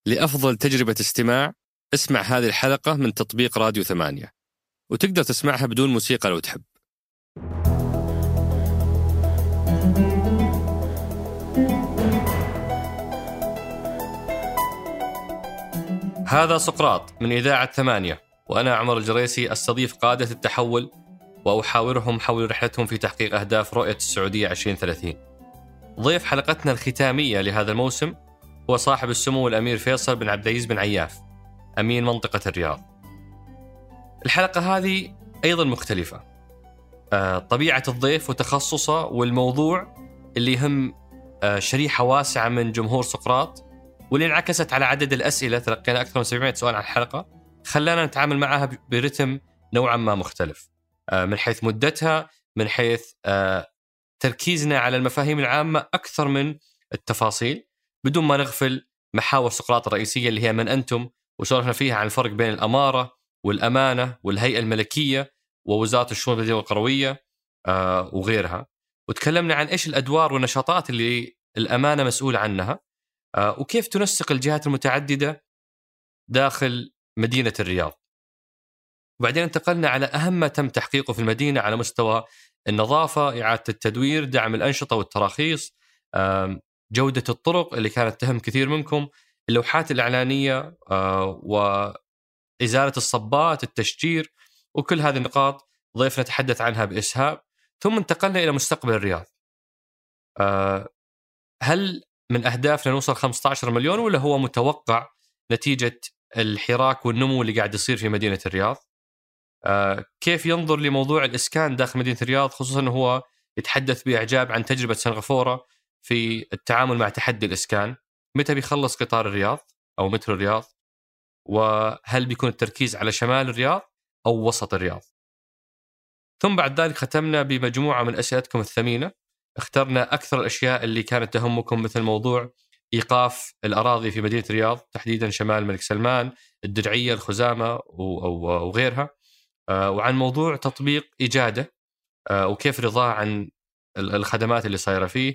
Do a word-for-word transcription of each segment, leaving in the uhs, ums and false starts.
لأفضل تجربة استماع اسمع هذه الحلقة من تطبيق راديو ثمانية، وتقدر تسمعها بدون موسيقى لو تحب. هذا سقراط من إذاعة ثمانية، وأنا عمر الجريسي أستضيف قادة التحول وأحاورهم حول رحلتهم في تحقيق أهداف رؤية السعودية عشرين ثلاثين. ضيف حلقتنا الختامية لهذا الموسم هو صاحب السمو الأمير فيصل بن عبد العزيز بن عياف، أمين منطقة الرياض. الحلقة هذه أيضا مختلفة، طبيعة الضيف وتخصصه والموضوع اللي يهم شريحة واسعة من جمهور سقراط، واللي انعكست على عدد الأسئلة، تلقينا أكثر من سبعمائة سؤال عن الحلقة، خلانا نتعامل معها برتم نوعا ما مختلف، من حيث مدتها، من حيث تركيزنا على المفاهيم العامة أكثر من التفاصيل، بدون ما نغفل محاور سقراط الرئيسية اللي هي من أنتم، وشرحنا فيها عن الفرق بين الأمارة والأمانة والهيئة الملكية ووزارة الشؤون المدنية والقروية وغيرها، وتكلمنا عن إيش الأدوار والنشاطات اللي الأمانة مسؤولة عنها، وكيف تنسق الجهات المتعددة داخل مدينة الرياض. وبعدين انتقلنا على أهم ما تم تحقيقه في المدينة على مستوى النظافة، إعادة التدوير، دعم الأنشطة والتراخيص، جودة الطرق اللي كانت تهم كثير منكم، اللوحات الإعلانية، وإزالة الصبات، التشجير، وكل هذه النقاط ضيفنا تحدث عنها بإسهاب. ثم انتقلنا إلى مستقبل الرياض. هل من أهدافنا نوصل خمسة عشر مليون، ولا هو متوقع نتيجة الحراك والنمو اللي قاعد يصير في مدينة الرياض؟ آه كيف ينظر لموضوع الإسكان داخل مدينة الرياض، خصوصا أنه هو يتحدث بإعجاب عن تجربة سنغافورة في التعامل مع تحدي الإسكان. متى بيخلص قطار الرياض أو مترو الرياض؟ وهل بيكون التركيز على شمال الرياض أو وسط الرياض؟ ثم بعد ذلك ختمنا بمجموعة من أسئلتكم الثمينة، اخترنا أكثر الأشياء اللي كانت تهمكم، مثل موضوع إيقاف الأراضي في مدينة الرياض، تحديدا شمال الملك سلمان، الدرعية، الخزامة وغيرها، وعن موضوع تطبيق إجادة وكيف رضاه عن الخدمات اللي صايرة فيه،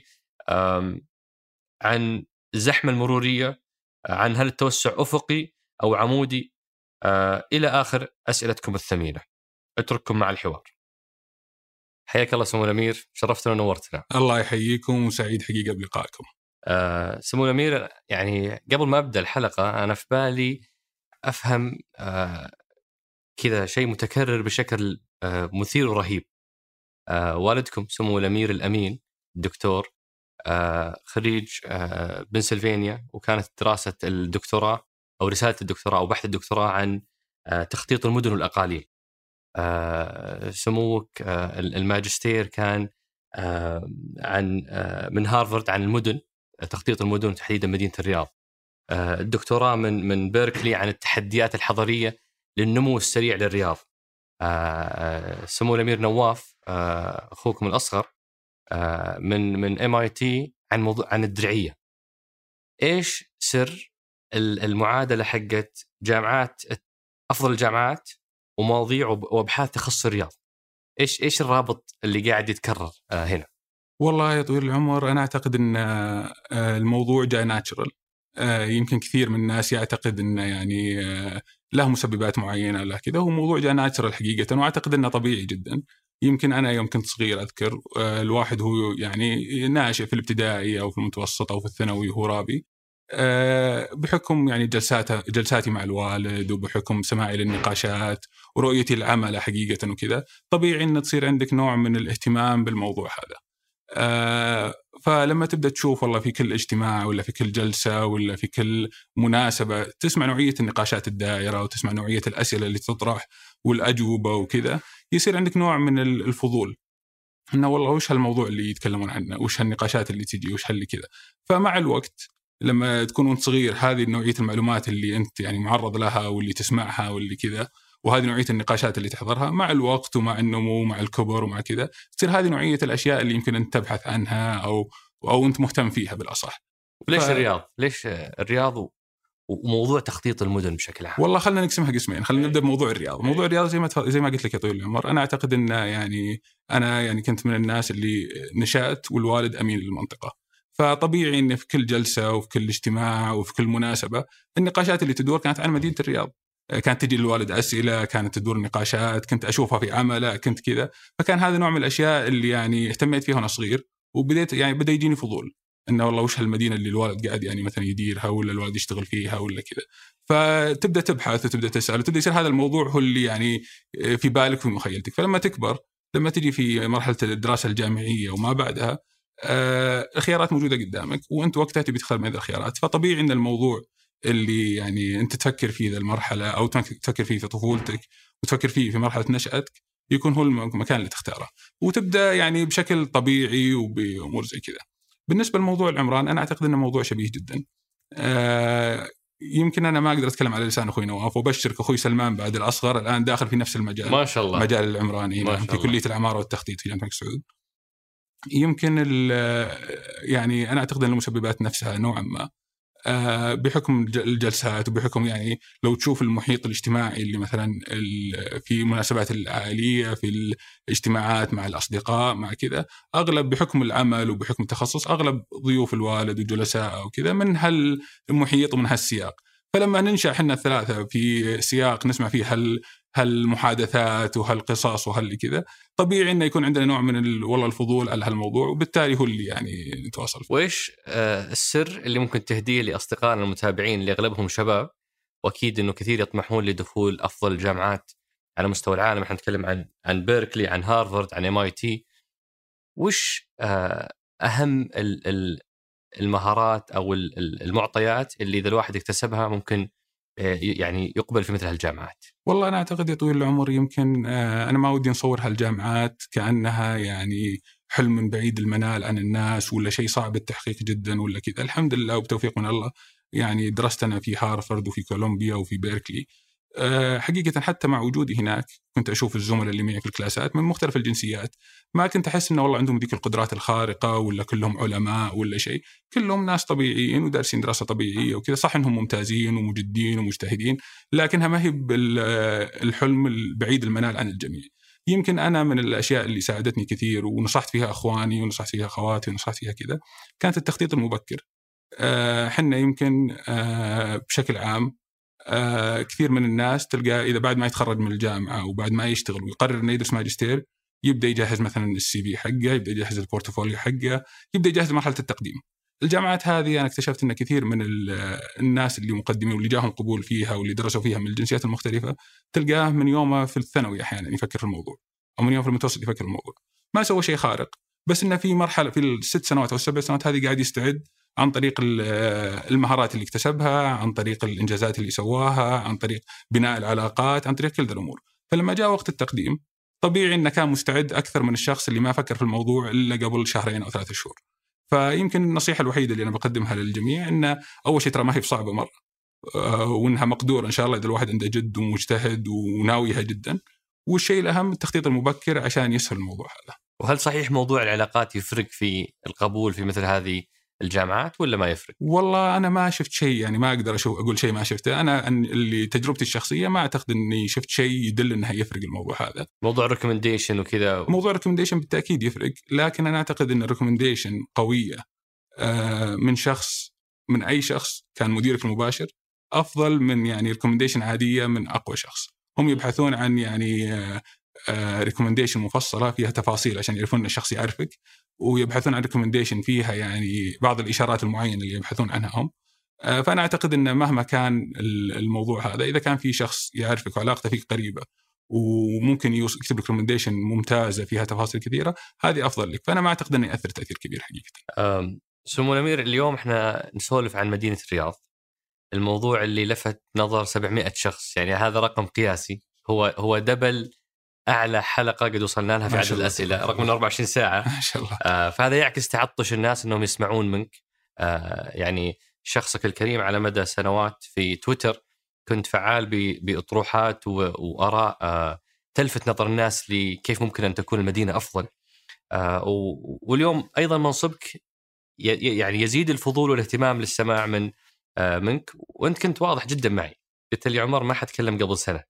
عن الزحمة المرورية، عن هل التوسع أفقي أو عمودي، إلى آخر أسئلتكم الثمينة. أترككم مع الحوار. حياك الله سمو الأمير، شرفتنا ونورتنا. الله يحييكم، وسعيد حقيقة بلقائكم. أه سمو الأمير، يعني قبل ما أبدأ الحلقة أنا في بالي أفهم أه كذا شيء متكرر بشكل أه مثير ورهيب. أه والدكم سمو الأمير الأمين الدكتور أه خريج أه بنسلفانيا، وكانت دراسة الدكتوراه أو رسالة الدكتوراه أو بحث الدكتوراه عن أه تخطيط المدن والأقاليم. أه سموك أه الماجستير كان أه عن أه من هارفارد عن المدن، تخطيط المدن تحديدا مدينة الرياض. أه الدكتوراه من من بيركلي عن التحديات الحضرية للنمو السريع للرياض. أه سمو الأمير نواف أه أخوكم الأصغر أه من من إم آي تي عن موضوع عن الدرعية. إيش سر المعادلة حقت جامعات أفضل الجامعات ومواضيع وابحاث تخص الرياض؟ ايش ايش الرابط اللي قاعد يتكرر آه هنا؟ والله يا طويل العمر، انا اعتقد ان آه الموضوع جاء ناتشرال. آه يمكن كثير من الناس يعتقد انه يعني آه له مسببات معينه، لا كذا هو موضوع جاء ناتشرال حقيقه، واعتقد انه طبيعي جدا. يمكن انا يوم كنت صغير اذكر آه الواحد هو يعني ناشئ في الابتدائي او في المتوسط او في الثانوي وهو رابي، بحكم يعني جلساته جلساتي مع الوالد، وبحكم سماعي للنقاشات ورؤيتي العمل حقيقة وكذا، طبيعي أن تصير عندك نوع من الاهتمام بالموضوع هذا. فلما تبدأ تشوف والله في كل اجتماع ولا في كل جلسة ولا في كل مناسبة تسمع نوعية النقاشات الدائرة وتسمع نوعية الأسئلة اللي تطرح والأجوبة وكذا، يصير عندك نوع من الفضول إنه والله وش هالموضوع اللي يتكلمون عنه، وش هالنقاشات اللي تجي، وش هاللي كذا. فمع الوقت لما تكون وانت صغير هذه نوعية المعلومات اللي أنت يعني معرض لها واللي تسمعها واللي كذا، وهذه نوعية النقاشات اللي تحضرها، مع الوقت ومع النمو ومع الكبر ومع كذا تصير هذه نوعية الأشياء اللي يمكن أنت تبحث عنها أو أو أنت مهتم فيها بالأصح. ليش ف... الرياض؟ ليش الرياض وموضوع تخطيط المدن بشكل عام؟ والله خلينا نقسمها قسمين. خلينا نبدأ بموضوع الرياض. موضوع الرياض زي ما تف... زي ما قلت لك يا طويل العمر، أنا أعتقد أن يعني أنا يعني كنت من الناس اللي نشأت والوالد أمين للمنطقة، فطبيعي إن في كل جلسة وفي كل اجتماع وفي كل مناسبة النقاشات اللي تدور كانت عن مدينة الرياض. كانت تجي للوالد أسئلة، كانت تدور نقاشات، كنت أشوفها في عمله، كنت كذا. فكان هذا نوع من الأشياء اللي يعني اهتميت فيها وأنا صغير، وبديت يعني بدأ يجيني فضول إنه والله وش هالمدينة اللي الوالد قاعد يعني مثلا يديرها ولا الوالد يشتغل فيها ولا كذا. فتبدأ تبحث وتبدأ تسأل وتبدأ يصير هذا الموضوع هو اللي يعني في بالك وفي مخيلتك. فلما تكبر، لما تجي في مرحلة الدراسة الجامعية وما بعدها، آه الخيارات موجودة قدامك وأنت وقتها تبي تختار من هذه الخيارات. فطبيعي إن الموضوع اللي يعني أنت تفكر فيه ذا المرحلة أو تفكر فيه في طفولتك وتفكر فيه في مرحلة نشأتك يكون هو المكان اللي تختاره، وتبدأ يعني بشكل طبيعي وبأمور زي كذا. بالنسبة لموضوع العمران، أنا أعتقد أنه موضوع شبيه جدا. آه يمكن أنا ما أقدر أتكلم على لسان أخوي نواف، وبشرك أخوي سلمان بعد الأصغر الآن داخل في نفس المجال، ما شاء الله، مجال العمراني في كلية العمارة والتخطيط في جامعة الملك سعود. يمكن يعني أنا أعتقد أن المسببات نفسها نوعا ما بحكم الجلسات وبحكم يعني لو تشوف المحيط الاجتماعي اللي مثلا في المناسبات العائلية، في الاجتماعات مع الأصدقاء مع كذا، أغلب بحكم العمل وبحكم التخصص أغلب ضيوف الوالد وجلساء وكذا من هالمحيط ومن هالسياق. فلما ننشأ حنا الثلاثة في سياق نسمع فيه هال هالمحادثات وهالقصص وهال كذا، طبيعي إنه يكون عندنا نوع من والله الفضول على هالموضوع، وبالتالي هو اللي يعني نتواصل فيه. وإيش آه السر اللي ممكن تهديه لأصدقائنا المتابعين اللي أغلبهم شباب، وأكيد إنه كثير يطمحون لدخول أفضل الجامعات على مستوى العالم؟ احنا نتكلم عن عن بيركلي، عن هارفارد، عن إم آي تي. وش آه أهم ال ال المهارات أو المعطيات اللي إذا الواحد اكتسبها ممكن يعني يقبل في مثل هالجامعات؟ والله أنا أعتقد يا طويل العمر يمكن أنا ما ودي نصور هالجامعات كأنها يعني حلم من بعيد المنال عن الناس ولا شيء صعب التحقيق جدا ولا كذا. الحمد لله وبتوفيق من الله يعني درستنا في هارفارد وفي كولومبيا وفي بيركلي. حقيقة حتى مع وجودي هناك كنت أشوف الزملاء اللي معي في الكلاسات من مختلف الجنسيات، ما كنت أحس إنه والله عندهم ذيك القدرات الخارقة ولا كلهم علماء ولا شيء. كلهم ناس طبيعيين ودارسين دراسة طبيعية وكذا. صح إنهم ممتازين ومجدين ومجتهدين، لكنها ما هي الحلم البعيد المنال عن الجميع. يمكن أنا من الأشياء اللي ساعدتني كثير ونصحت فيها أخواني ونصحت فيها أخواتي ونصحت فيها كذا كانت التخطيط المبكر. أه حنا يمكن أه بشكل عام آه كثير من الناس تلقى إذا بعد ما يتخرج من الجامعة وبعد ما يشتغل ويقرر إنه يدرس ماجستير يبدأ يجهز مثلا السي في حقه، يبدأ يجهز البورتفوليو حقه، يبدأ يجهز مرحلة التقديم. الجامعات هذه أنا اكتشفت إن كثير من الناس اللي مقدمين واللي جاهم قبول فيها واللي درسوا فيها من الجنسيات المختلفة تلقاه من يومه في الثانوي أحيانا يفكر في الموضوع، أو من يوم في المتوسط يفكر في الموضوع. ما سوى شيء خارق، بس إنه في مرحلة في الست سنوات أو السبع سنوات هذه قاعد يستعد عن طريق المهارات اللي اكتسبها، عن طريق الإنجازات اللي سواها، عن طريق بناء العلاقات، عن طريق كل الأمور. فلما جاء وقت التقديم طبيعي إنه كان مستعد أكثر من الشخص اللي ما فكر في الموضوع إلا قبل شهرين أو ثلاثة شهور. فيمكن النصيحة الوحيدة اللي أنا بقدمها للجميع إن أول شيء ترى ما هي بصعبة مرة، وإنها مقدورة إن شاء الله إذا الواحد عنده جد ومجتهد وناويها جدا. والشيء الأهم التخطيط المبكر عشان يسهل الموضوع هذا. وهل صحيح موضوع العلاقات يفرق في القبول في مثل هذه الجامعات ولا ما يفرق؟ والله أنا ما شفت شيء، يعني ما أقدر أشوف أقول شيء ما شفته. أنا اللي تجربتي الشخصية ما أعتقد أني شفت شيء يدل أنها يفرق الموضوع هذا. موضوع ريكومنديشن وكذا و... موضوع ريكومنديشن بالتأكيد يفرق، لكن أنا أعتقد أن الريكومنديشن قوية من شخص من أي شخص كان مديرك المباشر أفضل من يعني ريكومنديشن عادية من أقوى شخص. هم يبحثون عن يعني ريكومنديشن مفصلة فيها تفاصيل عشان يعرفون أن الشخص يعرفك، ويبحثون عن ريكومنديشن فيها يعني بعض الإشارات المعينة اللي يبحثون عنها هم. فأنا أعتقد أن مهما كان الموضوع هذا، إذا كان في شخص يعرفك وعلاقته فيك قريبة وممكن يكتب ريكومنديشن ممتازة فيها تفاصيل كثيرة، هذه أفضل لك. فأنا ما أعتقد أنه يأثر تأثير كبير حقيقة. سمو الأمير، اليوم إحنا نسولف عن مدينة الرياض، الموضوع اللي لفت نظر سبعمائة شخص، يعني هذا رقم قياسي، هو هو دبل أعلى حلقة قد وصلنا لها في عدد الأسئلة، رقم أربعة وعشرين ساعة ما شاء الله. آه فهذا يعكس تعطش الناس أنهم يسمعون منك. آه يعني شخصك الكريم على مدى سنوات في تويتر كنت فعال بأطروحات وآراء آه تلفت نظر الناس لكيف ممكن أن تكون المدينة أفضل. آه واليوم أيضا منصبك يعني يزيد الفضول والاهتمام للسماع من آه منك، وأنت كنت واضح جدا معي. قلت لي عمر ما حتكلم قبل سنة،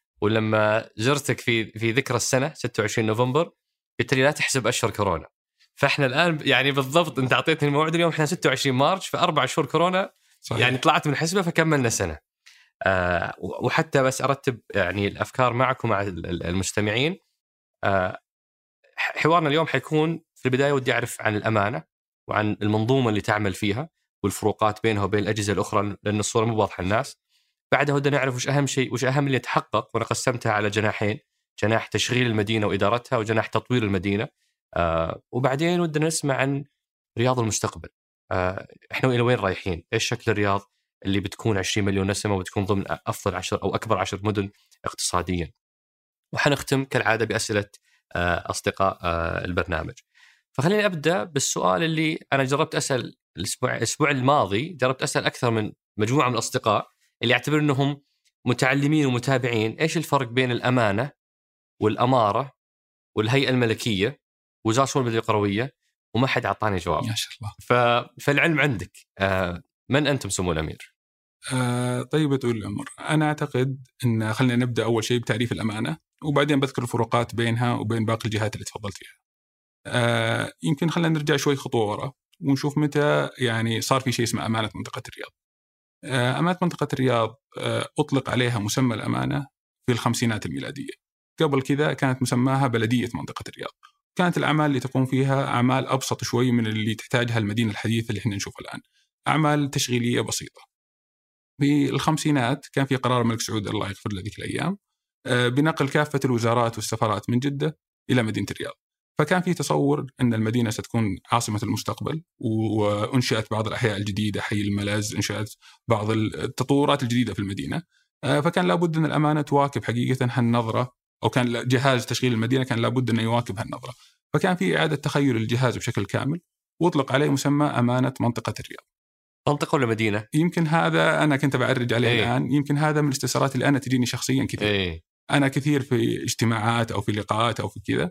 ولما زرتك في في ذكرى السنة ستة وعشرين نوفمبر قلت لي لا تحسب أشهر كورونا. فاحنا الان يعني بالضبط انت اعطيتني الموعد اليوم احنا ستة وعشرين مارس، فاربع شهور كورونا صحيح. يعني طلعت من حسبه فكملنا سنه. آه وحتى بس ارتب يعني الافكار معكم مع المستمعين. آه حوارنا اليوم حيكون في البدايه ودي اعرف عن الامانه وعن المنظومه اللي تعمل فيها والفروقات بينها وبين الاجهزه الاخرى، لان الصوره مو واضحه للناس. بعدها ودنا نعرف وش اهم شيء، وش اهم اللي يتحقق، وانا قسمتها على جناحين: جناح تشغيل المدينه وادارتها، وجناح تطوير المدينه. آه وبعدين ودنا نسمع عن رياض المستقبل. آه احنا الى وين رايحين؟ ايش شكل الرياض اللي بتكون عشرين مليون نسمه وبتكون ضمن افضل عشر او اكبر عشر مدن اقتصاديا. وحنختم كالعاده باسئله آه اصدقاء آه البرنامج. فخليني ابدا بالسؤال اللي انا جربت اسال الاسبوع الاسبوع الماضي، جربت اسال اكثر من مجموعه من الاصدقاء اللي يعتبر انهم متعلمين ومتابعين: ايش الفرق بين الامانه والاماره والهيئه الملكيه ووزاره الشؤون المدنيه القرويه؟ وما حد اعطاني جواب. ما شاء الله. ف... فالعلم عندك. آه من انتم سمو الامير؟ آه طيب طول العمر، انا اعتقد ان خلينا نبدا اول شيء بتعريف الامانه، وبعدين بذكر الفروقات بينها وبين باقي الجهات اللي تفضلت فيها. آه يمكن خلينا نرجع شوي خطوه ورا ونشوف متى يعني صار في شيء اسمه امانه منطقه الرياض. آه امانه منطقه الرياض آه اطلق عليها مسمى الامانه في الخمسينات الميلاديه. قبل كذا كانت مسماها بلديه منطقه الرياض. كانت الاعمال اللي تقوم فيها اعمال ابسط شوي من اللي تحتاجها المدينه الحديثه اللي احنا نشوفها الان، اعمال تشغيليه بسيطه. في الخمسينات كان في قرار الملك سعود الله يغفر له ذيك الايام بنقل كافه الوزارات والسفارات من جده الى مدينه الرياض. فكان في تصور ان المدينه ستكون عاصمه المستقبل، وانشئت بعض الاحياء الجديده، حي الملز، انشئت بعض التطورات الجديده في المدينه. فكان لابد ان الامانه تواكب حقيقه هالنظره، او كان جهاز تشغيل المدينه كان لابد انه يواكب هالنظره. فكان في اعاده تخيل الجهاز بشكل كامل، واطلق عليه مسمى امانه منطقه الرياض. منطقة ولا مدينة؟ يمكن هذا أنا كنت بعرج عليه إيه؟ الآن. يمكن هذا من الاستفسارات اللي أنا تجيني شخصيا كثير. إيه؟ أنا كثير في اجتماعات أو في لقاءات أو في كذا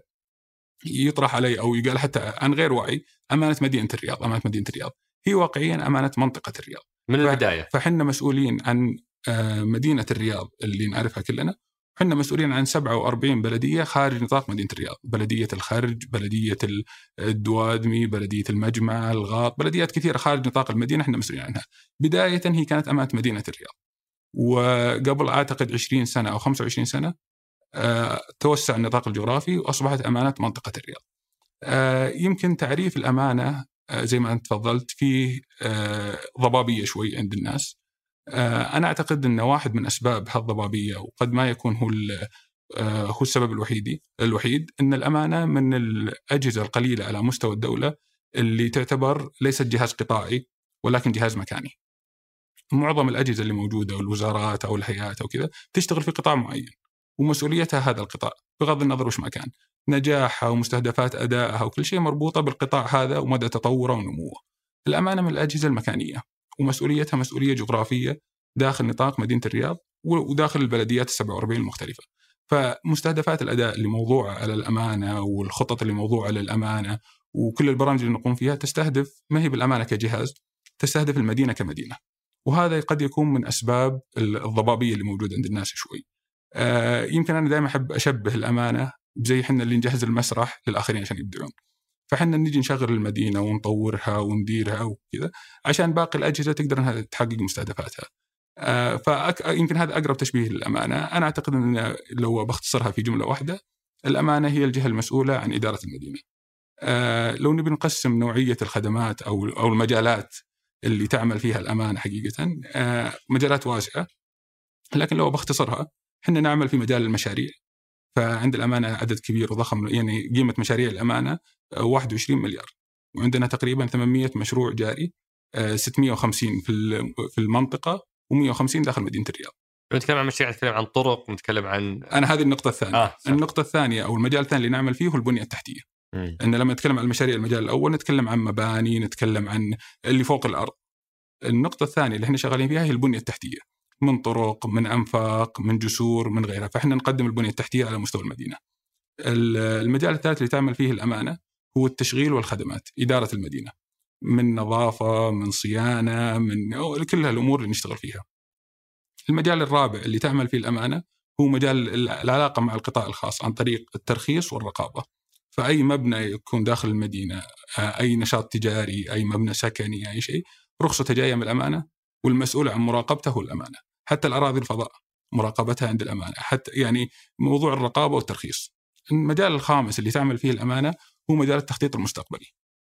يطرح علي أو يقال حتى عن غير وعي أمانة مدينة الرياض، أمانة مدينة الرياض. هي واقعيا أمانة منطقة الرياض من البداية. فحنا مسؤولين عن مدينة الرياض اللي نعرفها كلنا. حنا مسؤولين عن سبعة وأربعين بلدية خارج نطاق مدينة الرياض: بلدية الخرج، بلدية الدوادمي، بلدية المجمع، الغاط، بلديات كثيرة خارج نطاق المدينة احنا مسؤولين عنها. بداية هي كانت أمانة مدينة الرياض، وقبل أعتقد عشرين سنة أو خمسة وعشرين سنة آه توسع النطاق الجغرافي وأصبحت أمانة منطقة الرياض. آه يمكن تعريف الأمانة آه زي ما أنت تفضلت فيه آه ضبابية شوي عند الناس. أنا أعتقد أن واحد من أسباب هالضبابية، وقد ما يكون هو هو السبب الوحيد الوحيد أن الأمانة من الأجهزة القليلة على مستوى الدولة اللي تعتبر ليست جهاز قطاعي ولكن جهاز مكاني. معظم الأجهزة اللي موجودة والوزارات أو الهيئات أو كذا تشتغل في قطاع معين ومسؤوليتها هذا القطاع بغض النظر وش مكان، نجاحها ومستهدفات أدائها وكل شيء مربوطة بالقطاع هذا ومدى تطوره ونموه. الأمانة من الأجهزة المكانية ومسؤوليتها مسؤولية جغرافية داخل نطاق مدينة الرياض وداخل البلديات السبع وأربعين المختلفة. فمستهدفات الأداء اللي موضوعة على الأمانة والخطط اللي موضوعة على الأمانة وكل البرامج اللي نقوم فيها تستهدف ما هي بالأمانة كجهاز، تستهدف المدينة كمدينة. وهذا قد يكون من أسباب الضبابية اللي موجودة عند الناس شوي. آه يمكن أنا دائما أحب أشبه الأمانة بزي حنا اللي نجهز المسرح للآخرين عشان يبدعون، فحنا نيجي نشغل المدينة ونطورها ونديرها وكذا عشان باقي الأجهزة تقدر أنها تحقق مستهدفاتها. آه فيمكن هذا أقرب تشبيه للأمانة. أنا أعتقد أن لو بختصرها في جملة واحدة، الأمانة هي الجهة المسؤولة عن إدارة المدينة. آه لو نبي نقسم نوعية الخدمات أو أو المجالات اللي تعمل فيها الأمانة حقيقة آه مجالات واسعة، لكن لو بختصرها حنا نعمل في مجال المشاريع. فعند الأمانة عدد كبير وضخم، يعني قيمة مشاريع الأمانة واحد وعشرين مليار، وعندنا تقريبا ثمانمائة مشروع جاري، ستمائة وخمسين في المنطقة ومائة وخمسين داخل مدينة الرياض. نتكلم عن مشاريع، نتكلم عن طرق، نتكلم عن أنا هذه النقطة الثانية. آه النقطة الثانية أو المجال الثاني اللي نعمل فيه هو البنية التحتية. م. إن لما نتكلم عن المشاريع المجال الأول نتكلم عن مباني، نتكلم عن اللي فوق الأرض. النقطة الثانية اللي احنا شغالين فيها هي البنية التحتية، من طرق، من أنفاق، من جسور، من غيرها. فإحنا نقدم البنية التحتية على مستوى المدينة. المجال الثالث اللي تعمل فيه الأمانة هو التشغيل والخدمات، إدارة المدينة، من نظافة، من صيانة، من كل الأمور اللي نشتغل فيها. المجال الرابع اللي تعمل فيه الأمانة هو مجال العلاقة مع القطاع الخاص عن طريق الترخيص والرقابة. فأي مبنى يكون داخل المدينة، أي نشاط تجاري، أي مبنى سكني، أي شيء، رخصته جاية من الأمانة، والمسؤول عن مراقبته هو الأمانة. حتى الأراضي الفضاء مراقبتها عند الأمانة، حتى يعني موضوع الرقابة والترخيص. المجال الخامس اللي تعمل فيه الأمانة هو مجال التخطيط المستقبلي.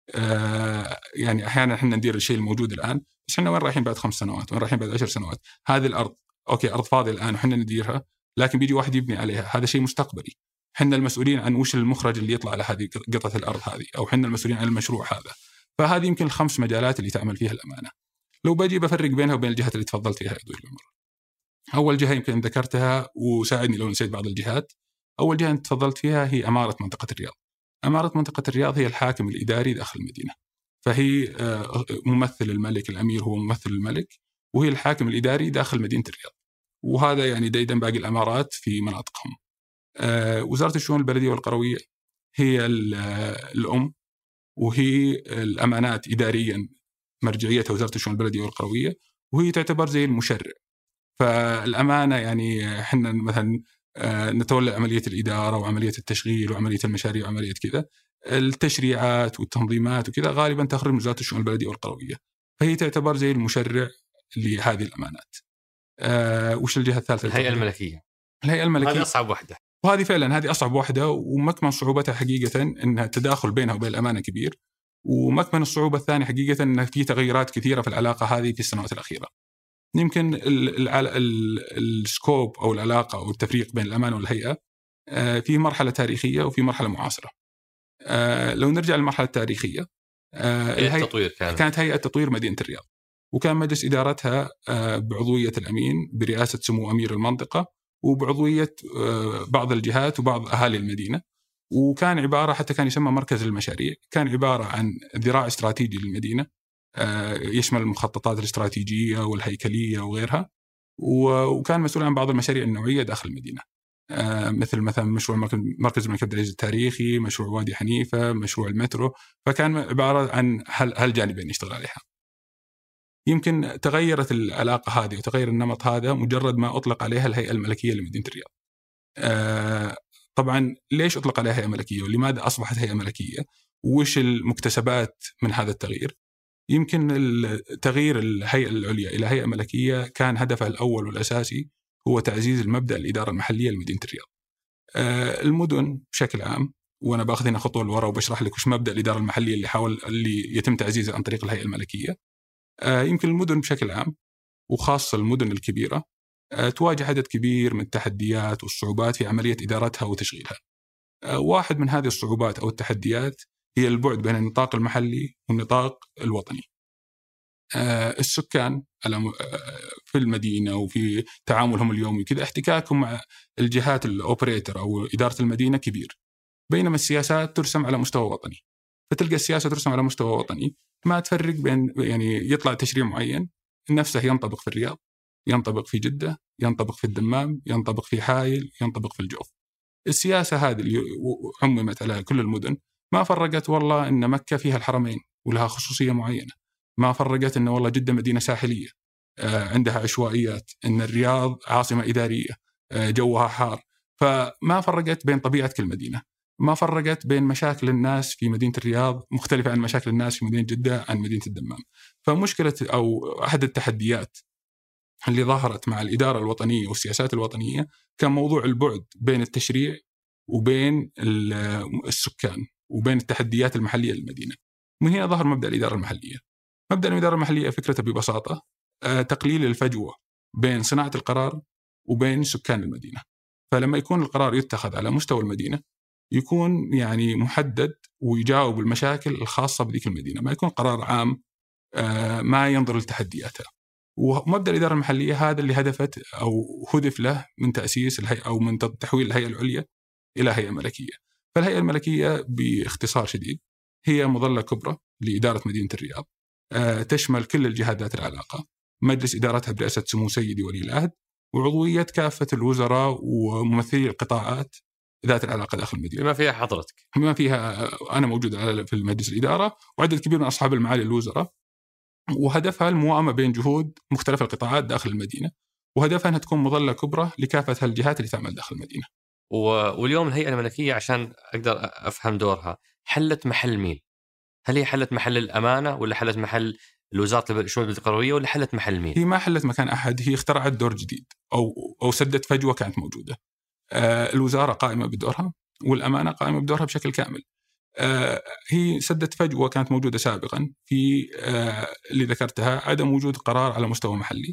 آه يعني أحيانا إحنا ندير الشيء الموجود الآن، بس إحنا وين رايحين بعد خمس سنوات، وين رايحين بعد عشر سنوات. هذه الأرض أوكي أرض فاضية الآن وإحنا نديرها، لكن بيجي واحد يبني عليها، هذا شيء مستقبلي. إحنا المسؤولين عن وش المخرج اللي يطلع على هذه قطعة الأرض هذه، أو إحنا المسؤولين عن المشروع هذا. فهذه يمكن الخمس مجالات اللي تعمل فيها الأمانة. لو بجي بفرق بينها وبين الجهات اللي تفضلت فيها يا طويل العمر، أول جهة يمكن ذكرتها وساعدني لو نسيت بعض الجهات. أول جهة أنت تفضلت فيها هي أمارة منطقة الرياض. أمارة منطقة الرياض هي الحاكم الإداري داخل المدينة، فهي ممثل الملك، الأمير هو ممثل الملك، وهي الحاكم الإداري داخل مدينة الرياض. وهذا يعني ديدا باقي الأمارات في مناطقهم. وزارة الشؤون البلدية والقروية هي الأم، وهي الأمانات إداريا مرجعيتها وزارة الشؤون البلدية والقروية، وهي تعتبر زي المشرع. فالأمانة يعني إحنا مثلا نتولى عملية الإدارة وعملية التشغيل وعملية المشاريع وعملية كذا، التشريعات والتنظيمات وكذا غالبا تخرج من وزارة الشؤون البلدية والقروية، فهي تعتبر زي المشرع لهذه الأمانات. أه وش الجهة الثالثة؟ الهيئة الملكية. الهيئة الملكية هذه أصعب واحدة، وهذه فعلا هذه أصعب واحدة، ومكمن صعوبتها حقيقة أنها التداخل بينها وبين الأمانة كبير، ومكمن الصعوبة الثانية حقيقة أن في تغيرات كثيرة في العلاقة هذه في السنوات الأخيرة. يمكن السكوب أو العلاقة أو التفريق بين الأمانة والهيئة في مرحلة تاريخية وفي مرحلة معاصرة. لو نرجع للمرحلة التاريخية، هيئة التطوير كانت. كانت هيئة تطوير مدينة الرياض، وكان مجلس إدارتها بعضوية الأمين برئاسة سمو أمير المنطقة، وبعضوية بعض الجهات وبعض أهالي المدينة. وكان عبارة، حتى كان يسمى مركز المشاريع، كان عبارة عن ذراع استراتيجي للمدينة يشمل المخططات الاستراتيجية والهيكلية وغيرها، وكان مسؤول عن بعض المشاريع النوعية داخل المدينة، مثل مثلا مشروع مركز الملك عبد العزيز التاريخي، مشروع وادي حنيفة، مشروع المترو. فكان عبارة عن هالجانبين يشتغل عليها. يمكن تغيرت العلاقة هذه وتغير النمط هذا مجرد ما أطلق عليها الهيئة الملكية لمدينة الرياض. طبعا ليش أطلق عليها هيئة ملكية ولماذا أصبحت هيئة ملكية وش المكتسبات من هذا التغيير؟ يمكن تغيير الهيئة العليا إلى هيئة ملكية كان هدفها الأول والأساسي هو تعزيز المبدأ الإدارة المحلية لمدينة الرياض. المدن بشكل عام، وأنا باخذ هنا خطوة لورا وبشرح لك وش مبدأ الإدارة المحلية اللي حاول اللي يتم تعزيزه عن طريق الهيئة الملكية. يمكن المدن بشكل عام وخاصة المدن الكبيرة تواجه عدد كبير من التحديات والصعوبات في عملية إدارتها وتشغيلها. واحد من هذه الصعوبات أو التحديات هي البعد بين النطاق المحلي والنطاق الوطني. السكان في المدينة وفي تعاملهم اليومي كذا احتكاكهم مع الجهات الأوبريتر أو إدارة المدينة كبير، بينما السياسات ترسم على مستوى وطني. فتلقى السياسة ترسم على مستوى وطني، ما تفرق بين يعني يطلع تشريع معين نفسه ينطبق في الرياض، ينطبق في جدة، ينطبق في الدمام، ينطبق في حائل، ينطبق في الجوف. السياسة هذه اللي عممت على كل المدن ما فرقت والله إن مكة فيها الحرمين ولها خصوصية معينة، ما فرقت إن والله جدة مدينة ساحلية عندها عشوائيات، إن الرياض عاصمة إدارية جوها حار. فما فرقت بين طبيعة كل مدينة، ما فرقت بين مشاكل الناس في مدينة الرياض مختلفة عن مشاكل الناس في مدينة جدة عن مدينة الدمام. فمشكلة أو أحد التحديات اللي ظهرت مع الإدارة الوطنية والسياسات الوطنية كان موضوع البعد بين التشريع وبين السكان وبين التحديات المحلية للمدينة. من هنا ظهر مبدأ الإدارة المحلية. مبدأ الإدارة المحلية فكرته ببساطة تقليل الفجوة بين صناعة القرار وبين سكان المدينة. فلما يكون القرار يتخذ على مستوى المدينة يكون يعني محدد ويجاوب المشاكل الخاصة بذيك المدينة، ما يكون قرار عام ما ينظر لتحدياتها. ومبدأ الإدارة المحلية هذا اللي هدفت أو هدف له من تأسيس الهيئة أو من تحويل الهيئة العليا إلى هيئة ملكية. فالهيئة الملكية باختصار شديد هي مظلة كبرى لإدارة مدينة الرياض، تشمل كل الجهات ذات العلاقة، مجلس إدارتها برئاسة سمو سيدي ولي العهد، وعضوية كافة الوزراء وممثلي القطاعات ذات العلاقة داخل المدينة. بما فيها حضرتك، بما فيها أنا موجود في المجلس الإدارة وعدد كبير من أصحاب المعالي الوزراء. وهدفها الموائمة بين جهود مختلف القطاعات داخل المدينة، وهدفها أنها تكون مظلة كبرى لكافة هالجهات اللي تعمل داخل المدينة. واليوم الهيئة الملكية عشان أقدر أفهم دورها حلت محل مين؟ هل هي حلت محل الأمانة ولا حلت محل الوزارة الشؤون القروية ولا حلت محل مين؟ هي ما حلت مكان أحد، هي اخترعت دور جديد أو أو سدت فجوة كانت موجودة. آه الوزارة قائمة بدورها والأمانة قائمة بدورها بشكل كامل. آه هي سدت فجوة كانت موجودة سابقا في آه اللي ذكرتها، عدم وجود قرار على مستوى محلي،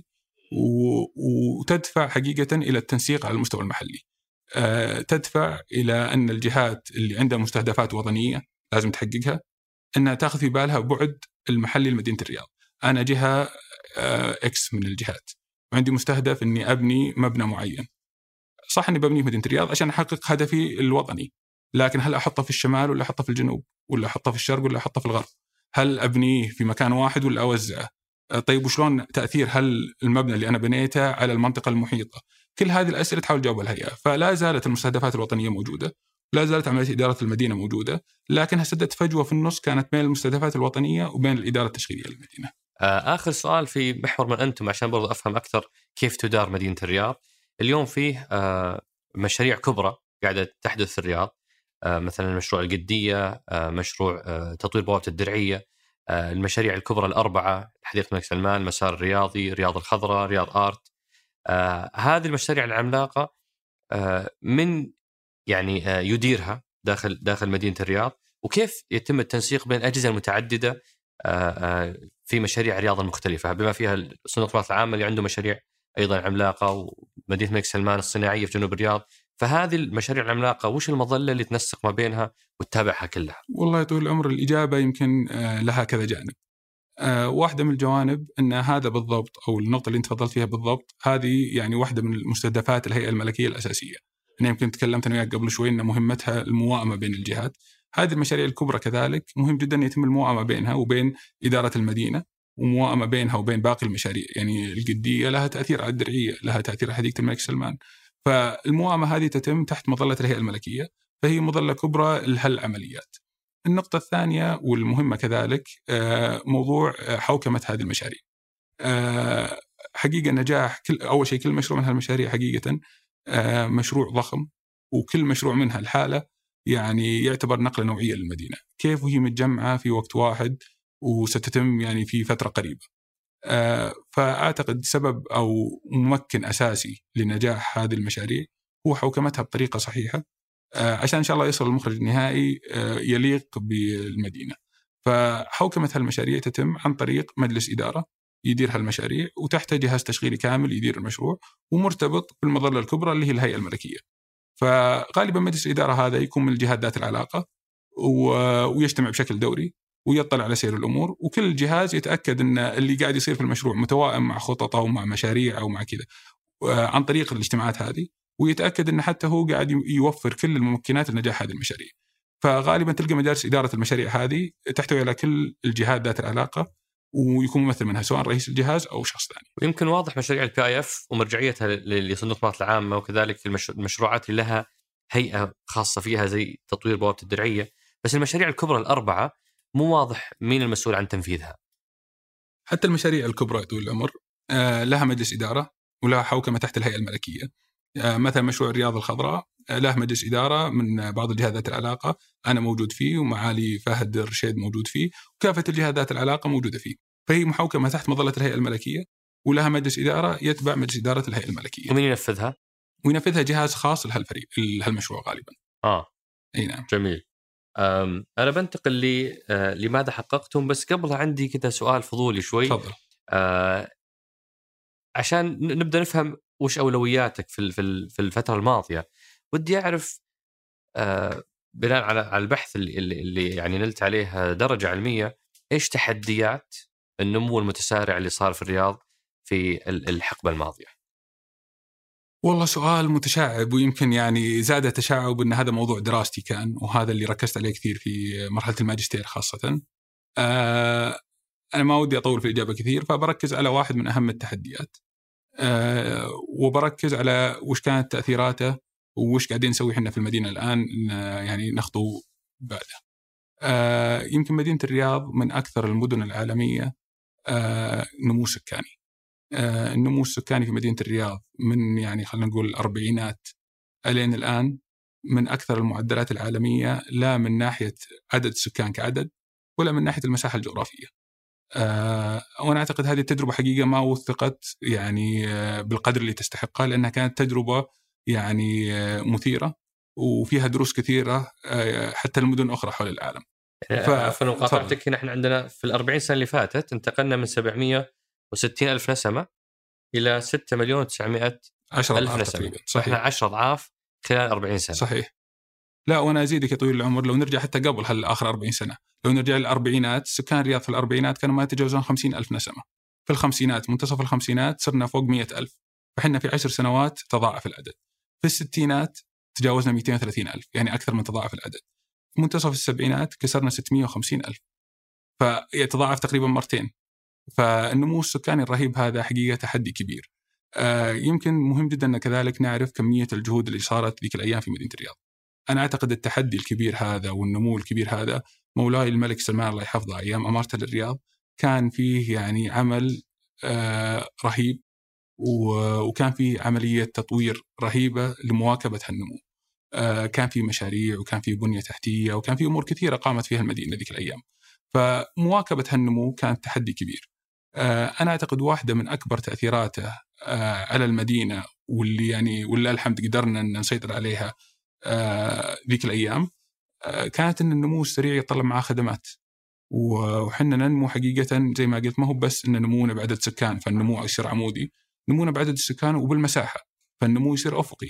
وتدفع حقيقة إلى التنسيق على المستوى المحلي. آه تدفع إلى أن الجهات اللي عندها مستهدفات وطنية لازم تحققها أنها تأخذ في بالها بعد المحلي لمدينة الرياض. أنا جهة آه إكس من الجهات وعندي مستهدف أني أبني مبنى معين، صح أني ببني مدينة الرياض عشان أحقق هدفي الوطني، لكن هل أحطه في الشمال ولا أحطه في الجنوب ولا أحطه في الشرق ولا أحطه في الغرب؟ هل أبنيه في مكان واحد ولا أوزعه؟ طيب وشلون تأثير هل المبنى اللي أنا بنيته على المنطقة المحيطة؟ كل هذه الأسئلة تحاول تجاوبها الهيئة. فلا زالت المستهدفات الوطنية موجودة، لا زالت عملية إدارة المدينة موجودة، لكنها سدت فجوة في النص كانت بين المستهدفات الوطنية وبين الإدارة التشغيلية للمدينة. آخر سؤال في محور من أنتم عشان برضو أفهم أكثر كيف تدار مدينة الرياض. اليوم فيه مشاريع كبرى قاعدة تحدث في الرياض، مثلا مشروع القدية، مشروع تطوير بوابة الدرعية، المشاريع الكبرى الأربعة، حديقة الملك سلمان، مسار الرياضي، رياض الخضراء، رياض آرت. هذه المشاريع العملاقة من يعني يديرها داخل داخل مدينة الرياض، وكيف يتم التنسيق بين الأجهزة المتعددة في مشاريع الرياض المختلفة، بما فيها صندوق الرياض العامة اللي عنده مشاريع أيضا عملاقة، ومدينة الملك سلمان الصناعية في جنوب الرياض. فهذه المشاريع العملاقة وش المظلة اللي تنسق ما بينها وتتابعها كلها؟ والله طول العمر الإجابة يمكن لها كذا جانب. واحدة من الجوانب أن هذا بالضبط، أو النقطة اللي انت تفضلت فيها بالضبط، هذه يعني واحدة من المستهدفات الهيئة الملكية الأساسية. أنا يمكن تكلمت أنا وياك قبل شوي أن مهمتها المواءمة بين الجهات. هذه المشاريع الكبرى كذلك مهم جدا يتم المواءمة بينها وبين إدارة المدينة، ومواءمة بينها وبين باقي المشاريع. يعني القدية لها تأثير على الدرعية، لها تأثير على حديقة الملك سلمان، فالمواءمة هذه تتم تحت مظلة الهيئة الملكية، فهي مظلة كبرى لهالعمليات. النقطة الثانية والمهمة كذلك موضوع حوكمة هذه المشاريع. حقيقة نجاح كل أول شيء كل مشروع من هالمشاريع حقيقة مشروع ضخم، وكل مشروع منها الحالة يعني يعتبر نقلة نوعية للمدينة، كيف وهي متجمعة في وقت واحد وستتم يعني في فترة قريبة. فأعتقد سبب أو ممكن أساسي لنجاح هذه المشاريع هو حوكمتها بطريقة صحيحة، عشان إن شاء الله يصل المخرج النهائي يليق بالمدينة. فحوكمة هالمشاريع تتم عن طريق مجلس إدارة يدير هالمشاريع، وتحت جهاز تشغيلي كامل يدير المشروع، ومرتبط بالمظلة الكبرى اللي هي الهيئة الملكية. فغالبا مجلس الإدارة هذا يكون من الجهات ذات العلاقة، ويجتمع بشكل دوري ويطلع على سير الأمور، وكل جهاز يتأكد أن اللي قاعد يصير في المشروع متوائم مع خططه ومع مشاريع أو مع كذا عن طريق الاجتماعات هذه، ويتأكد أن حتى هو قاعد يوفر كل الممكنات لنجاح هذه المشاريع. فغالبا تلقى مجالس إدارة المشاريع هذه تحتوي على كل الجهات ذات العلاقة، ويكون ممثل منها سواء رئيس الجهاز أو شخص ثاني. ويمكن واضح مشاريع البي اي اف ومرجعيتها لصندوق الرياض العامة، وكذلك المشروعات اللي لها هيئة خاصة فيها زي تطوير بوابة الدرعية، بس المشاريع الكبرى الأربعة مو واضح مين المسؤول عن تنفيذها. حتى المشاريع الكبرى طول العمر لها مجلس إدارة ولها حوكمة تحت الهيئة الملكية. مثلا مشروع الرياض الخضراء له مجلس إدارة من بعض الجهات ذات العلاقة، أنا موجود فيه ومعالي فهد الرشيد موجود فيه، وكافة الجهات ذات العلاقة موجودة فيه. فهي محوكمة تحت مظلة الهيئة الملكية، ولها مجلس إدارة يتبع مجلس إدارة الهيئة الملكية. ومن ينفذها؟ وينفذها جهاز خاص لهالفريق لهالمشروع غالبا. آه أي نعم. جميل. أنا بنتقل لي لماذا حققتم، بس قبلها عندي كذا سؤال فضولي شوي. تفضل. أه عشان نبدأ نفهم وش أولوياتك في في الفترة الماضية. ودي أعرف أه بناء على على البحث اللي, اللي يعني نلت عليه درجة علمية، إيش تحديات النمو المتسارع اللي صار في الرياض في الحقبة الماضية؟ والله سؤال متشعب، ويمكن يعني زاد تشعب أن هذا موضوع دراستي كان، وهذا اللي ركزت عليه كثير في مرحلة الماجستير خاصة. أه أنا ما ودي أطول في الإجابة كثير، فبركز على واحد من أهم التحديات، أه وبركز على وش كانت تأثيراته ووش قاعدين نسوي حنا في المدينة الآن يعني نخطو بعده. أه يمكن مدينة الرياض من أكثر المدن العالمية أه نمو سكاني. أه النمو السكاني في مدينة الرياض من يعني خلينا نقول الأربعينات ألين الآن من أكثر المعدلات العالمية، لا من ناحية عدد السكان كعدد ولا من ناحية المساحة الجغرافية. أه وأنا أعتقد هذه التجربة حقيقة ما وثقت يعني أه بالقدر اللي تستحقها، لأنها كانت تجربة يعني أه مثيرة وفيها دروس كثيرة أه حتى المدن الأخرى حول العالم. عفوا مقاطعتك، هنا احنا عندنا في الأربعين سنة اللي فاتت انتقلنا من سبعمائة وستين ألف نسمة إلى ستة مليون وتسعمائة ألف نسمة. صحيح. احنا عشرة أضعاف خلال أربعين سنة. صحيح. لا وأنا أزيدك يا طويل العمر، لو نرجع حتى قبل هالآخر أربعين سنة، لو نرجع للأربعينات، سكان الرياض في الأربعينات كانوا ما يتجاوزون خمسين ألف نسمة. في الخمسينات منتصف الخمسينات صرنا فوق مئة ألف، فحنا في عشر سنوات تضاعف العدد. في الستينات تجاوزنا مئتين وثلاثين ألف، يعني أكثر من تضاعف العدد. في منتصف السبعينات كسرنا ستمائة وخمسين ألف، فيتضاعف تقريبا مرتين. فالنمو السكاني الرهيب هذا حقيقة تحدي كبير. آه يمكن مهم جدا أن كذلك نعرف كمية الجهود اللي صارت ذيك الأيام في مدينة الرياض. أنا أعتقد التحدي الكبير هذا والنمو الكبير هذا، مولاي الملك سلمان الله يحفظه أيام أمارته للرياض كان فيه يعني عمل آه رهيب، وكان فيه عملية تطوير رهيبة لمواكبة هالنمو. آه كان فيه مشاريع وكان فيه بنية تحتية وكان فيه أمور كثيرة قامت فيها المدينة ذيك الأيام. فمواكبة هالنمو كانت تحدي كبير. آه أنا أعتقد واحدة من أكبر تأثيراته آه على المدينة واللي يعني والله الحمد قدرنا أن نسيطر عليها آه ذيك الأيام، آه كانت أن النمو السريع يطلب معاه خدمات. وحنا ننمو حقيقة زي ما قلت، ما هو بس أن نمونا بعدد سكان فالنمو يصير عمودي، نمونا بعدد السكان وبالمساحة فالنمو يصير أفقي،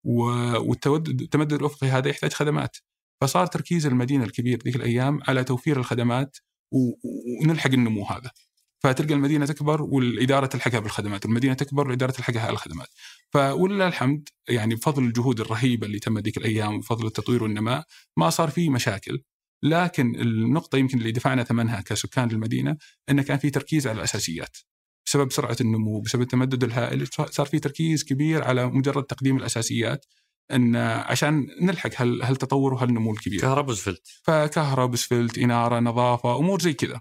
والتمدد الأفقي هذا يحتاج خدمات. فصار تركيز المدينة الكبير ذيك الأيام على توفير الخدمات ونلحق النمو هذا. فتلقى المدينة تكبر والإدارة تلحقها بالخدمات، والمدينة تكبر والإدارة تلحقها على الخدمات. فولله الحمد يعني بفضل الجهود الرهيبة اللي تمت ذيك الأيام وبفضل التطوير والنماء ما صار فيه مشاكل. لكن النقطة يمكن اللي دفعنا ثمنها كسكان المدينة أنه كان فيه تركيز على الأساسيات بسبب سرعة النمو، بسبب التمدد الهائل. صار فيه تركيز كبير على مجرد تقديم الأساسيات إن عشان نلحق هال هالتطور وهالنمو الكبير. كهرباء وسفلت، فكهرباء وسفلت، إنارة، نظافة، أمور زي كذا.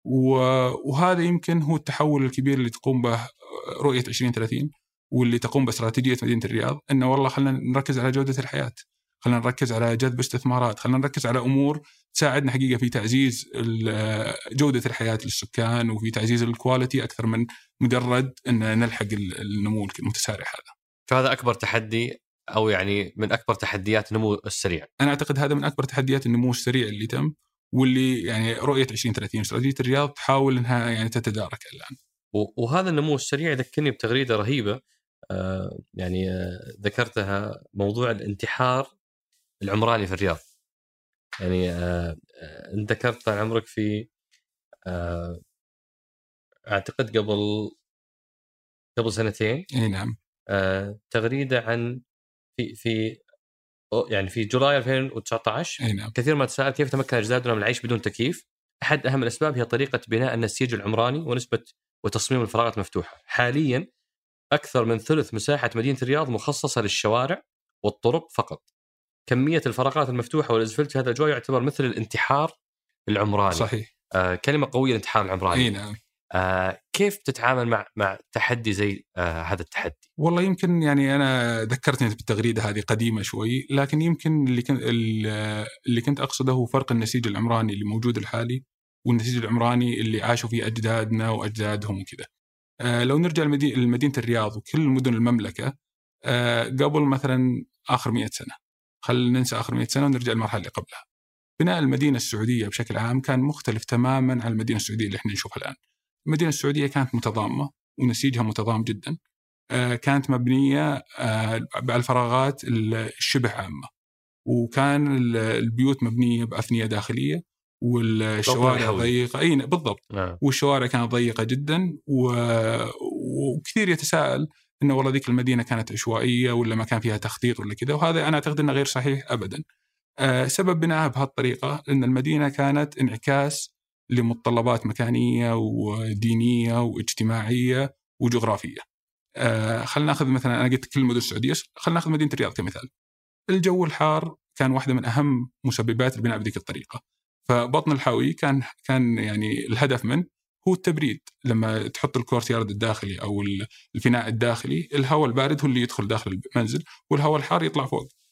وهذا يمكن هو التحول الكبير اللي تقوم به رؤية عشرين ثلاثين واللي تقوم باستراتيجية مدينة الرياض. إنه والله خلنا نركز على جودة الحياة، خلنا نركز على جذب استثمارات، خلنا نركز على أمور تساعدنا حقيقة في تعزيز جودة الحياة للسكان وفي تعزيز الكواليتي أكثر من مجرد أن نلحق النمو المتسارع هذا. فهذا أكبر تحدي أو يعني من أكبر تحديات النمو السريع. أنا أعتقد هذا من أكبر تحديات النمو السريع اللي تم، واللي يعني رؤية عشرين ثلاثين استراتيجية الرياض تحاول أنها يعني تتدارك الآن. وهذا النمو السريع ذكرني بتغريدة رهيبة آه يعني آه ذكرتها، موضوع الانتحار العمراني في الرياض. يعني آه آه أنت ذكرت عن عمرك في آه أعتقد قبل قبل سنتين. أي نعم. آه تغريدة عن في في يعني في جولاي ألفين وتسعة عشر. أي نعم. كثير ما تساءل كيف تمكن أجدادنا من العيش بدون تكييف. أحد أهم الأسباب هي طريقة بناء النسيج العمراني ونسبة وتصميم الفراغات المفتوحة. حاليا أكثر من ثلث مساحة مدينة الرياض مخصصة للشوارع والطرق فقط. كمية الفراغات المفتوحة والأسفلت في هذا الجو يعتبر مثل الانتحار العمراني. صحيح. آه كلمة قوية، الانتحار العمراني. أي نعم. آه كيف تتعامل مع مع تحدي زي آه هذا التحدي؟ والله يمكن يعني أنا ذكرتني بالتغريدة هذه قديمة شوي، لكن يمكن اللي كنت اللي كنت أقصده هو فرق النسيج العمراني اللي موجود الحالي والنسيج العمراني اللي عاشوا فيه أجدادنا وأجدادهم وكذا. آه لو نرجع لمدينة الرياض وكل مدن المملكة آه قبل مثلا آخر مئة سنة، خلينا ننسى آخر مئة سنة ونرجع للمرحلة اللي قبلها. بناء المدينة السعودية بشكل عام كان مختلف تماما عن المدينة السعودية اللي احنا نشوفها الآن. المدينة السعودية كانت متضامة ونسيجها متضام جدا. آه كانت مبنية آه على الفراغات الشبه عامة، وكان البيوت مبنية بأثنية داخلية والشوارع ضيقة. أي بالضبط. آه. والشوارع كانت ضيقة جدا و... وكثير يتساءل إنه والله ذيك المدينة كانت عشوائية ولا ما كان فيها تخطيط ولا كذا، وهذا أنا أعتقد أنه غير صحيح أبدا. آه سبب بناءها بهالطريقة أن المدينة كانت انعكاس لمتطلبات مكانية ودينية واجتماعية وجغرافية. آه خلنا ناخذ مثلا، أنا قلت كل مدن السعودية، خلنا ناخذ مدينة الرياض كمثال. الجو الحار كان واحدة من أهم مسببات البناء بذيك الطريقة. فبطن الحاوي كان كان يعني الهدف منه هو التبريد. لما تحط الكورتيارد الداخلي أو الفناء الداخلي، الهواء البارد هو اللي يدخل داخل المنزل والهواء الحار يطلع فوق.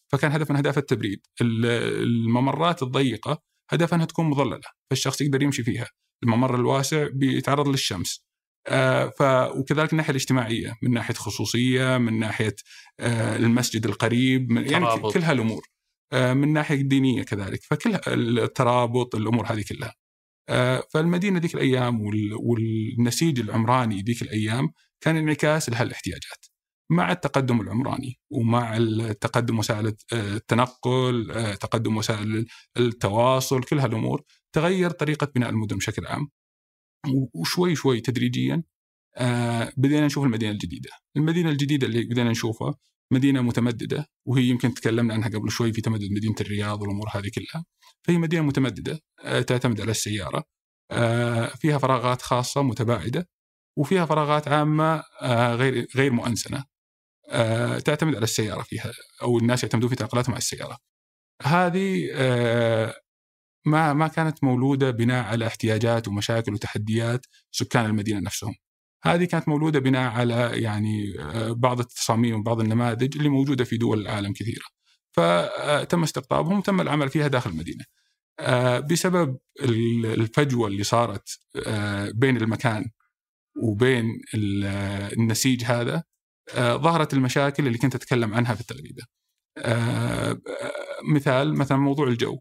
فكان هدف من أهداف التبريد. الممرات الضيقة هدفها أنها تكون مظللة فالشخص يقدر يمشي فيها. الممر الواسع بيتعرض للشمس. آه ف وكذلك الناحية الاجتماعية من ناحية خصوصية، من ناحية آه المسجد القريب، من يعني ترابط. كل هالأمور. آه من ناحية دينية كذلك، فكل الترابط الأمور هذه كلها. آه فالمدينة ذيك الأيام والنسيج العمراني ذيك الأيام كان انعكاس لهالاحتياجات. مع التقدم العمراني ومع التقدم وسائل التنقل، تقدم وسائل التواصل، كل هالأمور تغير طريقة بناء المدن بشكل عام. وشوي شوي تدريجيا بدينا نشوف المدينة الجديدة. المدينة الجديدة اللي بدينا نشوفها مدينة متمددة، وهي يمكن تكلمنا عنها قبل شوي في تمدد مدينة الرياض والأمور هذه كلها. فهي مدينة متمددة تعتمد على السيارة، فيها فراغات خاصة متباعدة، وفيها فراغات عامة غير غير مؤنسنة تعتمد على السيارة فيها، أو الناس يعتمدون في تنقلاتهم على السيارة. هذه ما ما كانت مولودة بناء على احتياجات ومشاكل وتحديات سكان المدينة نفسهم. هذه كانت مولودة بناء على يعني بعض التصاميم وبعض النماذج اللي موجودة في دول العالم كثيرة، فتم استقطابهم وتم العمل فيها داخل المدينة. بسبب الفجوة اللي صارت بين المكان وبين النسيج هذا ظهرت المشاكل اللي كنت أتكلم عنها في التغريدة. مثال مثلا موضوع الجو.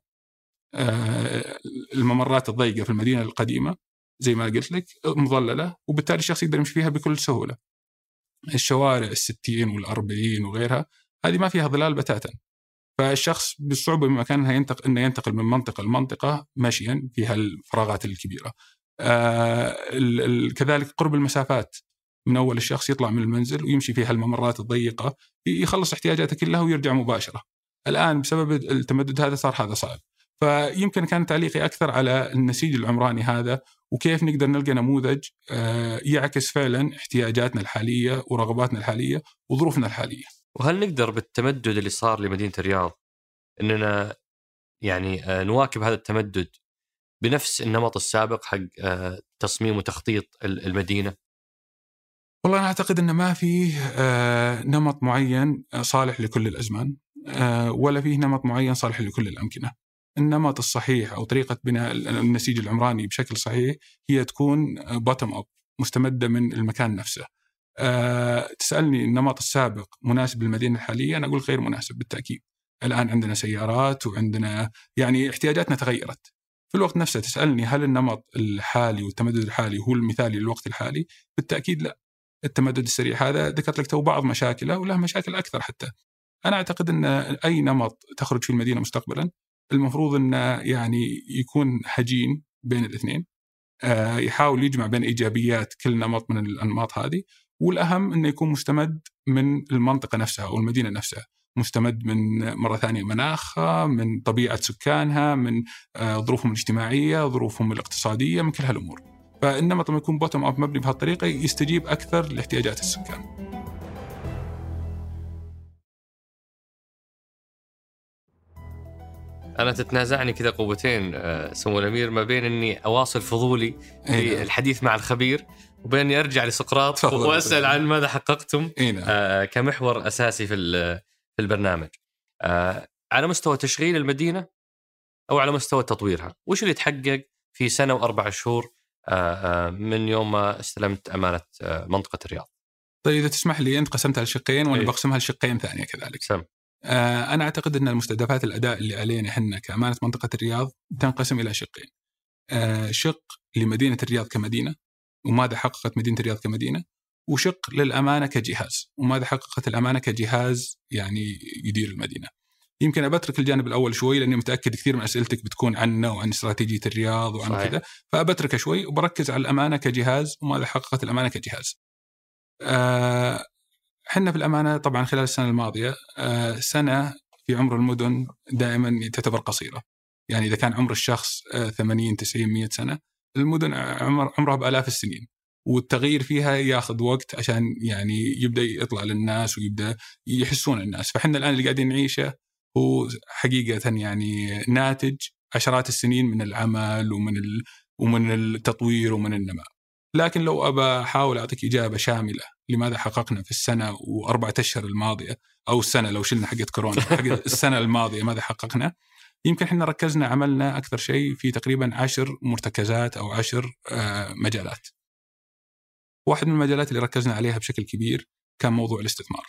الممرات الضيقة في المدينة القديمة زي ما قلت لك مظللة، وبالتالي الشخص يقدر يمشي فيها بكل سهولة. الشوارع الستين والأربعين وغيرها هذه ما فيها ظلال بتاتا، فالشخص بالصعوبة بمكان انه ينتقل انه ينتقل من منطقة لمنطقة ماشيا في هالفراغات الكبيرة. آه كذلك قرب المسافات، من أول الشخص يطلع من المنزل ويمشي في هالممرات الضيقة يخلص احتياجاته كلها ويرجع مباشرة. الآن بسبب التمدد هذا صار هذا صعب. فيمكن كان تعليقي أكثر على النسيج العمراني هذا، وكيف نقدر نلقى نموذج آه يعكس فعلا احتياجاتنا الحالية ورغباتنا الحالية وظروفنا الحالية. وهل نقدر بالتمدد اللي صار لمدينة الرياض أننا يعني نواكب هذا التمدد بنفس النمط السابق حق تصميم وتخطيط المدينة؟ والله أنا أعتقد أن ما فيه نمط معين صالح لكل الأزمان، ولا فيه نمط معين صالح لكل الأمكنة. النمط الصحيح أو طريقة بناء النسيج العمراني بشكل صحيح هي تكون bottom up، مستمدة من المكان نفسه. أه تسألني النمط السابق مناسب للمدينة الحالية، أنا أقول غير مناسب بالتأكيد. الآن عندنا سيارات وعندنا يعني احتياجاتنا تغيرت. في الوقت نفسه تسألني هل النمط الحالي والتمدد الحالي هو المثالي للوقت الحالي؟ بالتأكيد لا. التمدد السريع هذا ذكرت لك تو بعض مشاكله وله مشاكل أكثر. حتى أنا أعتقد أن أي نمط تخرج في المدينة مستقبلا المفروض أن يعني يكون هجين بين الاثنين، أه يحاول يجمع بين إيجابيات كل نمط من الأنماط هذه، والأهم أنه يكون مستمد من المنطقة نفسها أو المدينة نفسها، مستمد من مرة ثانية مناخها، من طبيعة سكانها، من ظروفهم الاجتماعية، ظروفهم الاقتصادية، من كل هالأمور. فإنما لما يكون بوتوم أب مبني بهالطريقة يستجيب أكثر لاحتياجات السكان. أنا تتنازعني كذا قوتين سمو الأمير ما بين أني أواصل فضولي في الحديث مع الخبير وبين أني أرجع لسقراط وأسأل عن ماذا حققتم آه كمحور أساسي في في البرنامج. آه على مستوى تشغيل المدينة أو على مستوى تطويرها، وش اللي تحقق في سنة وأربع شهور آه آه من يوم ما استلمت أمانة آه منطقة الرياض؟ طيب إذا تسمح لي، أنت قسمتها لشقين وأنا بقسمها لشقين ثانية كذلك. سم. آه أنا أعتقد أن المستهدفات الأداء اللي علينا إحنا كأمانة منطقة الرياض تنقسم إلى شقين. آه شق لمدينة الرياض كمدينة وماذا حققت مدينة الرياض كمدينة، وشق للأمانة كجهاز وماذا حققت الأمانة كجهاز يعني يدير المدينة. يمكن أبترك الجانب الأول شوي لأني متأكد كثير من أسئلتك بتكون عنه وعن استراتيجية الرياض وعن كذا، فأبترك شوي وبركز على الأمانة كجهاز وماذا حققت الأمانة كجهاز. آه حنا في الأمانة طبعا خلال السنة الماضية آه سنة في عمر المدن دائما تعتبر قصيرة. يعني إذا كان عمر الشخص آه ثمانين تسعين مئة سنة، المدن عمر عمرها بآلاف السنين، والتغيير فيها ياخذ وقت عشان يعني يبدأ يطلع للناس ويبدأ يحسون الناس. فحنا الآن اللي قاعدين نعيشه هو حقيقة يعني ناتج عشرات السنين من العمل ومن ال... ومن التطوير ومن النماء. لكن لو أبى أحاول أعطيك إجابة شاملة لماذا حققنا في السنة وأربعة أشهر الماضية أو السنة لو شلنا حقت كورونا حق السنة الماضية ماذا حققنا. يمكن إحنا ركزنا عملنا أكثر شيء في تقريبا عشر مرتكزات أو عشر مجالات. واحد من المجالات اللي ركزنا عليها بشكل كبير كان موضوع الاستثمار.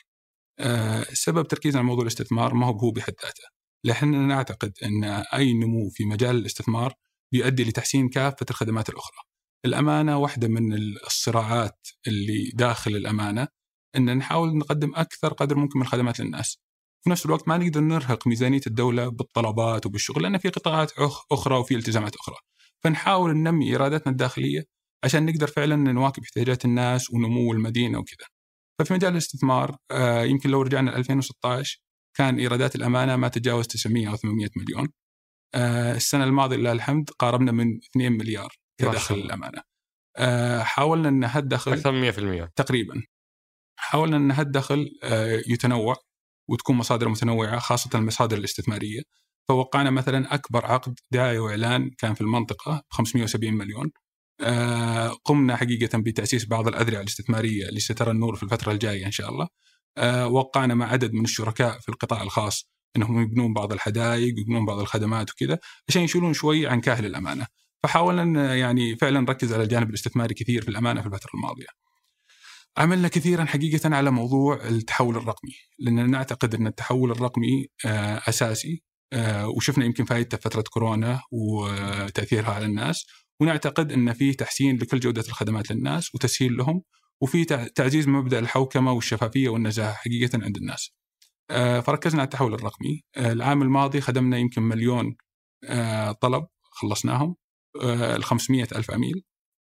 سبب تركيزنا على موضوع الاستثمار ما هو هو بحد ذاته، لأننا نعتقد أن أي نمو في مجال الاستثمار بيؤدي لتحسين كافة الخدمات الأخرى. الأمانة واحدة من الصراعات اللي داخل الأمانة، أن نحاول نقدم أكثر قدر ممكن من الخدمات للناس. في نفس الوقت ما نقدر نرهق ميزانية الدولة بالطلبات وبالشغل، لأن في قطاعات أخرى وفي التزامات أخرى. فنحاول ننمي إيراداتنا الداخلية عشان نقدر فعلا نواكب احتياجات الناس ونمو المدينة وكذا. ففي مجال الاستثمار آه يمكن لو رجعنا ألفين وستة عشر كان إيرادات الأمانة ما تجاوز تسعمائة أو ثمانمائة مليون. آه السنة الماضية لله الحمد قاربنا من اثنين مليار كدخل الأمانة. آه حاولنا أن هالدخل أكثر من مئة بالمئة تقريبا. حاولنا أن هالدخل آه يتنوع وتكون مصادر متنوعة، خاصة المصادر الاستثمارية. فوقعنا مثلا أكبر عقد دعاية وإعلان كان في المنطقة بخمسمائة وسبعين مليون. آه قمنا حقيقة بتأسيس بعض الأذرع الاستثمارية اللي سترى النور في الفترة الجاية إن شاء الله. آه وقعنا مع عدد من الشركاء في القطاع الخاص أنهم يبنون بعض الحدائق ويبنون بعض الخدمات وكذا عشان يشيلون شوي عن كاهل الأمانة. فحاولنا يعني فعلا نركز على الجانب الاستثماري كثير في الأمانة في الفترة الماضية. عملنا كثيرا حقيقة على موضوع التحول الرقمي، لأننا نعتقد أن التحول الرقمي آه أساسي، آه وشفنا يمكن فائدة فترة كورونا وتأثيرها على الناس، ونعتقد أن فيه تحسين لكل جودة الخدمات للناس وتسهيل لهم، وفي تعزيز مبدأ الحوكمة والشفافية والنزاهة حقيقة عند الناس. آه فركزنا على التحول الرقمي. آه العام الماضي خدمنا يمكن مليون آه طلب خلصناهم، آه الخمسمائة ألف عميل.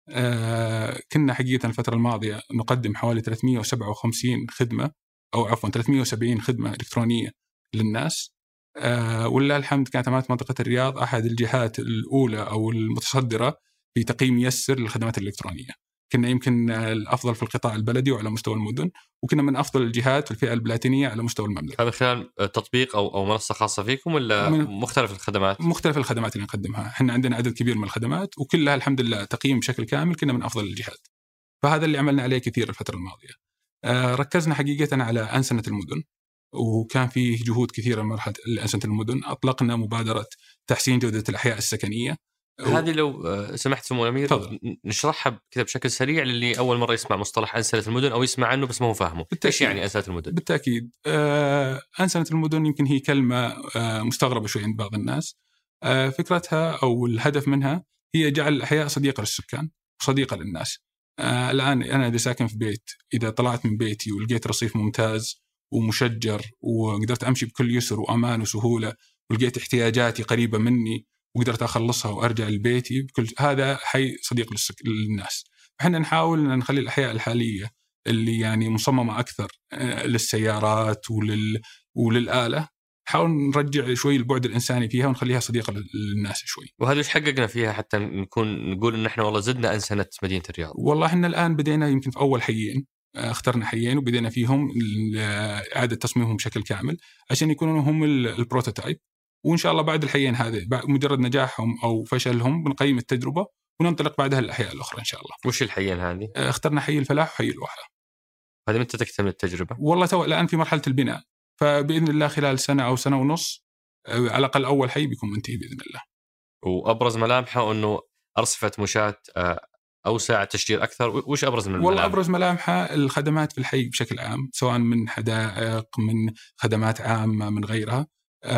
آه كنا حقيقة الفترة الماضية نقدم حوالي ثلاثمائة وسبعة وخمسين خدمة أو عفوا ثلاثمائة وسبعين خدمة إلكترونية للناس. آه ولله الحمد كانت أمانة منطقة الرياض أحد الجهات الأولى أو المتصدرة في تقييم يسر للخدمات الإلكترونية. كنا يمكن الأفضل في القطاع البلدي وعلى مستوى المدن، وكنا من أفضل الجهات في الفئة البلاتينية على مستوى المملكة. هذا خلال تطبيق أو أو منصة خاصة فيكم ولا مختلف الخدمات؟ مختلف الخدمات اللي نقدمها. إحنا عندنا عدد كبير من الخدمات وكلها الحمد لله تقييم بشكل كامل، كنا من أفضل الجهات. فهذا اللي عملنا عليه كثير الفترة الماضية. آه ركزنا حقيقة على أنسنة المدن، وكان فيه جهود كثيرة من مرحلة أنسنة المدن. أطلقنا مبادرة تحسين جودة الأحياء السكنية. هذه لو سمحت سمو الأمير فضل. نشرحها كذا بشكل سريع للي أول مرة يسمع مصطلح أنسنة المدن أو يسمع عنه بس ما هو فاهمه. إيش يعني أنسنة المدن؟ بالتأكيد آه أنسنة المدن يمكن هي كلمة آه مستغربة شوي عند بعض الناس. آه فكرتها أو الهدف منها هي جعل الأحياء صديقة للسكان وصديقة للناس. آه الآن أنا إذا ساكن في بيت، إذا طلعت من بيتي ولقيت رصيف ممتاز ومشجر وقدرت أمشي بكل يسر وأمان وسهولة، ولقيت احتياجاتي قريبة مني وقدرت أخلصها وأرجع لبيتي بكل، هذا حي صديق للناس. فإحنا نحاول أن نخلي الأحياء الحالية اللي يعني مصممة أكثر للسيارات ولل وللآلة، نحاول نرجع شوي البعد الإنساني فيها ونخليها صديقة للناس شوي. وهذا إيش حققنا فيها حتى نكون نقول إن إحنا والله زدنا أنسنة مدينة الرياض؟ والله إحنا الآن بدينا يمكن في أول حيين، اخترنا حيين وبدينا فيهم إعادة تصميمهم بشكل كامل عشان يكونوا هم البروتوتايب، وإن شاء الله بعد الحيين هذه مجرد نجاحهم أو فشلهم بنقيم التجربة وننطلق بعدها للأحياء الأخرى إن شاء الله. وش الحيين هذه؟ اخترنا حي الفلاح وحي الواحة. هذه متى تكتمل التجربة؟ والله تو الآن في مرحلة البناء، فبإذن الله خلال سنة أو سنة ونص على الأقل أول حي بيكون منتهي بإذن الله. وأبرز ملامحه أنه أرصفة مشاة أوسع، تشجير أكثر، وش أبرز من الملامح؟ والله أبرز ملامحه الخدمات في الحي بشكل عام، سواء من حدائق من خدمات عامة من غيرها،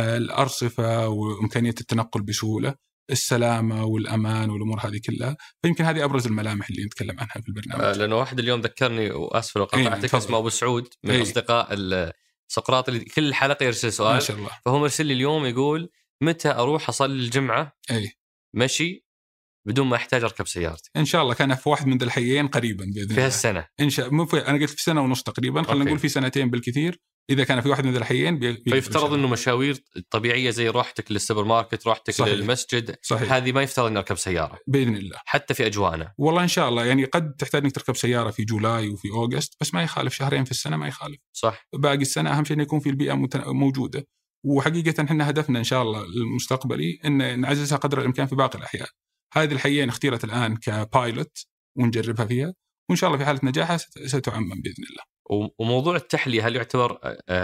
الأرصفة وإمكانية التنقل بسهولة، السلامة والأمان والأمور هذه كلها. فيمكن هذه أبرز الملامح اللي نتكلم عنها في البرنامج. آه لأنه واحد اليوم ذكرني وأسف لو قطعتك، اسمه أبو سعود من أي. أصدقاء سقراط اللي كل حلقة يرسل سؤال ما شاء الله. فهو مرسل لي اليوم يقول متى أروح أصلي الجمعة أي. مشي بدون ما أحتاج أركب سيارتي؟ إن شاء الله كان في واحد من ذا الحيين قريبا بإذن في هالسنة إن شاء مو في أنا قلت في سنة ونص تقريبا، خلينا نقول في سنتين بالكثير إذا كان في واحد من ذا الحيين بي... فيفترض إنه مشاوير طبيعية زي روحتك للسوبر ماركت، روحتك صحيح. للمسجد صحيح. هذه ما يفترض إن أركب سيارة بإذن الله حتى في أجواءنا. والله إن شاء الله يعني قد تحتاج إنك تركب سيارة في جولاي وفي أغسطس، بس ما يخالف شهرين في السنة ما يخالف صح. باقي السنة أهم شيء إنه يكون في البيئة مت... موجودة. وحقيقة إحنا هدفنا إن شاء الله المستقبلي إن نعززها قدر الإمكان في باقي الأحياء. هذه الحيين اختيرت الآن كبايلوت ونجربها فيها، وإن شاء الله في حالة نجاحها ستعمم بإذن الله. وموضوع التحلية هل يعتبر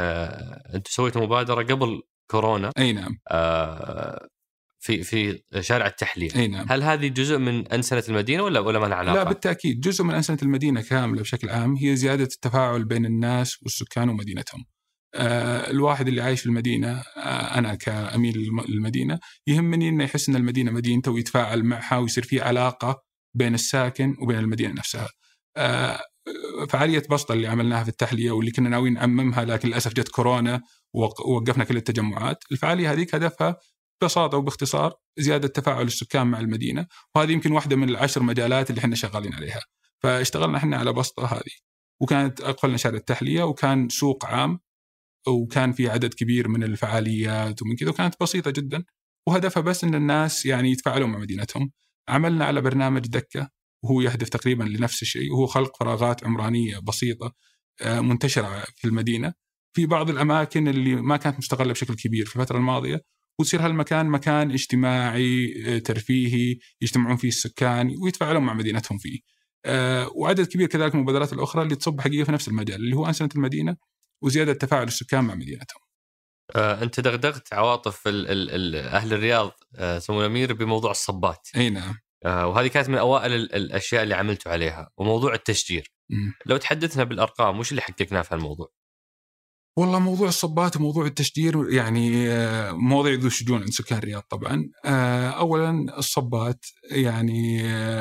آه أنتم سويتوا مبادرة قبل كورونا؟ أي نعم. آه في في شارع التحلية. أي نعم. هل هذه جزء من أنسنة المدينة ولا ولا ما لها علاقة؟ لا بالتأكيد جزء من أنسنة المدينة كاملة بشكل عام، هي زيادة التفاعل بين الناس والسكان ومدينتهم. آه الواحد اللي عايش في المدينة، آه أنا كأمير المدينة يهمني إنه يحس إن المدينة مدينته ويتفاعل معها ويصير في علاقة بين الساكن وبين المدينة نفسها. آه فعالية بسطة اللي عملناها في التحلية واللي كنا ناويين نعممها لكن للأسف جت كورونا ووقفنا كل التجمعات. الفعالية هذيك هدفها ببساطة وباختصار زيادة تفاعل السكان مع المدينة، وهذه يمكن واحدة من العشر مجالات اللي احنا شغالين عليها. فاشتغلنا احنا على بسطة هذه، وكانت أقلنا شارع التحلية، وكان سوق عام، وكان في عدد كبير من الفعاليات ومن كذا، وكانت بسيطة جدا وهدفها بس إن الناس يعني يتفاعلوا مع مدينتهم. عملنا على برنامج دكة وهو يهدف تقريبا لنفس الشيء، وهو خلق فراغات عمرانية بسيطة منتشرة في المدينة في بعض الأماكن اللي ما كانت مستغلة بشكل كبير في الفترة الماضية، وتصير هالمكان مكان اجتماعي ترفيهي يجتمعون فيه السكان ويتفاعلون مع مدينتهم فيه. وعدد كبير كذلك من المبادرات الأخرى اللي تصب حقيقة في نفس المجال اللي هو أنسنة المدينة وزيادة تفاعل السكان مع مدينتهم. آه، أنت دغدغت عواطف ال ال ال أهل الرياض آه، سمو الأمير بموضوع الصبات. أي نعم. آه، وهذه كانت من أوائل الأشياء اللي عملتوا عليها، وموضوع التشجير. م. لو تحدثنا بالأرقام وش اللي حققناه في الموضوع؟ والله موضوع الصبات وموضوع التشجير يعني مواضيع ذو شجون عند سكان الرياض طبعا. أولا الصبات يعني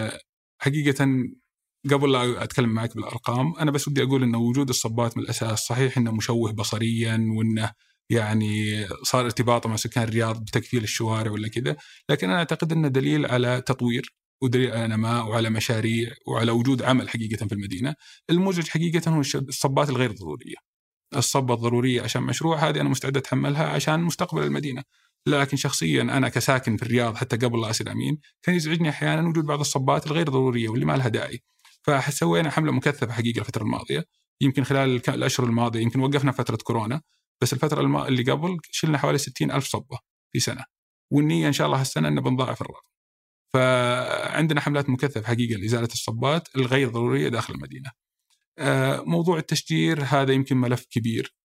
حقيقة قبل لا أتكلم معك بالأرقام أنا بس ودي أقول أن وجود الصبات من الأساس صحيح أنه مشوه بصريا وأنه يعني صار ارتباطه مع سكان الرياض بتكفيل الشوارع ولا كذا، لكن أنا أعتقد أنه دليل على تطوير ودليل على نماء وعلى مشاريع وعلى وجود عمل حقيقة في المدينة. المزعج حقيقة هو الصبات الغير ضرورية. الصبة الضرورية عشان مشروع هذه أنا مستعد أتحملها عشان مستقبل المدينة، لكن شخصيا أنا كساكن في الرياض حتى قبل لا أصير أمين كان يزعجني أحيانا وجود بعض الصبات الغير ضرورية واللي ما لها داعي. فسوينا حملة مكثفة حقيقة الفترة الماضية، يمكن خلال الأشهر الماضية يمكن وقفنا فترة كورونا، بس الفترة الم... اللي قبل شلنا حوالي ستين ألف صبة في سنة، والنية إن شاء الله هالسنة أن بنضاعف الرقم. فعندنا حملات مكثفة حقيقة لإزالة الصبات الغير ضرورية داخل المدينة. موضوع التشجير هذا يمكن ملف كبير.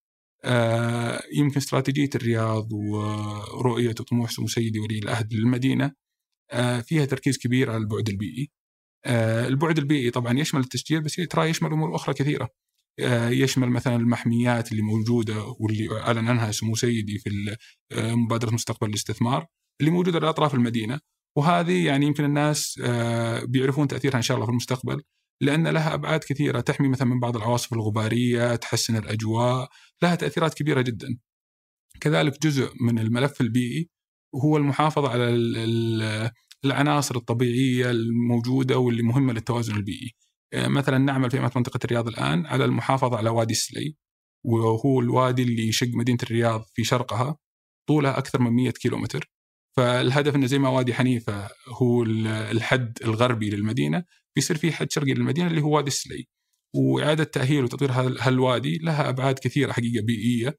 يمكن استراتيجية الرياض ورؤية وطموح سمو سيدي ولي العهد للمدينة فيها تركيز كبير على البعد البيئي. البعد البيئي طبعا يشمل التشجير، بس ترى يشمل أمور أخرى كثيرة. يشمل مثلا المحميات اللي موجودة واللي أعلن عنها سمو سيدي في مبادرة مستقبل الاستثمار اللي موجودة على أطراف المدينة، وهذه يعني يمكن الناس بيعرفون تأثيرها إن شاء الله في المستقبل، لأن لها أبعاد كثيرة تحمي مثلا من بعض العواصف الغبارية، تحسن الأجواء، لها تأثيرات كبيرة جدا. كذلك جزء من الملف البيئي وهو المحافظة على العناصر الطبيعية الموجودة واللي مهمة للتوازن البيئي. مثلا نعمل في منطقة الرياض الآن على المحافظة على وادي السلي، وهو الوادي اللي يشق مدينة الرياض في شرقها، طولها أكثر من مئة كيلومتر. فالهدف أنه زي ما وادي حنيفة هو الحد الغربي للمدينة، بيصير فيه حد شرقي للمدينة اللي هو وادي السلي، وإعادة تأهيل وتطوير هالوادي لها أبعاد كثيرة حقيقة بيئية،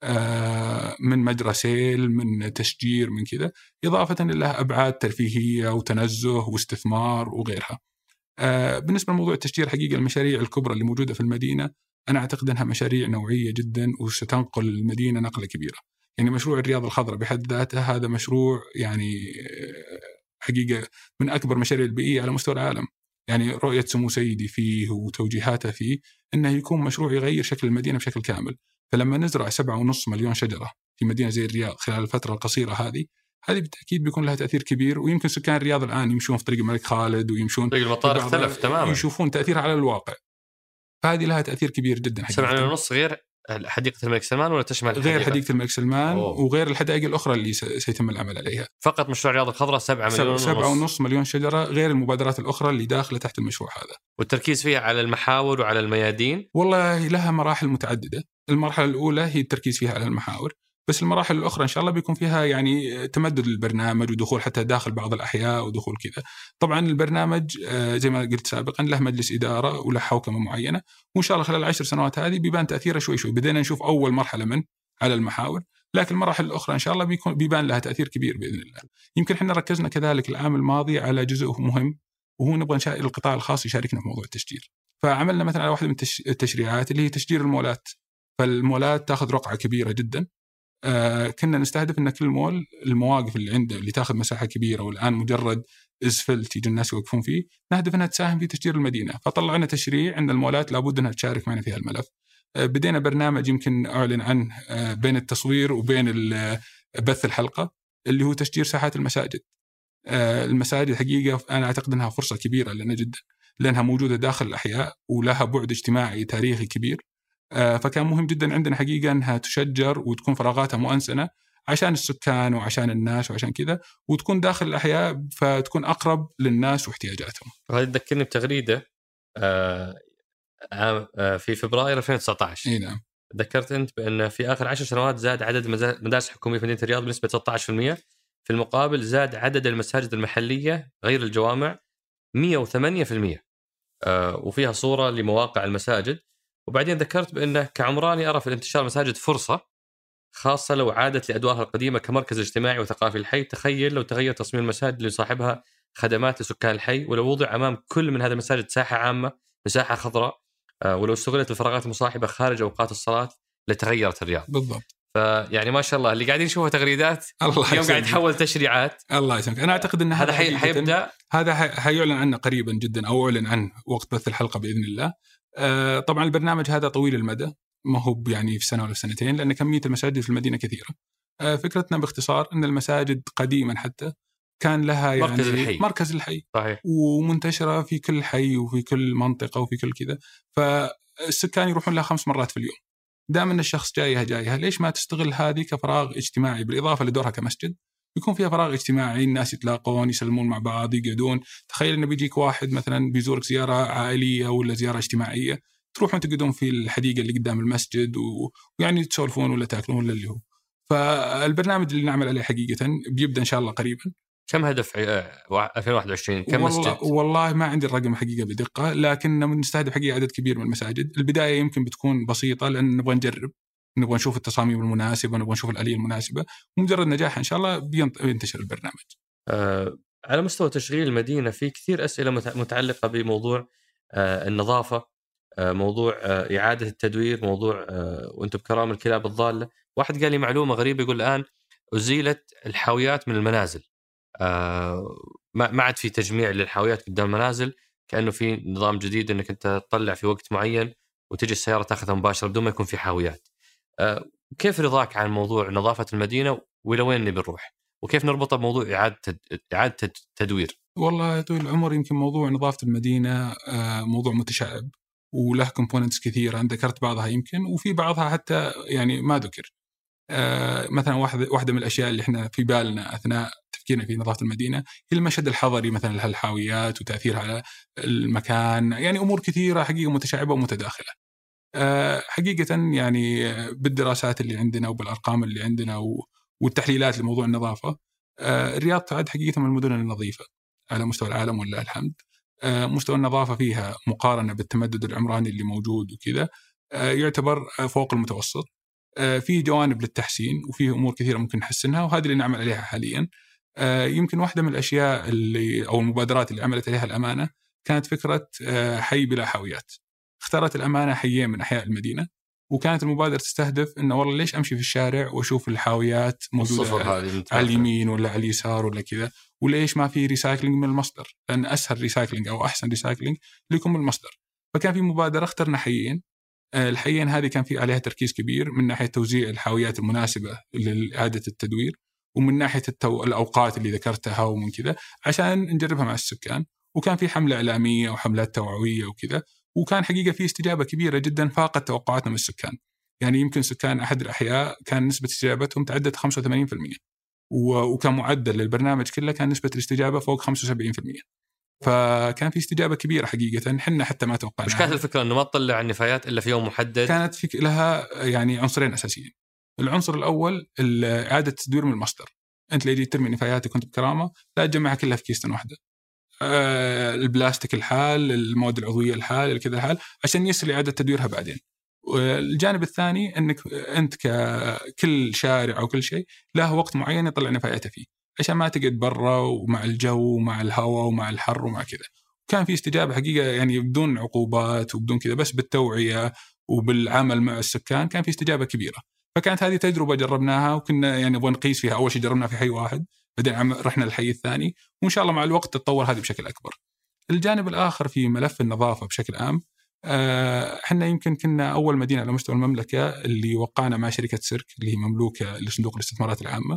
من مجرى سيل، من تشجير، من كذا، إضافة لها أبعاد ترفيهية وتنزه واستثمار وغيرها. بالنسبة لموضوع التشجير حقيقة المشاريع الكبرى اللي موجودة في المدينة أنا أعتقد أنها مشاريع نوعية جدا وستنقل المدينة نقلة كبيرة. يعني مشروع الرياض الخضراء بحد ذاته هذا مشروع يعني حقيقة من أكبر مشاريع البيئية على مستوى العالم. يعني رؤية سمو سيدي فيه وتوجيهاته فيه أنه يكون مشروع يغير شكل المدينة بشكل كامل. فلما نزرع سبعة ونص مليون شجرة في مدينة زي الرياض خلال الفترة القصيرة هذه، هذه بالتأكيد بيكون لها تأثير كبير. ويمكن سكان الرياض الآن يمشون في طريق الملك خالد ويمشون طريق المطار اختلف تماما، يشوفون تأثيرها على الواقع، فهذه لها تأثير كبير جدا. سبعة ونص غير حديقة الملك سلمان ولا تشمل غير حديقة, حديقة الملك سلمان أوه. وغير الحدائق الأخرى اللي سيتم العمل عليها. فقط مشروع الرياض الخضراء سبعة مليون سبعة ونص مليون شجرة غير المبادرات الأخرى اللي داخلة تحت المشروع هذا. والتركيز فيها على المحاور وعلى الميادين؟ والله لها مراحل متعددة. المرحلة الأولى هي التركيز فيها على المحاور، بس المراحل الأخرى إن شاء الله بيكون فيها يعني تمدد البرنامج ودخول حتى داخل بعض الأحياء ودخول كذا. طبعا البرنامج زي ما قلت سابقا له مجلس إدارة وله حوكمة معينة، وإن شاء الله خلال العشر سنوات هذه بيبان تأثيره شوي شوي. بدينا نشوف أول مرحلة من على المحاور، لكن المراحل الأخرى إن شاء الله بيكون بيبان لها تأثير كبير بإذن الله. يمكن إحنا ركزنا كذلك العام الماضي على جزء مهم، وهو نبغى نشارك القطاع الخاص يشاركنا في موضوع التشجير. فعملنا مثلا على واحدة من التشريعات اللي هي تشجير المولات. فالمولات تأخذ رقعة كبيرة جدا. آه كنا نستهدف أن كل مول المواقف اللي عنده اللي تأخذ مساحة كبيرة والآن مجرد إسفلت يجي الناس يوقفون فيه، نهدف أنها تساهم في تشجير المدينة. فطلعنا تشريع أن المولات لابد أنها تشارك معنا في هالملف. آه بدينا برنامج يمكن أعلن عنه آه بين التصوير وبين بث الحلقة، اللي هو تشجير ساحات المساجد. آه المساجد حقيقة أنا أعتقد أنها فرصة كبيرة لنا جدا، لأنها موجودة داخل الأحياء ولها بعد اجتماعي تاريخي كبير. فكان مهم جدا عندنا حقيقة أنها تشجر وتكون فراغاتها مؤنسنة عشان السكان وعشان الناس وعشان كذا، وتكون داخل الأحياء فتكون أقرب للناس واحتياجاتهم. وهذا تذكرني بتغريدة في فبراير ألفين وتسعة عشر. إيه نعم. ذكرت أنت بأن في آخر عشر سنوات زاد عدد مدارس حكومية في مدينة الرياض بنسبة ستة عشر بالمئة، في المقابل زاد عدد المساجد المحلية غير الجوامع مئة وثمانية بالمئة، وفيها صورة لمواقع المساجد. وبعدين ذكرت بأنه كعمراني أرى في الانتشار المساجد فرصة، خاصة لو عادت لأدوارها القديمة كمركز اجتماعي وثقافي الحي. تخيل لو تغير تصميم المساجد اللي صاحبها خدمات لسكان الحي، ولو وضع أمام كل من هذه المساجد ساحة عامة، مساحة خضراء، ولو استغلت الفراغات المصاحبة خارج أوقات الصلاة لتغيرت الرياض. بالضبط. فيعني ما شاء الله اللي قاعدين نشوفه تغريدات اليوم قاعد يتحول تشريعات. الله يسلمك. أنا أعتقد أن هذا حيبدأ، هذا حيعلن عنه قريبا جدا أو أعلن عنه وقت بث الحلقة بإذن الله. آه طبعا البرنامج هذا طويل المدى، ما هو يعني في سنة ولا في سنتين، لأن كمية المساجد في المدينة كثيرة. آه فكرتنا باختصار أن المساجد قديما حتى كان لها يعني مركز الحي, مركز الحي. صحيح. ومنتشرة في كل حي وفي كل منطقة وفي كل كذا، فالسكان يروحون لها خمس مرات في اليوم. دام أن الشخص جايها جايها ليش ما تستغل هذه كفراغ اجتماعي بالإضافة لدورها كمسجد؟ يكون فيها فراغ اجتماعي، الناس يتلاقون يسلمون مع بعض يقعدون. تخيل أنه بيجيك واحد مثلا بيزورك زيارة عائلية ولا زيارة اجتماعية، تروحون تقعدون في الحديقة اللي قدام المسجد ويعني تسولفون ولا تاكلون ولا اللي هو. فالبرنامج اللي نعمل عليه حقيقة بيبدأ إن شاء الله قريبا. كم هدف ألفين وواحد وعشرين؟ كم والله مسجد؟ والله ما عندي الرقم حقيقة بدقة، لكن نستهدف حقيقة عدد كبير من المساجد. البداية يمكن بتكون بسيطة لأن نبغى نجرب، نبغى نشوف التصاميم المناسبة، نبغى نشوف الآلية المناسبة، ومجرد نجاح إن شاء الله بينتشر البرنامج. أه على مستوى تشغيل المدينة في كثير أسئلة متعلقة بموضوع أه النظافة، أه موضوع أه إعادة التدوير، موضوع أه وأنتم بكرام الكلاب الضالة. واحد قال لي معلومة غريبة، يقول الآن أزيلت الحاويات من المنازل، أه ما عاد في تجميع للحاويات قدام المنازل، كأنه في نظام جديد أنك أنت تطلع في وقت معين وتجي السيارة تأخذها مباشرة بدون ما يكون في حاويات. أه كيف رضاك عن موضوع نظافة المدينة وإلى وين نبي نروح؟ وكيف نربطه بموضوع إعادة إعادة التدوير؟ والله طول العمر يمكن موضوع نظافة المدينة موضوع متشعب وله كومبوننتس كثيرة، أنا ذكرت بعضها يمكن وفي بعضها حتى يعني ما ذكر. مثلا واحدة واحدة من الأشياء اللي إحنا في بالنا أثناء تفكيرنا في نظافة المدينة هي المشهد الحضري مثلا لهالحاويات وتأثيرها على المكان، يعني أمور كثيرة حقيقة متشعبة ومتداخلة. حقيقة يعني بالدراسات اللي عندنا وبالأرقام اللي عندنا والتحليلات لموضوع النظافة، الرياض تعد حقيقة من المدن النظيفة على مستوى العالم ولله الحمد. مستوى النظافة فيها مقارنة بالتمدد العمراني اللي موجود وكذا يعتبر فوق المتوسط. فيه جوانب للتحسين وفيه أمور كثيرة ممكن نحسنها، وهذه اللي نعمل عليها حاليا. يمكن واحدة من الأشياء اللي أو المبادرات اللي عملت عليها الأمانة كانت فكرة حي بلا حاويات. اختارت الأمانة حيين من أحياء المدينة، وكانت المبادرة تستهدف إنه والله ليش أمشي في الشارع وأشوف الحاويات موجودة على اليمين ولا على اليسار ولا كذا، وليش ما في ريسايكلينج من المصدر؟ لأن أسهل ريسايكلينج أو أحسن ريسايكلينج ليكون من المصدر. فكان في مبادرة اخترنا حيين. الحيين هذه كان في عليها تركيز كبير من ناحية توزيع الحاويات المناسبة لإعادة التدوير، ومن ناحية التو... الأوقات اللي ذكرتها ومن كذا عشان نجربها مع السكان. وكان في حملة إعلامية وحملات توعوية وكذا، وكان حقيقة في استجابة كبيرة جدا فاقت توقعاتنا من السكان. يعني يمكن سكان أحد الأحياء كان نسبة استجابتهم تعدت خمسة وثمانين بالمئة، وكان معدل للبرنامج كله كان نسبة الاستجابة فوق خمسة وسبعين بالمئة. فكان في استجابة كبيرة حقيقة حنا حتى ما توقعنا. مش كانت الفكرة أنه ما تطلع النفايات إلا في يوم محدد؟ كانت في لها يعني عنصرين أساسيين. العنصر الأول إعادة التدوير من المصدر. أنت اللي ترمي نفاياتك كنت بكرامة لا تجمعها كلها في كيسة واحدة، أه البلاستيك الحال، المواد العضوية الحال، كذا الحال، عشان يسهل إعادة تدويرها بعدين. والجانب الثاني أنك أنت ككل شارع أو كل شيء له وقت معين يطلع نفاياته فيه، عشان ما تقعد برا ومع الجو ومع الهواء ومع الحر ومع كذا. كان في استجابة حقيقة يعني بدون عقوبات وبدون كذا، بس بالتوعية وبالعمل مع السكان كان في استجابة كبيرة. فكانت هذه تجربة جربناها وكنا يعني نبغى نقيس فيها. أول شيء جربنا في حي واحد، بعدين رحنا للحي الثاني، وإن شاء الله مع الوقت تتطور هذه بشكل أكبر. الجانب الآخر في ملف النظافة بشكل عام، احنا يمكن كنا أول مدينة على مستوى المملكة اللي وقعنا مع شركة سيرك اللي هي مملوكة لصندوق الاستثمارات العامة،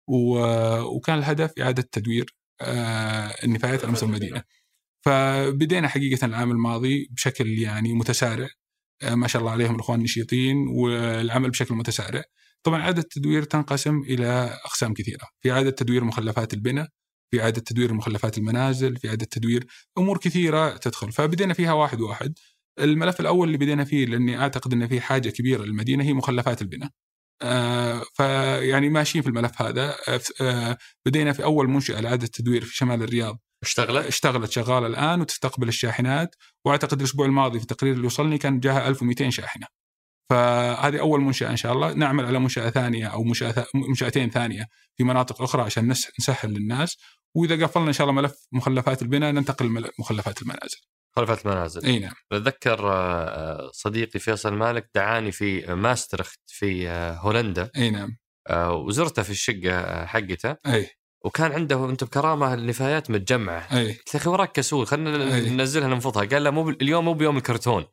وكان الهدف إعادة تدوير النفايات على مستوى المدينة. فبدينا حقيقة العام الماضي بشكل يعني متسارع، ما شاء الله عليهم الأخوان النشيطين، والعمل بشكل متسارع. طبعا إعادة التدوير تنقسم إلى أقسام كثيرة، في إعادة تدوير مخلفات البناء، في إعادة تدوير مخلفات المنازل، في إعادة تدوير أمور كثيرة تدخل. فبدينا فيها واحد واحد. الملف الأول اللي بدينا فيه، لأني أعتقد أن في حاجة كبيرة للمدينة، هي مخلفات البناء. آه فيعني ماشيين في الملف هذا. آه بدينا في أول منشأة لإعادة تدوير في شمال الرياض، اشتغلت اشتغلت شغالة الآن وتستقبل الشاحنات، وأعتقد الأسبوع الماضي في التقرير اللي وصلني كان جاها ألف ومئتين شاحنة. فهذه أول منشأة إن شاء الله. نعمل على منشأة ثانية أو منشأة منشأتين ثانية في مناطق أخرى عشان نسهل للناس. وإذا قفلنا إن شاء الله ملف مخلفات البناء ننتقل مخلفات المنازل. مخلفات المنازل. أي نعم. أتذكر صديقي فيصل مالك دعاني في ماسترخت في هولندا. أي نعم. وزرته في الشقة حقته. أي. وكان عنده أنت بكرامة النفايات متجمعة. أي. قلت أخي وراك كسول، خلنا ننزلها ننفضها. قال لا مو اليوم، مو بيوم الكرتون.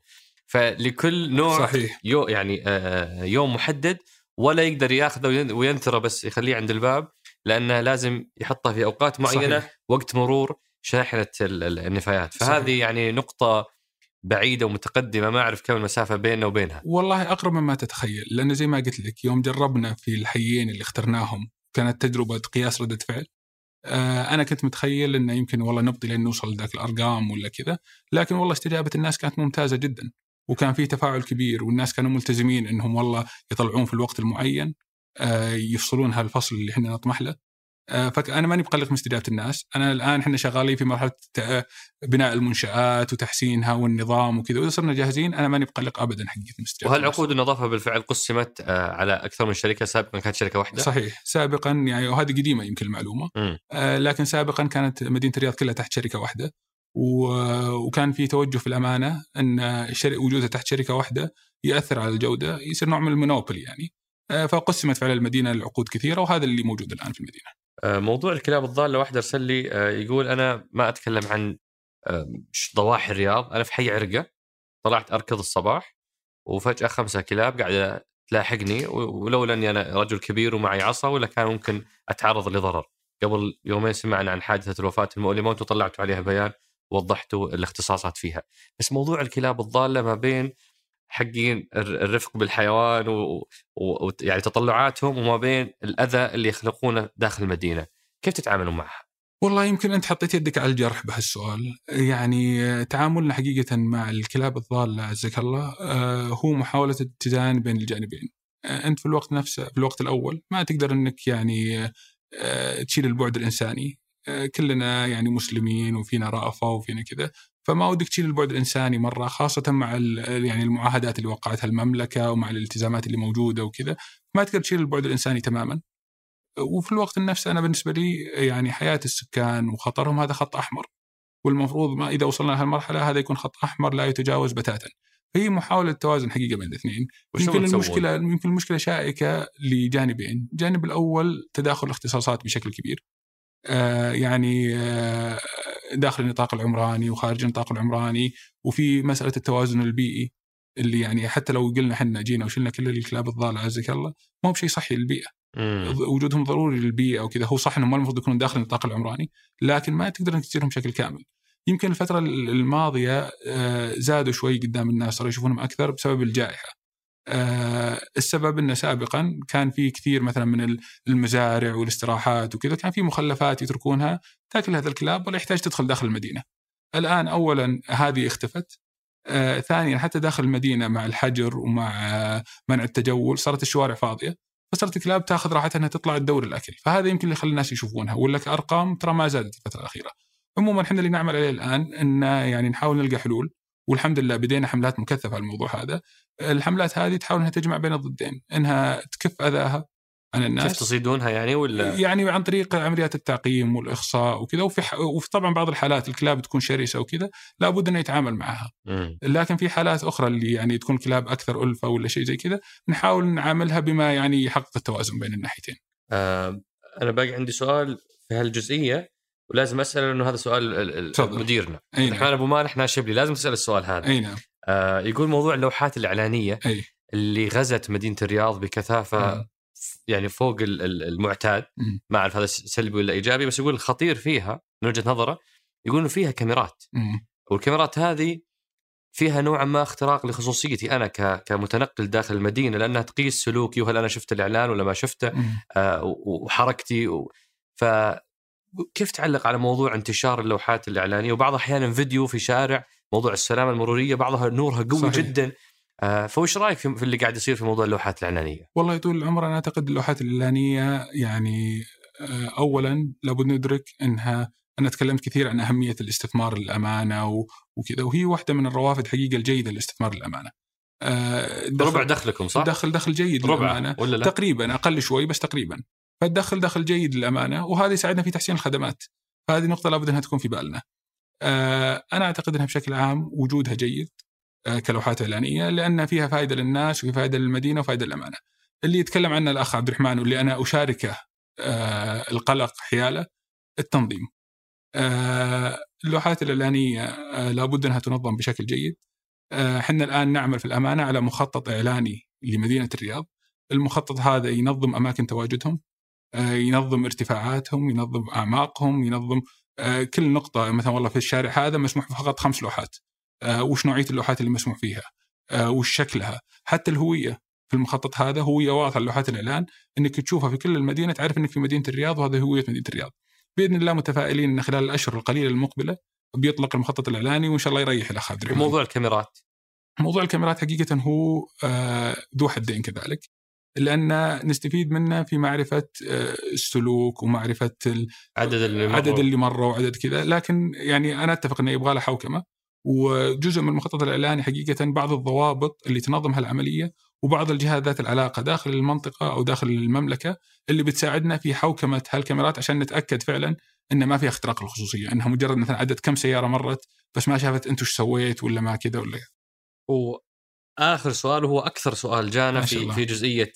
فلكل نوع صحيح. يو يعني يوم محدد، ولا يقدر ياخذه وينثره بس يخليه عند الباب، لأنه لازم يحطه في أوقات معينة. صحيح. وقت مرور شاحنة النفايات. فهذه صحيح. يعني نقطة بعيدة ومتقدمة، ما أعرف كم المسافة بيننا وبينها. والله أقرب مما تتخيل، لأن زي ما قلت لك يوم جربنا في الحيين اللي اخترناهم كانت تجربة قياس ردة فعل. أنا كنت متخيل إنه يمكن والله نبطي لين نوصل ذاك الأرقام ولا كذا، لكن والله استجابة الناس كانت ممتازة جدا، وكان فيه تفاعل كبير، والناس كانوا ملتزمين إنهم والله يطلعون في الوقت المعين، يفصلون هالفصل اللي إحنا نطمح له. فأنا ماني بقلق من استجابة الناس. أنا الآن إحنا شغالين في مرحلة بناء المنشآت وتحسينها والنظام وكذا، وإذا صرنا جاهزين أنا ماني بقلق أبدا حقيقة من استجابة. وهل عقود النظافة بالفعل قسمت على أكثر من شركة؟ سابقا كانت شركة واحدة. صحيح سابقا يعني، وهذه قديمة يمكن المعلومة. آه لكن سابقا كانت مدينة الرياض كلها تحت شركة واحدة، وكان في توجه في الأمانة أن وجودها تحت شركة واحدة يأثر على الجودة، يصير نوع من المونوبولي يعني. آه فقسمت فعلا المدينة العقود كثيرة، وهذا اللي موجود الآن في المدينة. موضوع الكلاب الضالة، واحد أرسل لي يقول أنا ما أتكلم عن ضواحي الرياض، أنا في حي عرقة طلعت أركض الصباح وفجأة خمسة كلاب قاعدة تلاحقني، ولولا أني أنا رجل كبير ومعي عصا ولا كان ممكن أتعرض لضرر. قبل يومين سمعنا عن حادثة الوفاة المؤلمة وطلعت عليها بيان ووضحت الاختصاصات فيها. بس موضوع الكلاب الضالة ما بين حقين الرفق بالحيوان ويعني تطلعاتهم وما بين الأذى اللي يخلقونه داخل المدينة، كيف تتعاملون معها؟ والله يمكن أنت حطيت يدك على الجرح بهالسؤال. يعني تعاملنا حقيقة مع الكلاب الضالة عزك الله هو محاولة اتزان بين الجانبين. أنت في الوقت نفسه في الوقت الأول ما تقدر أنك يعني تشيل البعد الإنساني، كلنا يعني مسلمين وفينا رأفة وفينا كذا، فما ودك تشيل البعد الإنساني مرة، خاصة مع يعني المعاهدات اللي وقعتها المملكة ومع الالتزامات اللي موجودة وكذا، ما تقدر تشيل البعد الإنساني تماما. وفي الوقت النفسي أنا بالنسبة لي يعني حياة السكان وخطرهم هذا خط أحمر، والمفروض ما إذا وصلنا لهالمرحلة هذا يكون خط أحمر لا يتجاوز بتاتا. فهي محاولة توازن حقيقة بين الاثنين. يمكن المشكلة يمكن المشكلة شائكة لجانبين. الجانب الأول تداخل الاختصاصات بشكل كبير، آه يعني آه داخل النطاق العمراني وخارج النطاق العمراني، وفي مسألة التوازن البيئي اللي يعني حتى لو قلنا حنا جينا وشلنا كل الكلاب الضالة عزك الله ما هو بشيء صحي للبيئة. مم. وجودهم ضروري للبيئة وكذا، هو صح إنهم ما المفروض يكونون داخل النطاق العمراني، لكن ما تقدر أن تسيرهم بشكل كامل. يمكن الفترة الماضية آه زادوا شوي قدام الناس، صاروا يشوفونهم أكثر بسبب الجائحة. آه السبب أنه سابقا كان في كثير مثلا من المزارع والاستراحات وكذا كان في مخلفات يتركونها تاكل هذا الكلاب ولا يحتاج تدخل داخل المدينة. الآن أولا هذه اختفت، آه ثانيا حتى داخل المدينة مع الحجر ومع آه منع التجول صارت الشوارع فاضية، فصارت الكلاب تاخذ راحتها أنها تطلع تدور الأكل. فهذا يمكن اللي خلى الناس يشوفونها، ولا أرقام ترى ما زادت الفترة الأخيرة. عموما احنا اللي نعمل عليه الآن أن يعني نحاول نلقى حلول، والحمد لله بدينا حملات مكثفة على الموضوع هذا. الحملات هذه تحاول أنها تجمع بين الضدين، أنها تكف أذاها عن الناس. كيف تصيدونها يعني ولا؟ يعني عن طريق عمليات التعقيم والإخصاء وكذا. وفي ح... وفي طبعا بعض الحالات الكلاب تكون شرسة وكذا لابد أنه يتعامل معها. مم. لكن في حالات أخرى اللي يعني تكون كلاب أكثر ألفة ولا شيء زي كذا نحاول نعاملها بما يعني يحقق التوازن بين الناحيتين. آه أنا باقي عندي سؤال في هالجزئية ولازم أسأل لأنه هذا سؤال مديرنا الرحمن أبو مالح ناشبلي، لازم تسأل السؤال هذا. أي نعم. آه يقول موضوع اللوحات الإعلانية أي. اللي غزت مدينة الرياض بكثافة م. يعني فوق المعتاد، ما أعرف هذا سلبي ولا إيجابي، بس يقول الخطير فيها من وجهة نظره يقول إنه فيها كاميرات م. والكاميرات هذه فيها نوعا ما اختراق لخصوصيتي أنا كمتنقل داخل المدينة، لأنها تقيس سلوكي وهل أنا شفت الإعلان ولا ما شفته آه وحركتي و... فكيف تعلق على موضوع انتشار اللوحات الإعلانية وبعض أحيانا فيديو في شارع موضوع السلامة المرورية بعضها نورها قوي صحيح. جدا آه فوش رأيك في اللي قاعد يصير في موضوع اللوحات الإعلانية؟ والله طول العمر أنا أعتقد اللوحات الإعلانية يعني آه أولا لابد ندرك أنها، أنا تكلمت كثير عن أهمية الاستثمار الأمانة وكذا، وهي واحدة من الروافد حقيقة الجيدة للاستثمار الأمانة. آه ربع دخلكم صح؟ دخل دخل جيد للأمانة ولا لا؟ تقريبا أقل شوي بس تقريبا، فالدخل دخل جيد للأمانة وهذا يساعدنا في تحسين الخدمات. فهذه نقطة لابد أنها تكون في بالنا. آه أنا أعتقد أنها بشكل عام وجودها جيد آه كلوحات إعلانية لأن فيها فائدة للناس وفي فائدة للمدينة وفائدة للأمانة. اللي يتكلم عنه الأخ عبد الرحمن واللي أنا أشاركه آه القلق حياله التنظيم. آه اللوحات الإعلانية آه لابد أنها تنظم بشكل جيد. احنا آه الآن نعمل في الأمانة على مخطط إعلاني لمدينة الرياض. المخطط هذا ينظم أماكن تواجدهم، آه ينظم ارتفاعاتهم، ينظم أعماقهم، ينظم آه كل نقطة. مثلا والله في الشارع هذا مسموح فقط خمس لوحات، آه وش نوعية اللوحات اللي مسموح فيها، آه وش شكلها، حتى الهوية في المخطط هذا هوية واضحة لوحات الإعلان إنك تشوفها في كل المدينة تعرف إنك في مدينة الرياض وهذا هوية مدينة الرياض. بإذن الله متفائلين أن خلال الأشهر القليلة المقبلة بيطلق المخطط الإعلاني وإن شاء الله يريح الأخ عبد الرحمن. موضوع الكاميرات موضوع الكاميرات حقيقة هو ذو حدين كذلك، لأن نستفيد منه في معرفة السلوك ومعرفة عدد اللي مروا عدد اللي مروا وعدد كذا. لكن يعني أنا أتفق أنه يبغى له حوكمة، وجزء من المخطط الإعلاني حقيقة بعض الضوابط اللي تنظم هالعملية وبعض الجهات ذات العلاقة داخل المنطقة أو داخل المملكة اللي بتساعدنا في حوكمة هالكاميرات عشان نتأكد فعلا إن ما فيها اختراق الخصوصية، إنها مجرد مثلا عدد كم سيارة مرت بس ما شافت أنتوا إيش سويت ولا ما كذا ولا. وآخر سؤال هو أكثر سؤال جانا في في جزئية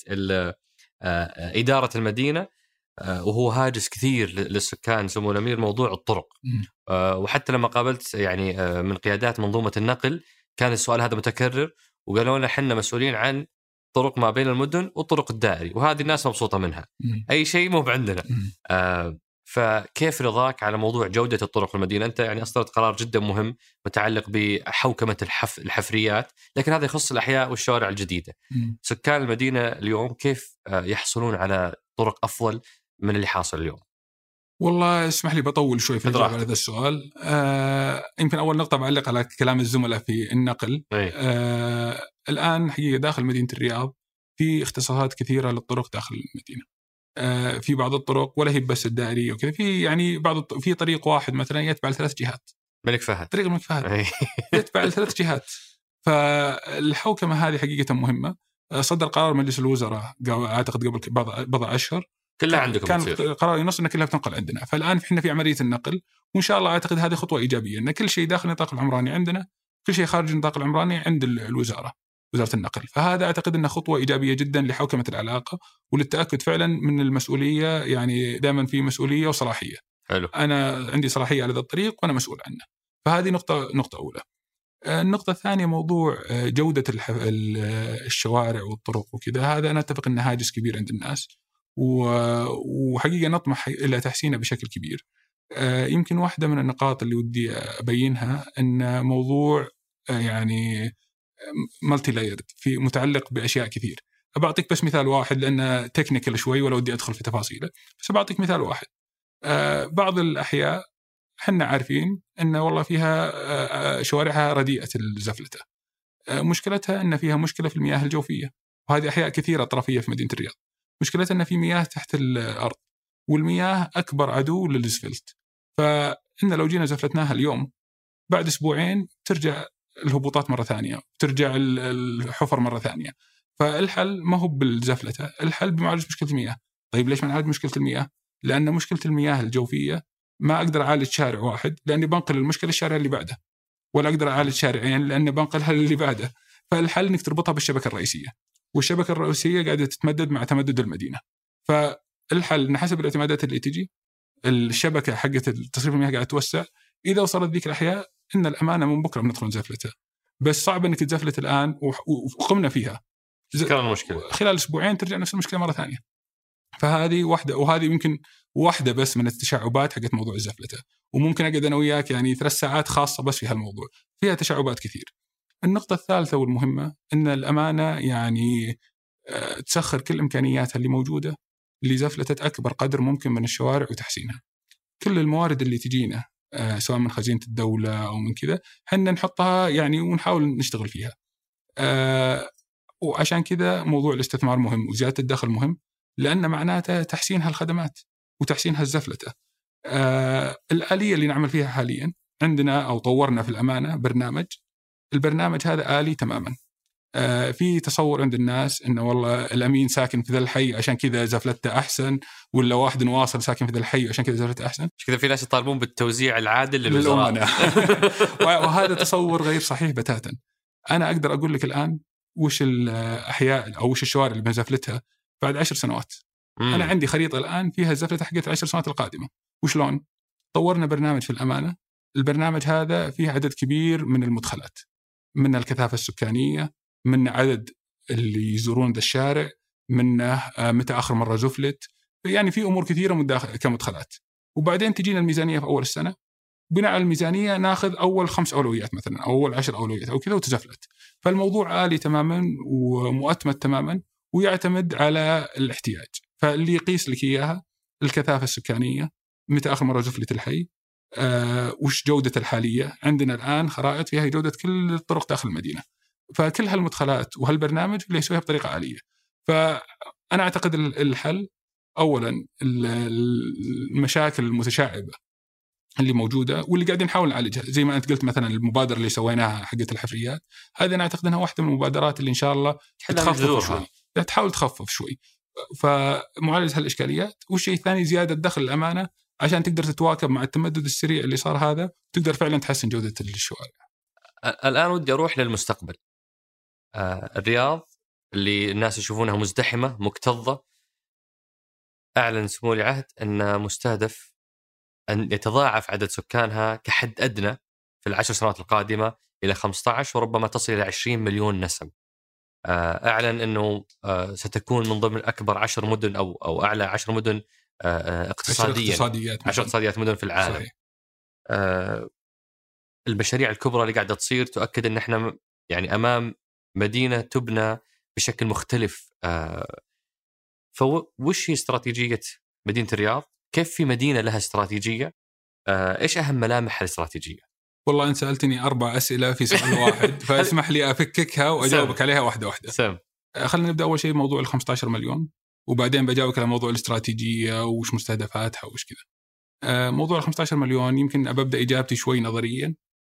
إدارة المدينة وهو هاجس كثير للسكان سمو الأمير، موضوع الطرق. وحتى لما قابلت يعني من قيادات منظومة النقل كان السؤال هذا متكرر وقالوا لنا حنا مسؤولين عن طرق ما بين المدن والطرق الدائري وهذه الناس مبسوطة منها، أي شيء مو بعندنا. آه فكيف رضاك على موضوع جودة الطرق في المدينة؟ أنت يعني أصدرت قرار جدا مهم متعلق بحوكمة الحف الحفريات، لكن هذا يخص الأحياء والشوارع الجديدة. م. سكان المدينة اليوم كيف يحصلون على طرق أفضل من اللي حاصل اليوم؟ والله اسمح لي بطول شوي في الجواب على هذا السؤال. آه، يمكن أول نقطة بعلق على كلام الزملاء في النقل. آه، الآن حقيقة داخل مدينة الرياض في اختصاصات كثيرة للطرق داخل المدينة. آه، في بعض الطرق ولا هي بس الدائرية وكذا، في يعني بعض في طريق واحد مثلا يتبع لثلاث جهات. ملك فهد طريق الملك فهد يتبع لثلاث جهات. فالحوكمة هذه حقيقة مهمة. صدر قرار مجلس الوزراء أعتقد قبل بضع أشهر كلها عندكم كان تصير. قرار ينص أن كلها بتنقل عندنا. فالآن إحنا في عملية النقل وإن شاء الله أعتقد هذه خطوة إيجابية أن كل شيء داخل النطاق العمراني عندنا، كل شيء خارج النطاق العمراني عند الوزارة وزارة النقل. فهذا أعتقد أنه خطوة إيجابية جدا لحوكمة العلاقة وللتأكد فعلا من المسؤولية. يعني دائما في مسؤولية وصلاحية. حلو. أنا عندي صلاحية على هذا الطريق وأنا مسؤول عنه. فهذه نقطة نقطة أولى. النقطة الثانية موضوع جودة الشوارع والطرق وكذا، هذا أنا أتفق أنه هاجس كبير عند الناس وحقيقة نطمح إلى تحسينه بشكل كبير. يمكن واحدة من النقاط اللي ودي أبينها أن موضوع يعني مالتي لايرد في متعلق بأشياء كثير. أبعطيك بس مثال واحد لأنه تكنيكال شوي ولا ودي أدخل في تفاصيله، بس أبعطيك مثال واحد. بعض الأحياء حنا عارفين أن والله فيها شوارعها رديئة الزفلتة، مشكلتها أن فيها مشكلة في المياه الجوفية، وهذه أحياء كثيرة طرفية في مدينة الرياض. مشكلتها أن في مياه تحت الأرض، والمياه أكبر عدو للزفلت. فإن لو جينا زفلتناها اليوم بعد أسبوعين ترجع الهبوطات مرة ثانية، ترجع الحفر مرة ثانية. فالحل ما هو بالزفلته، الحل بمعالجة مشكلة المياه. طيب ليش ما نعالج مشكلة المياه؟ لأن مشكلة المياه الجوفية ما أقدر أعالج شارع واحد لأني بنقل المشكلة الشارع اللي بعده، ولا أقدر أعالج شارعين لأني بنقلها اللي بعده. فالحل إنك تربطها بالشبكة الرئيسية، والشبكة الرئيسية قاعدة تتمدد مع تمدد المدينة. فالحل إن حسب الاعتمادات اللي تجي الشبكة حقة تصريف المياه قاعدة توسع. إذا وصلت ذيك الأحياء إن الأمانة من بكرة بندخل نزفلتها، بس صعب إنك تزفلت الآن وقمنا فيها خلال أسبوعين ترجع نفس المشكلة مرة ثانية. فهذه واحدة، وهذه يمكن واحدة بس من التشعبات حقت موضوع الزفلته. وممكن أقعد أنا وياك يعني ثلاث ساعات خاصة بس في هالموضوع، فيها تشعبات كثير. النقطة الثالثة والمهمة إن الأمانة يعني تسخر كل إمكانياتها اللي موجودة لزفلتة أكبر قدر ممكن من الشوارع وتحسينها. كل الموارد اللي تجينا سواء من خزينة الدولة أو من كذا حنا نحطها يعني ونحاول نشتغل فيها. وعشان كذا موضوع الاستثمار مهم وزيادة الدخل مهم، لأن معناته تحسين هالخدمات وتحسين هالزفلته. آه الآلية اللي نعمل فيها حاليا عندنا أو طورنا في الأمانة برنامج. البرنامج هذا آلي تماما. آه في تصور عند الناس إنه والله الأمين ساكن في ذا الحي عشان كذا زفلته أحسن، ولا واحد واصل ساكن في ذا الحي عشان كذا زفلته أحسن. كذا في ناس يطالبون بالتوزيع العادل للوزراء وهذا تصور غير صحيح بتاتا. أنا أقدر أقول لك الآن وش الأحياء أو وش الشوارع اللي بنزفلتها بعد عشر سنوات. مم. أنا عندي خريطة الآن فيها الزفلة حقت العشر سنوات القادمة. وشلون؟ طورنا برنامج في الأمانة. البرنامج هذا فيه عدد كبير من المدخلات، من الكثافة السكانية، من عدد اللي يزورون ذا الشارع، من متى آخر مرة زفلت، يعني في أمور كثيرة كمدخلات. وبعدين تجينا الميزانية في أول السنة، بناء على الميزانية ناخذ أول خمس أولويات مثلا أو أول عشر أولويات أو كذا وتزفلت. فالموضوع آلي تماما ومؤتمت تماما ويعتمد على الاحتياج. فاللي يقيس لك إياها الكثافة السكانية، متى آخر مرة زفلت الحي، آه، وش جودة الحالية. عندنا الآن خرائط فيها جودة كل الطرق داخل المدينة. فكل هالمدخلات وهالبرنامج اللي يسويها بطريقة آلية. فأنا أعتقد الحل أولا المشاكل المتشعبة اللي موجودة واللي قاعدين نحاول نعالجها، زي ما أنت قلت مثلا المبادرة اللي سويناها حقت الحفريات، هذه أنا أعتقد أنها واحدة من المبادرات اللي إن شاء الله تخفف شوي، تحاول تخفف شوي. فمعالجة هالإشكاليات. والشيء الثاني زيادة دخل الأمانة عشان تقدر تتواكب مع التمدد السريع اللي صار هذا، تقدر فعلا تحسن جودة الشوارع. الآن ودي أروح للمستقبل. آه الرياض اللي الناس يشوفونها مزدحمة مكتظة، أعلن سمو العهد أن مستهدف أن يتضاعف عدد سكانها كحد أدنى في العشر سنوات القادمة إلى خمسة عشر وربما تصل إلى عشرين مليون نسمة. أعلن أنه ستكون من ضمن أكبر عشر مدن أو أو أعلى عشر مدن اقتصاديا، عشر اقتصاديات مدن في العالم. صحيح. المشاريع الكبرى اللي قاعدة تصير تؤكد أن احنا يعني أمام مدينة تبنى بشكل مختلف. فوش هي استراتيجية مدينة الرياض؟ كيف في مدينة لها استراتيجية؟ إيش أهم ملامح الاستراتيجية؟ والله أنت سألتني أربع أسئلة في سؤال واحد، فاسمح لي أفككها وأجاوبك عليها واحدة واحدة. سم. خلينا نبدأ أول شيء موضوع الخمسة عشر مليون، وبعدين بجاوبك على موضوع الاستراتيجية وش مستهدفاتها وش كذا. موضوع الخمسة عشر مليون يمكن أبدأ إجابتي شوي نظريا،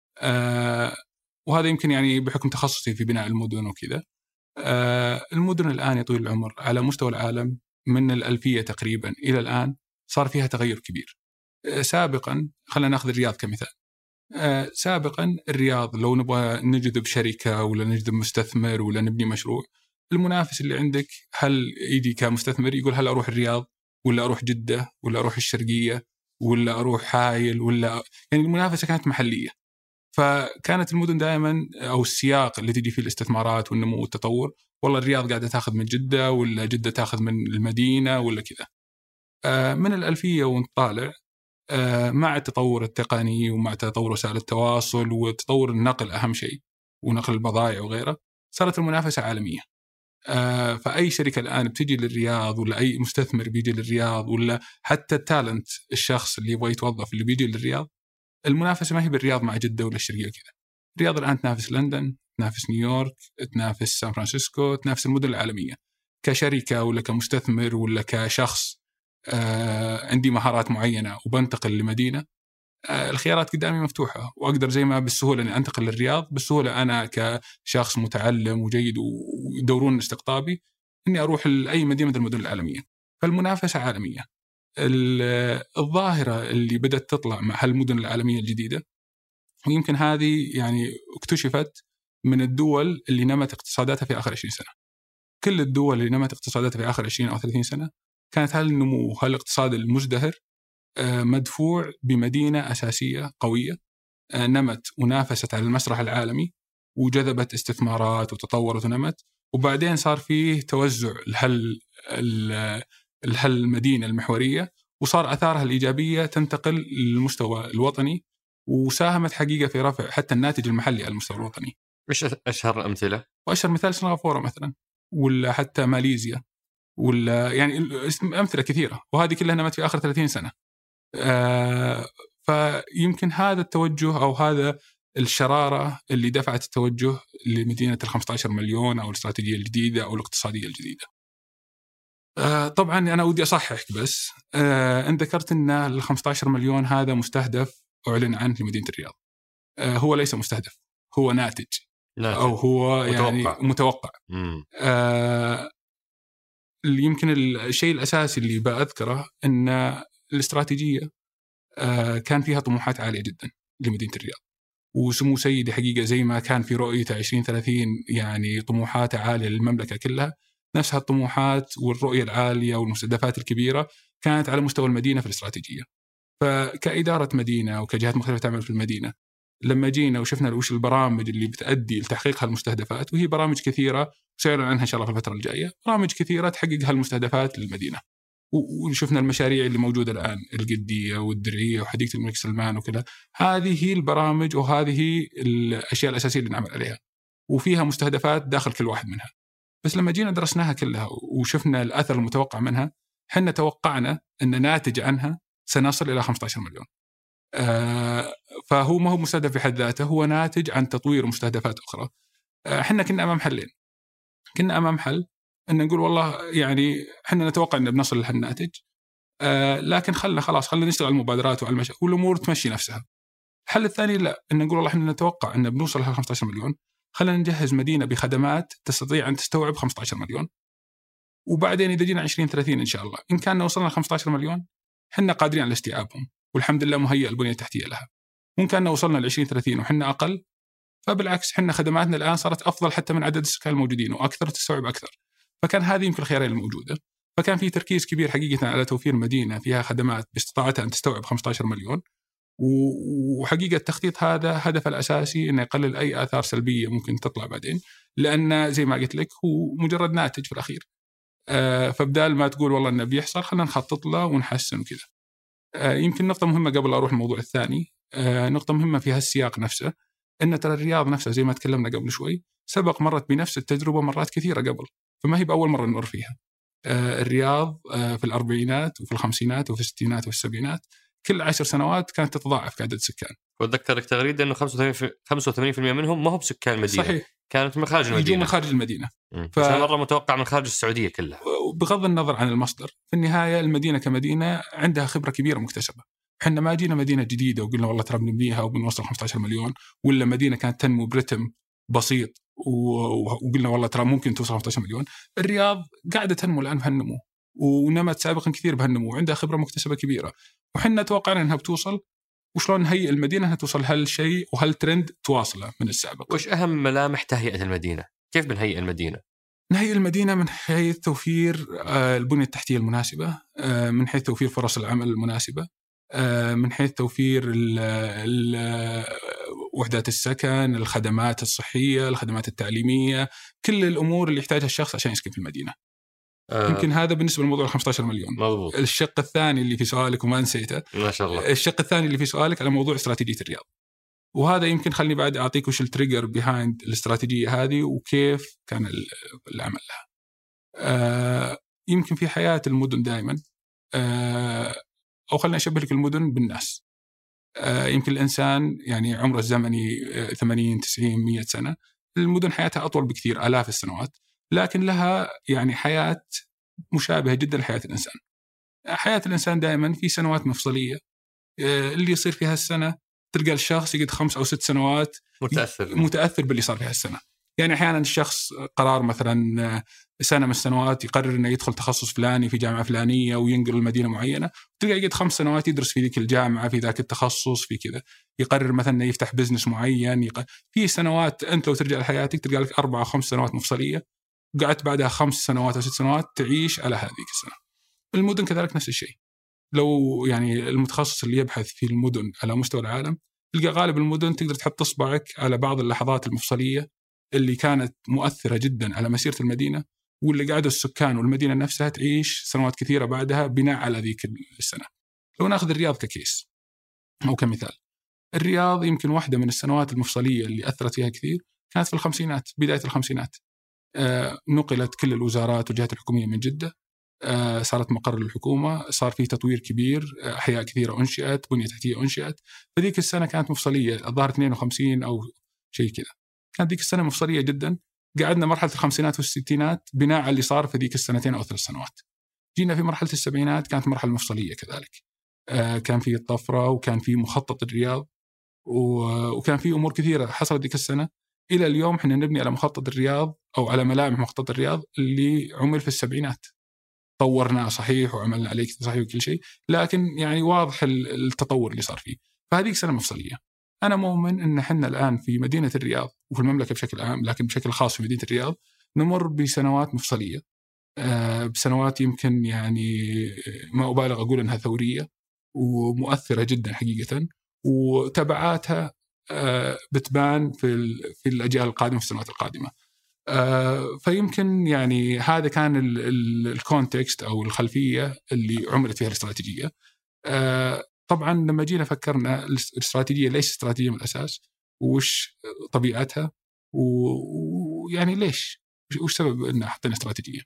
وهذا يمكن يعني بحكم تخصصي في بناء المدن وكذا. المدن الآن يا طويل العمر على مستوى العالم من الألفية تقريبا إلى الآن صار فيها تغير كبير. سابقا خلينا نأخذ الرياض كمثال. آه سابقا الرياض لو نبغى نجذب شركة ولا نجذب مستثمر ولا نبني مشروع، المنافس اللي عندك هل يجي كمستثمر يقول هل أروح الرياض ولا أروح جدة ولا أروح الشرقية ولا أروح حائل ولا، يعني المنافسة كانت محلية. فكانت المدن دائما أو السياق اللي تجي فيه الاستثمارات والنمو والتطور، والله الرياض قاعدة تأخذ من جدة ولا جدة تأخذ من المدينة ولا كذا. آه من الألفية ونطالع مع التطور التقني ومع تطور وسائل التواصل وتطور النقل أهم شيء ونقل البضائع وغيره، صارت المنافسة عالمية. فأي شركة الآن بتجي للرياض ولا أي مستثمر بيجي للرياض ولا حتى التالنت الشخص اللي يبغى يتوظف اللي بيجي للرياض، المنافسة ما هي بالرياض مع جدة ولا الشرقية كذا. الرياض الآن تنافس لندن، تنافس نيويورك، تنافس سان فرانسيسكو، تنافس المدن العالمية كشركة ولا كمستثمر ولا كشخص. آه عندي مهارات معينة وبنتقل لمدينة، الخيارات قدامي مفتوحة، وأقدر زي ما بالسهولة أني أنتقل للرياض، بالسهولة أنا كشخص متعلم وجيد ويدورون استقطابي أني أروح لأي مدينة من المدن العالمية. فالمنافسة عالمية. الظاهرة اللي بدأت تطلع مع هالمدن العالمية الجديدة، ويمكن هذه يعني اكتشفت من الدول اللي نمت اقتصاداتها في آخر عشرين سنة. كل الدول اللي نمت اقتصاداتها في آخر عشرين أو ثلاثين سنة كانت هالنمو هالاقتصاد المزدهر مدفوع بمدينة أساسية قوية نمت ونافست على المسرح العالمي وجذبت استثمارات وتطورت ونمت، وبعدين صار فيه توزع لهال المدينة المحورية، وصار أثارها الإيجابية تنتقل للمستوى الوطني، وساهمت حقيقة في رفع حتى الناتج المحلي على المستوى الوطني. إيش أشهر الأمثلة؟ وأشهر مثال سنغافورة مثلا، ولا حتى ماليزيا، ولا يعني أمثلة كثيرة، وهذه كلها نمت في آخر ثلاثين سنة. آه فيمكن هذا التوجه أو هذا الشرارة اللي دفعت التوجه لمدينة الخمسة عشر مليون أو الاستراتيجية الجديدة أو الاقتصادية الجديدة. آه طبعا أنا ودي أصحح بس آه أنت ذكرت أن ال خمسة عشر مليون هذا مستهدف أعلن عنه لمدينة الرياض. آه هو ليس مستهدف، هو ناتج, ناتج. أو هو يعني متوقع, متوقع. آه يمكن الشيء الأساسي اللي بأذكره أن الاستراتيجية آه كان فيها طموحات عالية جدا لمدينة الرياض، وسمو سيدي حقيقة زي ما كان في رؤية عشرين ثلاثين يعني طموحات عالية للمملكة كلها، نفس هالطموحات والرؤية العالية والمستهدفات الكبيرة كانت على مستوى المدينة في الاستراتيجية. فكإدارة مدينة وكجهات مختلفة تعمل في المدينة، لما جينا وشفنا وش البرامج اللي بتأدي لتحقيق هالمستهدفات، وهي برامج كثيرة سيعلن عنها إن شاء الله في الفترة الجاية، برامج كثيرة تحقق هالمستهدفات للمدينة. وشفنا المشاريع اللي موجودة الآن، القدية والدرعية وحديقة الملك سلمان وكذا، هذه هي البرامج وهذه الأشياء الأساسية اللي نعمل عليها، وفيها مستهدفات داخل كل واحد منها. بس لما جينا درسناها كلها وشفنا الأثر المتوقع منها، حنا توقعنا أن ناتج عنها سنصل إلى خمسة عشر مليون. آه فهو ما هو مستهدف في حد ذاته، هو ناتج عن تطوير مستهدفات أخرى. آه حنا كنا أمام حلين. كنا أمام حل أن نقول والله يعني حنا نتوقع أن بنصل لهالناتج، آه لكن خلنا خلاص خلنا نشتغل على المبادرات وعلى المش... والأمور تمشي نفسها. الحل الثاني لا، أن نقول والله حنا نتوقع أن بنوصل لها خمسة عشر مليون، خلنا نجهز مدينة بخدمات تستطيع أن تستوعب خمسة عشر مليون، وبعدين إذا جينا عشرين ثلاثين إن شاء الله إن كان وصلنا خمسة عشر مليون حنا قادرين على استيعابهم، والحمد لله مهيئ البنية التحتية لها. وإن كان وصلنا ل عشرين ثلاثين وحنا أقل، فبالعكس حنا خدماتنا الآن صارت أفضل حتى من عدد السكان الموجودين وأكثر تستوعب أكثر. فكان هذه يمكن الخيارين الموجودة. فكان في تركيز كبير حقيقة على توفير مدينة فيها خدمات باستطاعتها أن تستوعب خمسة عشر مليون، وحقيقة التخطيط هذا هدف الأساسي إنه يقلل أي آثار سلبية ممكن تطلع بعدين، لأن زي ما قلت لك هو مجرد ناتج في الأخير. آه فبدال ما تقول والله إنه بيحصل، خلنا نخطط له ونحسن وكذا. آه يمكن نقطة مهمة قبل أروح الموضوع الثاني، آه نقطة مهمة في هالسياق نفسه، إن ترى الرياض نفسها زي ما تكلمنا قبل شوي سبق مرت بنفس التجربة مرات كثيرة قبل، فما هي بأول مرة نمر فيها. آه الرياض آه في الأربعينات وفي الخمسينات وفي الستينات وفي السبعينات كل عشر سنوات كانت تتضاعف عدد السكان. وأتذكرك تغريدة إنه خمسة وثمانين بالمئة منهم ما هو بسكان المدينة. صحيح. كانت من خارج المدينة. من خارج المدينة. ف... مرة متوقع من خارج السعودية كلها. بغض النظر عن المصدر، في النهاية المدينة كمدينة عندها خبرة كبيرة مكتسبة. إحنا ما جينا مدينة جديدة وقلنا والله ترى بنبنيها وبنوصل خمسة عشر مليون، ولا مدينة كانت تنمو برتم بسيط وقلنا والله ترى ممكن توصل خمسة عشر مليون. الرياض قاعدة تنمو الآن بهالنمو، ونمت سابقا كثير بهالنمو، وعندها خبرة مكتسبة كبيرة، وحنا توقعنا أنها بتوصل. وشلون نهيئ المدينة أنها توصل هالشيء وهالترند تواصله من السابق. وش أهم ملامح تهيئة المدينة؟ كيف بنهيئ المدينة؟ نهيئ المدينة من حيث توفير البنية التحتية المناسبة، من حيث توفير فرص العمل المناسبة، من حيث توفير ال ال وحدات السكن، الخدمات الصحية، الخدمات التعليمية، كل الأمور اللي يحتاجها الشخص عشان يسكن في المدينة. آه. يمكن هذا بالنسبة للموضوع خمسة عشر مليون. مضبوط. الشق الثاني اللي في سؤالك وما نسيته، ما شاء الله، الشق الثاني اللي في سؤالك على موضوع استراتيجية الرياض، وهذا يمكن خلني بعد أعطيك وش التريجر بيهايند الاستراتيجية هذه وكيف كان العمل لها. آه يمكن في حياة المدن دائما، آه أو خلنا أشبه لك المدن بالناس. آه يمكن الإنسان يعني عمره الزمني ثمانين تسعين مئة سنة، المدن حياتها أطول بكثير آلاف السنوات، لكن لها يعني حياة مشابهة جدا لحياة الإنسان. حياة الإنسان دائما في سنوات مفصلية اللي يصير في هالسنة تلقى الشخص يقعد خمس أو ست سنوات متأثر متأثر باللي صار في هالسنة. يعني أحيانا الشخص قرار مثلا سنة من السنوات يقرر أنه يدخل تخصص فلاني في جامعة فلانية وينقل المدينة معينة، تلقى يقعد خمس سنوات يدرس في ذيك الجامعة في ذاك التخصص في كذا. يقرر مثلا أنه يفتح بزنس معين، يق... في سنوات أنت لو ترجع لحياتك تلقى لك أربعة أو خمس سنوات مفصلية، وقعدت بعدها خمس سنوات أو ست سنوات تعيش على هذه السنة. المدن كذلك نفس الشيء. لو يعني المتخصص اللي يبحث في المدن على مستوى العالم تلقى غالب المدن تقدر تحط إصبعك على بعض اللحظات المفصلية اللي كانت مؤثرة جدا على مسيرة المدينة، واللي قاعدوا السكان والمدينة نفسها تعيش سنوات كثيرة بعدها بناء على ذيك السنة. لو نأخذ الرياض ككيس أو كمثال، الرياض يمكن واحدة من السنوات المفصلية اللي أثرت فيها كثير كانت في الخمسينات، بداية الخمسينات. آه نقلت كل الوزارات والجهات الحكومية من جدة، آه صارت مقر للحكومة، صار فيه تطوير كبير، أحياء كثيرة أنشئت، بنية تحتية أنشئت. فذيك السنة كانت مفصلية، الظاهر اثنين وخمسين أو شيء كذا، كانت ذيك السنة مفصلية جدا. قعدنا مرحلة الخمسينات والستينات بناء على اللي صار في ذيك السنتين أو ثلاث سنوات. جينا في مرحلة السبعينات كانت مرحلة مفصلية كذلك، آه كان في الطفرة وكان في مخطط الرياض، وكان في أمور كثيرة حصلت ذيك السنة. إلى اليوم إحنا نبني على مخطط الرياض أو على ملامح مخطط الرياض اللي عمل في السبعينات. طورناه صحيح وعملنا عليه صحيح وكل شيء، لكن يعني واضح التطور اللي صار فيه. فهذه سنة مفصلية. أنا مؤمن إن إحنا الآن في مدينة الرياض وفي المملكة بشكل عام، لكن بشكل خاص في مدينة الرياض، نمر بسنوات مفصلية، آه بسنوات يمكن يعني ما أبالغ أقول إنها ثورية ومؤثرة جدا حقيقة، وتبعاتها آه بتبان في في الأجيال القادمة في السنوات القادمة. آه فيمكن يعني هذا كان الكونتكست أو الخلفية اللي عملت فيها الاستراتيجية. آه طبعا لما جينا فكرنا الاستراتيجية ليش استراتيجية من الأساس، وش طبيعتها، ويعني ليش وش سبب أن حطينا استراتيجية.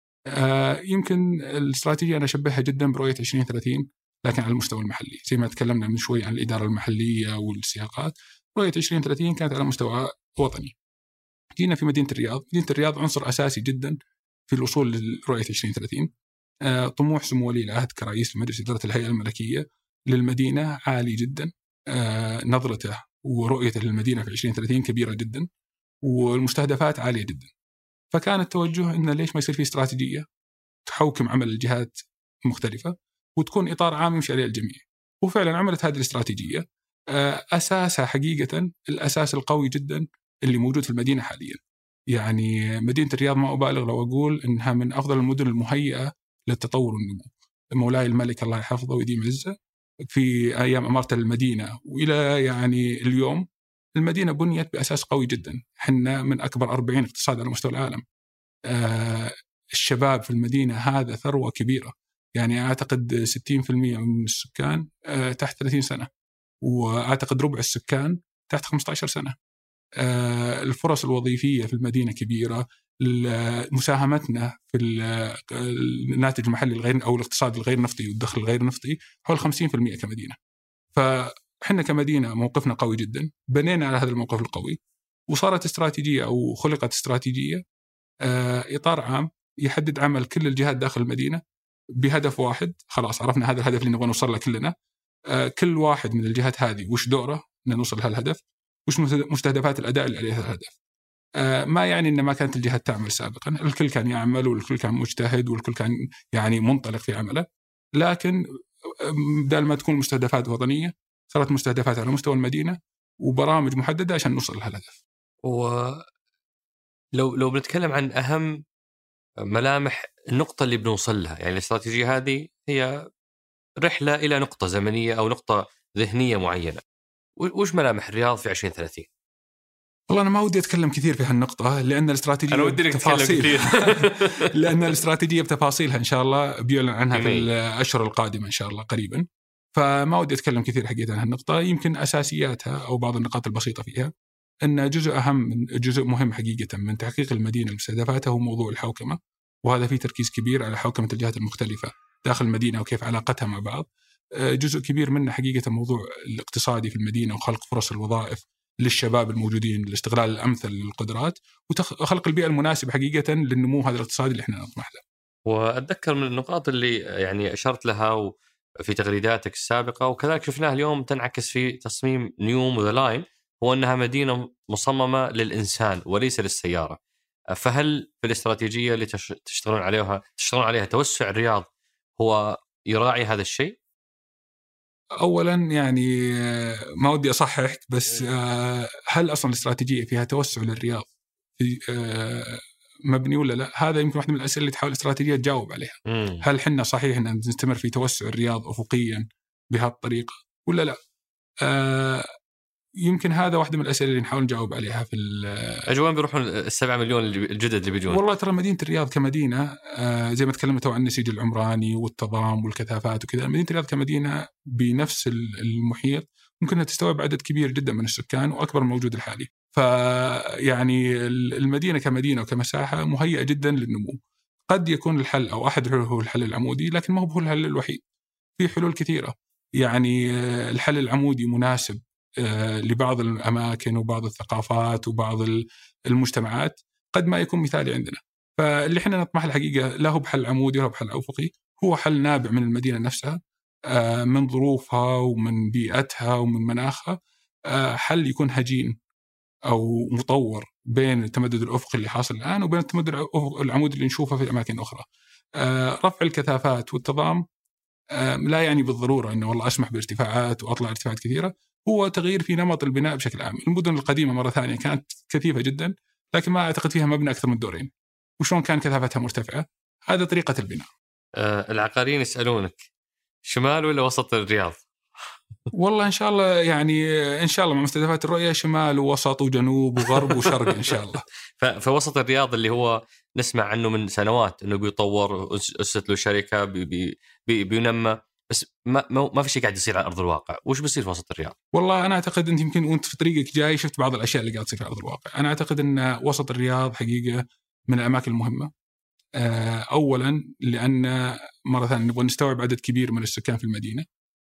آه يمكن الاستراتيجية أنا أشبهها جدا برؤية عشرين ثلاثين، لكن على المستوى المحلي. زي ما تكلمنا من شوي عن الإدارة المحلية والسياقات، رؤية عشرين ثلاثين كانت على مستوى وطني. جينا في مدينة الرياض. مدينة الرياض عنصر أساسي جدا في الوصول لرؤية عشرين ثلاثين. آه طموح سمو ولي العهد كرئيس لمجلس إدارة الهيئة الملكية للمدينة عالي جدا. آه نظرته ورؤيته للمدينة في عشرين ثلاثين كبيرة جدا، والمستهدفات عالية جدا. فكان التوجه إن ليش ما يصير في استراتيجية تحوكم عمل الجهات مختلفة وتكون إطار عام يمشي عليه الجميع. وفعلا عملت هذه الاستراتيجية. آه أساسها حقيقة الأساس القوي جدا اللي موجود في المدينة حاليا. يعني مدينة الرياض ما أبالغ لو أقول إنها من أفضل المدن المهيئة للتطور والنمو. مولاي الملك الله يحفظه ويديم عزه في أيام أمارة المدينة وإلى يعني اليوم، المدينة بنيت بأساس قوي جدا. حنا من أكبر أربعين اقتصاد على مستوى العالم. آه الشباب في المدينة هذا ثروة كبيرة. يعني أعتقد ستين بالمئة من السكان آه تحت ثلاثين سنة، وأعتقد ربع السكان تحت خمسة عشر سنة. آه الفرص الوظيفية في المدينة كبيرة. مساهمتنا في الناتج المحلي الغير أو الاقتصاد الغير نفطي والدخل الغير نفطي حول خمسين بالمئة كمدينة. فحنا كمدينة موقفنا قوي جدا، بنينا على هذا الموقف القوي، وصارت استراتيجية أو خلقت استراتيجية آه إطار عام يحدد عمل كل الجهات داخل المدينة بهدف واحد. خلاص عرفنا هذا الهدف اللي نبغى نوصل له كلنا. آه كل واحد من الجهات هذه وش دوره أن نوصل لهالهدف، وش مستهدفات الأداء اللي عليها الهدف. آه ما يعني أن ما كانت الجهات تعمل سابقا، الكل كان يعمل والكل كان مجتهد والكل كان يعني منطلق في عمله، لكن بدل ما تكون مستهدفات وطنية صارت مستهدفات على مستوى المدينة وبرامج محددة عشان نوصل لهالهدف. ولو لو بنتكلم عن أهم ملامح النقطة اللي بنوصل لها، يعني الاستراتيجية هذه هي رحلة إلى نقطة زمنية أو نقطة ذهنية معينة، وش ملامح الرياض في عشرين ثلاثين؟ والله أنا ما ودي أتكلم كثير في هالنقطة لأن الاستراتيجية أنا ودي لك تتكلم كثير لأن الاستراتيجية بتفاصيلها إن شاء الله بيعلن عنها في الأشهر القادمة إن شاء الله قريبا، فما ودي أتكلم كثير حقيقة عن هالنقطة. يمكن أساسياتها أو بعض النقاط البسيطة فيها أن جزء أهم جزء مهم حقيقة من تحقيق المدينة المستهدفاتها هو موضوع الحوكمة، وهذا فيه تركيز كبير على حوكمة الجهات المختلفة داخل المدينة وكيف علاقتها مع بعض. جزء كبير منه حقيقة موضوع الاقتصادي في المدينة وخلق فرص الوظائف للشباب الموجودين، الاستغلال الأمثل للقدرات وخلق البيئة المناسبة حقيقة للنمو هذا الاقتصادي اللي احنا نطمح له. وأتذكر من النقاط اللي يعني أشرت لها في تغريداتك السابقة، وكذلك شفناه اليوم تنعكس في تصميم نيوم وذا لاين، هو أنها مدينة مصممة للإنسان وليس للسيارة. فهل في الاستراتيجية اللي تشتغلون عليها تشتغلون عليها توسع الرياض هو يراعي هذا الشيء؟ أولا يعني ما ودي أصحح، بس هل أصلا الاستراتيجية فيها توسع للرياض في مبني ولا لا؟ هذا يمكن واحدة من الأسئلة اللي تحاول الاستراتيجية تجاوب عليها. مم. هل حنا صحيح أن نستمر في توسع الرياض أفقيا بهذه الطريقة ولا لا؟ آه يمكن هذا واحدة من الأسئلة اللي نحاول نجاوب عليها. في أجوان بيروحون السبعة مليون الجدد اللي بيجون. والله ترى مدينة الرياض كمدينة آه زي ما تكلمت عن النسيج العمراني والتضام والكثافات وكذا، مدينة الرياض كمدينة بنفس المحيط ممكن أن تستوعب عدد كبير جدا من السكان وأكبر من الموجود الحالي. فيعني المدينة كمدينة وكمساحة مهيئة جدا للنمو. قد يكون الحل أو أحد الحلول هو الحل العمودي، لكن ما هو الحل الوحيد، في حلول كثيرة. يعني الحل العمودي مناسب لبعض الأماكن وبعض الثقافات وبعض المجتمعات، قد ما يكون مثالي عندنا. فاللي احنا نطمح الحقيقة لا هو بحل عمودي ولا بحل أفقي، هو حل نابع من المدينة نفسها، من ظروفها ومن بيئتها ومن مناخها، حل يكون هجين أو مطور بين التمدد الأفقي اللي حاصل الآن وبين التمدد العمودي اللي نشوفه في أماكن أخرى. رفع الكثافات والتضام لا يعني بالضرورة أنه والله أسمح بارتفاعات وأطلع ارتفاعات كثيرة، هو تغيير في نمط البناء بشكل عام. المدن القديمة مرة ثانية كانت كثيفة جدا، لكن ما أعتقد فيها مبنى أكثر من دورين، وشون كان كثافتها مرتفعة. هذا طريقة البناء. أه العقاريين يسألونك شمال ولا وسط الرياض؟ والله إن شاء الله يعني إن شاء الله مع مستهدفات الرؤية شمال ووسط وجنوب وغرب وشرق إن شاء الله. فوسط الرياض اللي هو نسمع عنه من سنوات إنه بيطور، أسست له شركة بي بي بي بينمى، بس ما ما في شيء قاعد يصير على أرض الواقع. وش بيصير في وسط الرياض؟ والله أنا أعتقد أنت يمكن وأنت في طريقك جاي شفت بعض الأشياء اللي قاعد تصير في أرض الواقع. أنا أعتقد أن وسط الرياض حقيقة من الأماكن المهمة. أولا لأن مرة ثانية نبغى نستوعب عدد كبير من السكان في المدينة،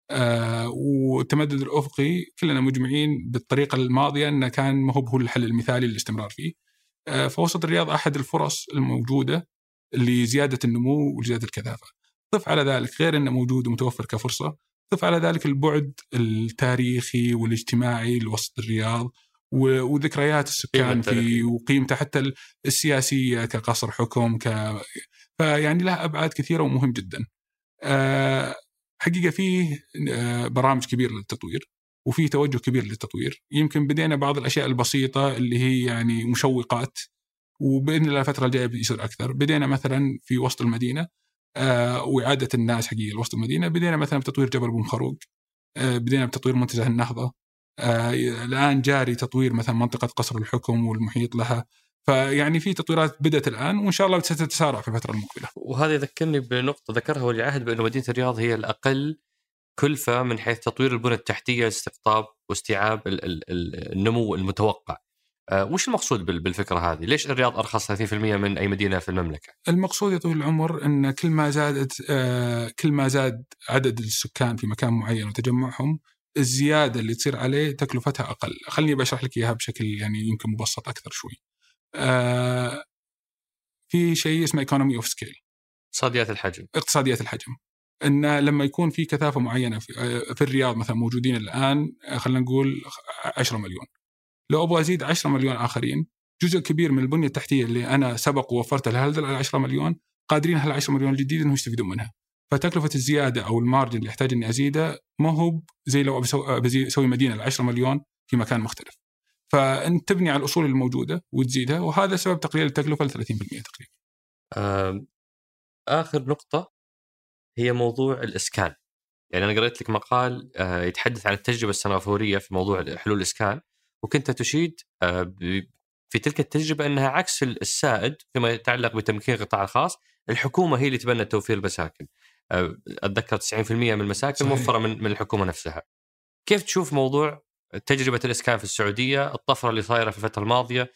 والتمدد الأفقي كلنا مجمعين بالطريقة الماضية أنه كان ما هو الحل المثالي للاستمرار فيه. فوسط الرياض أحد الفرص الموجودة لزيادة النمو وزيادة الكثافة. ضف على ذلك غير أنه موجود ومتوفر كفرصة، ضف على ذلك البعد التاريخي والاجتماعي لوسط الرياض وذكريات السكان فيه وقيمته حتى السياسية كقصر حكم ك... فيعني لها أبعاد كثيرة ومهم جدا. أه حقيقة فيه برامج كبيرة للتطوير وفيه توجه كبير للتطوير. يمكن بدينا بعض الأشياء البسيطة اللي هي يعني مشوقات، وبإذن الله الفترة الجاية بيصير أكثر. بدينا مثلا في وسط المدينة آه وإعادة الناس حقيقة لوسط المدينة. بدينا مثلا بتطوير جبل بن خروق، آه بدينا بتطوير منتزه النهضة، آه الآن جاري تطوير مثلا منطقة قصر الحكم والمحيط لها. فيعني في تطويرات بدأت الآن وإن شاء الله ستتسارع في الفترة المقبلة. وهذا يذكرني بنقطة ذكرها ولي عهد بأن مدينة الرياض هي الأقل كلفة من حيث تطوير البنى التحتية لاستقطاب واستيعاب النمو المتوقع. أه وش المقصود بالفكرة هذه؟ ليش الرياض أرخص ثلاثين بالمئة من أي مدينة في المملكة؟ المقصود يا طويل العمر أن كل ما زادت آه كل ما زاد عدد السكان في مكان معين وتجمعهم، الزيادة اللي تصير عليه تكلفتها أقل. خلني بشرح لك إياها بشكل يعني يمكن مبسط أكثر شوي. آه في شيء اسمه economy of scale، اقتصاديات الحجم. اقتصاديات الحجم إن لما يكون في كثافة معينة في, في الرياض مثلا موجودين الآن خلينا نقول عشرة مليون، لو أبغى أزيد عشرة مليون آخرين، جزء كبير من البنية التحتية اللي أنا سبق ووفرتها لهذه العشرة مليون قادرين هال عشرة مليون الجديد إنه يستفيدون منها. فتكلفة الزيادة أو المارجن اللي يحتاج إني أزيده ما هو زي لو أسوي مدينة العشرة مليون في مكان مختلف. فأنت تبني على الأصول الموجودة وتزيدها، وهذا سبب تقليل التكلفة ل ثلاثين بالمئة تقريبا. آخر نقطة هي موضوع الإسكان. يعني أنا قرأت لك مقال يتحدث عن التجربة السنغافورية في موضوع حلول الإسكان، وكنت تشيد في تلك التجربة أنها عكس السائد فيما يتعلق بتمكين القطاع الخاص. الحكومة هي اللي تبنى توفير المساكن. أتذكر تسعين بالمئة من المساكن موفرة من من الحكومة نفسها. كيف تشوف موضوع تجربة الإسكان في السعودية، الطفرة اللي صايرة في الفترة الماضية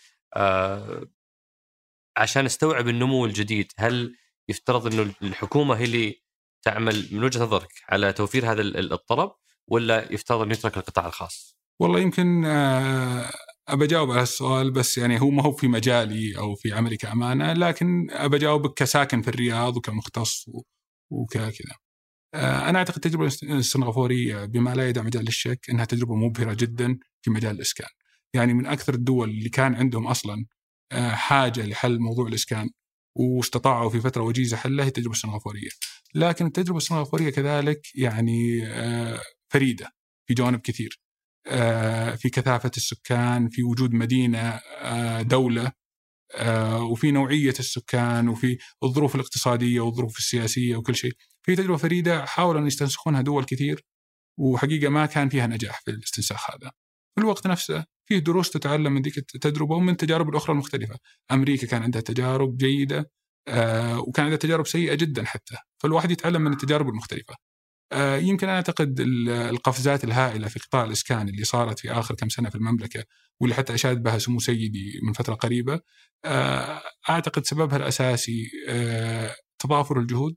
عشان نستوعب النمو الجديد؟ هل يفترض أنه الحكومة هي اللي تعمل من وجهة نظرك على توفير هذا الطلب، ولا يفترض أن يترك القطاع الخاص؟ والله يمكن أبى أجاوب على السؤال، بس يعني هو ما هو في مجالي أو في عملي كأمانة، لكن أبى أجاوبك كساكن في الرياض وكمختص وكذا. أنا أعتقد التجربة السنغافورية بما لا يدع مجال للشك أنها تجربة مبهرة جدا في مجال الإسكان. يعني من أكثر الدول اللي كان عندهم أصلا حاجة لحل موضوع الإسكان واستطاعوا في فترة وجيزة حلها هي التجربة السنغافورية. لكن التجربة السنغافورية كذلك يعني فريدة في جوانب كثير، في كثافة السكان، في وجود مدينة دولة، وفي نوعية السكان، وفي الظروف الاقتصادية والظروف السياسية وكل شيء. في تجربة فريدة حاولوا أن يستنسخونها دول كثير، وحقيقة ما كان فيها نجاح في الاستنساخ هذا. في الوقت نفسه فيه دروس تتعلم من ذيك التجربة ومن التجارب الأخرى المختلفة. أمريكا كان عندها تجارب جيدة آه وكان عندها تجارب سيئة جدا حتى، فالواحد يتعلم من التجارب المختلفة. آه يمكن أنا أعتقد القفزات الهائلة في قطاع الإسكان اللي صارت في آخر كم سنة في المملكة، واللي حتى أشاد بها سمو سيدي من فترة قريبة، آه أعتقد سببها الأساسي آه تضافر الجهود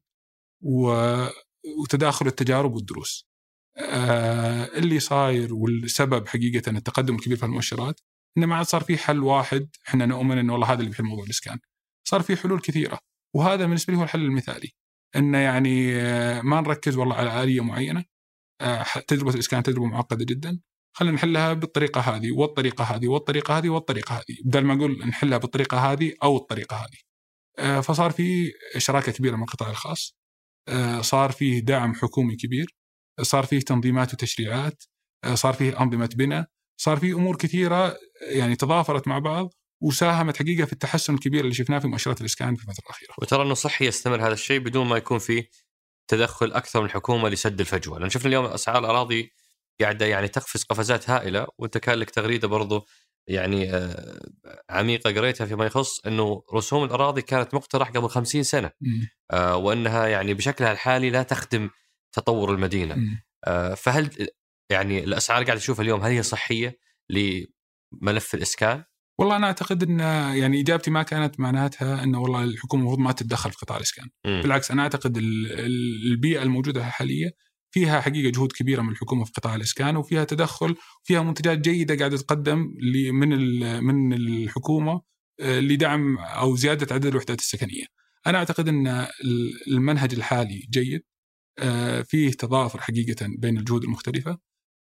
وتداخل التجارب والدروس. آه اللي صاير والسبب حقيقة التقدم الكبير في المؤشرات إنه ما عاد صار في حل واحد إحنا نؤمن إنه والله هذا اللي بيحل موضوع الإسكان. صار في حلول كثيرة، وهذا بالنسبة لي هو الحل المثالي. إنه يعني آه ما نركز والله على آلية معينة. آه تجربة الإسكان تجربة معقدة جدا، خلينا نحلها بالطريقة هذه والطريقة هذه والطريقة هذه والطريقة هذه، بدل ما نقول نحلها بالطريقة هذه أو الطريقة هذه. آه فصار في شراكة كبيرة مع القطاع الخاص، آه صار فيه دعم حكومي كبير، صار فيه تنظيمات وتشريعات، صار فيه أنظمة بناء، صار فيه أمور كثيرة يعني تضافرت مع بعض وساهمت حقيقة في التحسن الكبير اللي شفناه في مؤشرات الإسكان في الفترة الأخيرة. وترى أنه صحي يستمر هذا الشيء بدون ما يكون فيه تدخل أكثر من الحكومة لسد الفجوة، لأن شفنا اليوم أسعار الأراضي قاعدة يعني تقفز قفزات هائلة. وأنت كان لك تغريدة برضو يعني عميقة قريتها فيما يخص أنه رسوم الأراضي كانت مقترح قبل خمسين سنة، آه وأنها يعني بشكلها الحالي لا تخدم تطور المدينة. م. آه فهل يعني الأسعار قاعدة تشوفها اليوم هل هي صحية لملف الإسكان؟ والله أنا أعتقد أن يعني إجابتي ما كانت معناتها أنه والله الحكومة المفروض ما تتدخل في قطاع الإسكان. م. بالعكس، أنا أعتقد البيئة الموجودة حاليا فيها حقيقة جهود كبيرة من الحكومة في قطاع الإسكان، وفيها تدخل، فيها منتجات جيدة قاعدة تقدم من من الحكومة لدعم أو زيادة عدد الوحدات السكنية. أنا أعتقد أن المنهج الحالي جيد، فيه تضافر حقيقة بين الجهود المختلفة.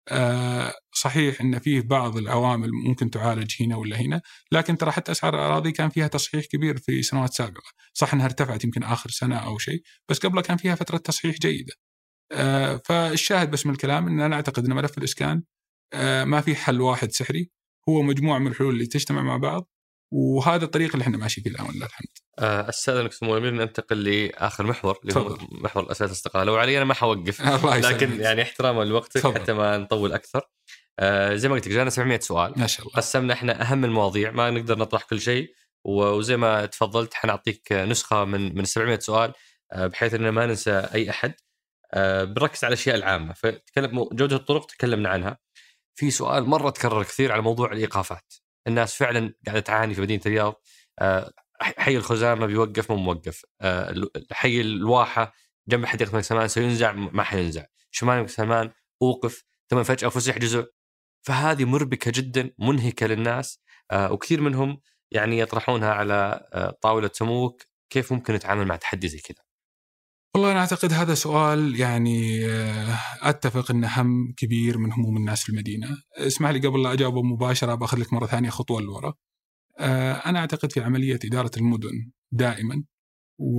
صحيح أن فيه بعض العوامل ممكن تعالج هنا ولا هنا، لكن ترى حتى أسعار الأراضي كان فيها تصحيح كبير في سنوات سابقة. صح أنها ارتفعت يمكن آخر سنة أو شيء، بس قبلها كان فيها فترة تصحيح جيدة. فالشاهد بس من الكلام أن أنا أعتقد أن ملف الإسكان ما في حل واحد سحري، هو مجموعة من الحلول اللي تجتمع مع بعض، وهذا الطريق اللي احنا ماشي فيه الآن ولله الحمد. أستاذنك سمو الأمير ننتقل لآخر محور اللي هو محور الأسئلة الاستقالة، وعلي أنا ما حوقف لكن يعني احتراما لوقتك حتى ما نطول أكثر. آه زي ما قلت لك جانا سبعمية سؤال ما شاء الله. قسمنا احنا أهم المواضيع، ما نقدر نطرح كل شيء، وزي ما تفضلت حنعطيك نسخة من من سبعمية سؤال آه بحيث أننا ما ننسى أي أحد. آه بنركز على الأشياء العامة، فتكلم جودة الطرق تكلمنا عنها. في سؤال مرة تكرر كثير على موضوع الإيقافات. الناس فعلا قاعدة تعاني في مدينة الرياض. آه حي الخزامة بيوقف مو موقف، آه حي الواحة جنب حديقة الملك سلمان سينزع ما حينزع، شمال الملك سلمان أوقف ثم فجأة فسح جزء. فهذه مربكة جدا، منهكة للناس، آه وكثير منهم يعني يطرحونها على آه طاولة سموك. كيف ممكن نتعامل مع تحدي زي كذا؟ والله أنا أعتقد هذا سؤال يعني أتفق أنه هم كبير من هموم الناس في المدينة. اسمح لي قبل لا أجاوبه مباشرة بأخذ لك مرة ثانية خطوة لورا. أنا أعتقد في عملية إدارة المدن دائما و...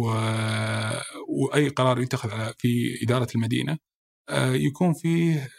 وأي قرار يتخذ في إدارة المدينة يكون فيه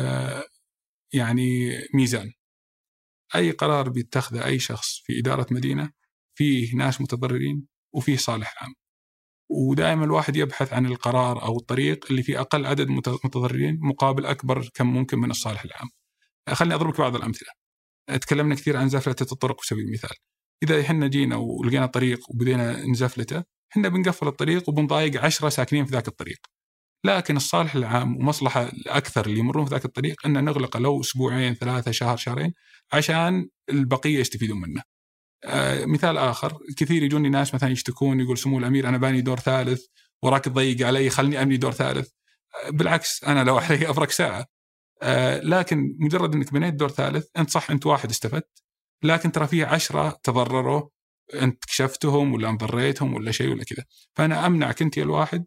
يعني ميزان. أي قرار بيتخذه أي شخص في إدارة مدينة فيه ناس متضررين وفيه صالح عام، ودائما الواحد يبحث عن القرار أو الطريق اللي فيه أقل عدد متضررين مقابل أكبر كم ممكن من الصالح العام. خلني أضربك بعض الأمثلة. تكلمنا كثير عن زفلتة الطرق بسبيل المثال. إذا إحنا جينا ولقينا طريق وبدينا نزفلته، إحنا بنقفل الطريق وبنضايق عشرة ساكنين في ذاك الطريق. لكن الصالح العام ومصلحة الأكثر اللي يمرون في ذاك الطريق أن نغلق لو أسبوعين ثلاثة شهر شهرين عشان البقية يستفيدون منه. آه مثال آخر، كثير يجوني ناس مثلا يشتكون يقول سمو الأمير أنا باني دور ثالث وراك تضيق علي، خلني أبني دور ثالث. آه بالعكس أنا لو علي أفرق ساعة. آه لكن مجرد أنك بنيت دور ثالث أنت صح أنت واحد استفدت، لكن ترى فيه عشرة تضرروا، أنت كشفتهم ولا انضريتهم ولا شيء ولا كذا. فأنا أمنعك أنت الواحد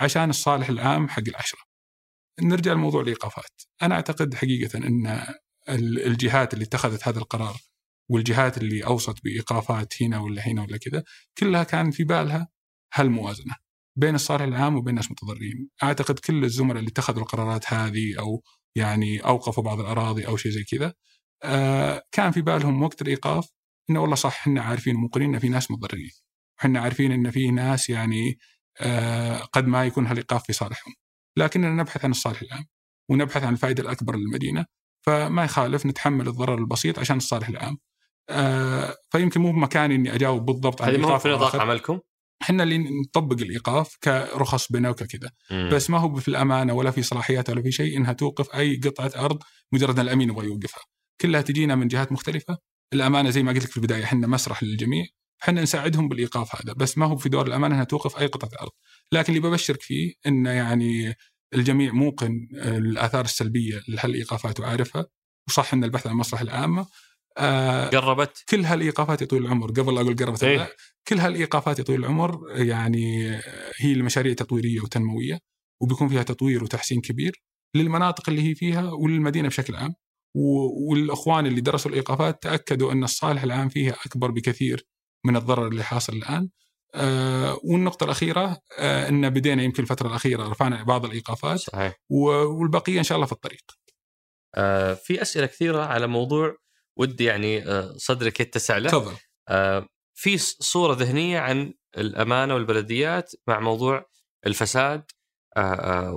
عشان الصالح العام حق العشرة. نرجع لموضوع الإيقافات. أنا أعتقد حقيقة أن الجهات اللي اتخذت هذا القرار والجهات اللي أوصت بإيقافات هنا ولا هنا ولا كذا كلها كان في بالها هالموازنة بين الصالح العام وبين الناس المتضررين. أعتقد كل الزملاء اللي اتخذوا القرارات هذه أو يعني أوقفوا بعض الأراضي أو شيء زي كذا آه كان في بالهم وقت الإيقاف إنه والله صح إحنا عارفين وموقنين إن في ناس متضررين، وإحنا عارفين إن في ناس يعني آه قد ما يكون هالإيقاف في صالحهم، لكننا نبحث عن الصالح العام ونبحث عن الفائدة الأكبر للمدينة، فما يخالف نتحمل الضرر البسيط عشان الصالح العام. آه فيمكن مو بمكاني إني أجاوب بالضبط عن الإيقاف. هذه في نطاق عملكم؟ إحنا اللي نطبق الإيقاف كرخص بنا وكذا، بس ما هو في الأمانة ولا في صلاحيات ولا في شيء إنها توقف أي قطعة أرض مجرد أن الأمين يبغى يوقفها. كلها تجينا من جهات مختلفة. الأمانة زي ما قلت لك في البداية إحنا مسرح للجميع، إحنا نساعدهم بالإيقاف هذا، بس ما هو في دور الأمانة إنها توقف أي قطعة أرض. لكن اللي ببشرك فيه إن يعني الجميع موقن الآثار السلبية لهالإيقافات وعارفها، وصح إن البحث عن المصلحة العامة آه قربت كل هالإيقافات يطول العمر. قبل أقول قربت إيه؟ كل هالإيقافات يطول العمر يعني هي المشاريع تطويرية وتنموية، وبيكون فيها تطوير وتحسين كبير للمناطق اللي هي فيها وللمدينة بشكل عام. والأخوان اللي درسوا الإيقافات تأكدوا أن الصالح العام فيها أكبر بكثير من الضرر اللي حاصل الآن. آه والنقطة الأخيرة آه أن بدينا يمكن الفترة الأخيرة رفعنا بعض الإيقافات. صحيح. والبقية إن شاء الله في الطريق. آه في أسئلة كثيرة على موضوع ودي يعني آه صدرك يتسع له. تفضل. آه في صورة ذهنية عن الأمانة والبلديات مع موضوع الفساد آه آه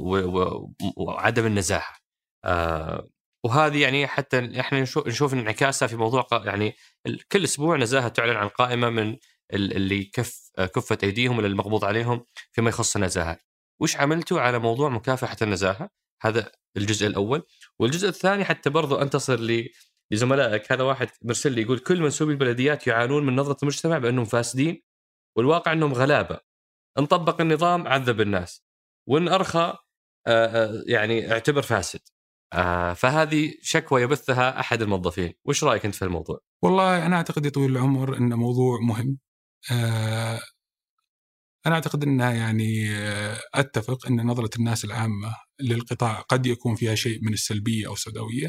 وعدم النزاهة، آه وهذه يعني حتى احنا نشوف نشوف انعكاسها في موضوع يعني كل اسبوع نزاهة تعلن عن قائمة من اللي كف كفت ايديهم ولا المقبوض عليهم فيما يخص النزاهة. وش عملتوا على موضوع مكافحة النزاهة؟ هذا الجزء الأول. والجزء الثاني حتى برضو انتصر لزملائك، هذا واحد مرسل لي يقول كل منسوبي البلديات يعانون من نظرة المجتمع بأنهم فاسدين، والواقع أنهم غلابة. ان طبق النظام عذب الناس، وإن أرخى يعني اعتبر فاسد. فهذه شكوى يبثها أحد الموظفين. وش رأيك أنت في الموضوع؟ والله أنا أعتقد يطول العمر أنه موضوع مهم. أنا أعتقد أنها يعني أتفق أن نظرة الناس العامة للقطاع قد يكون فيها شيء من السلبية أو السوداوية.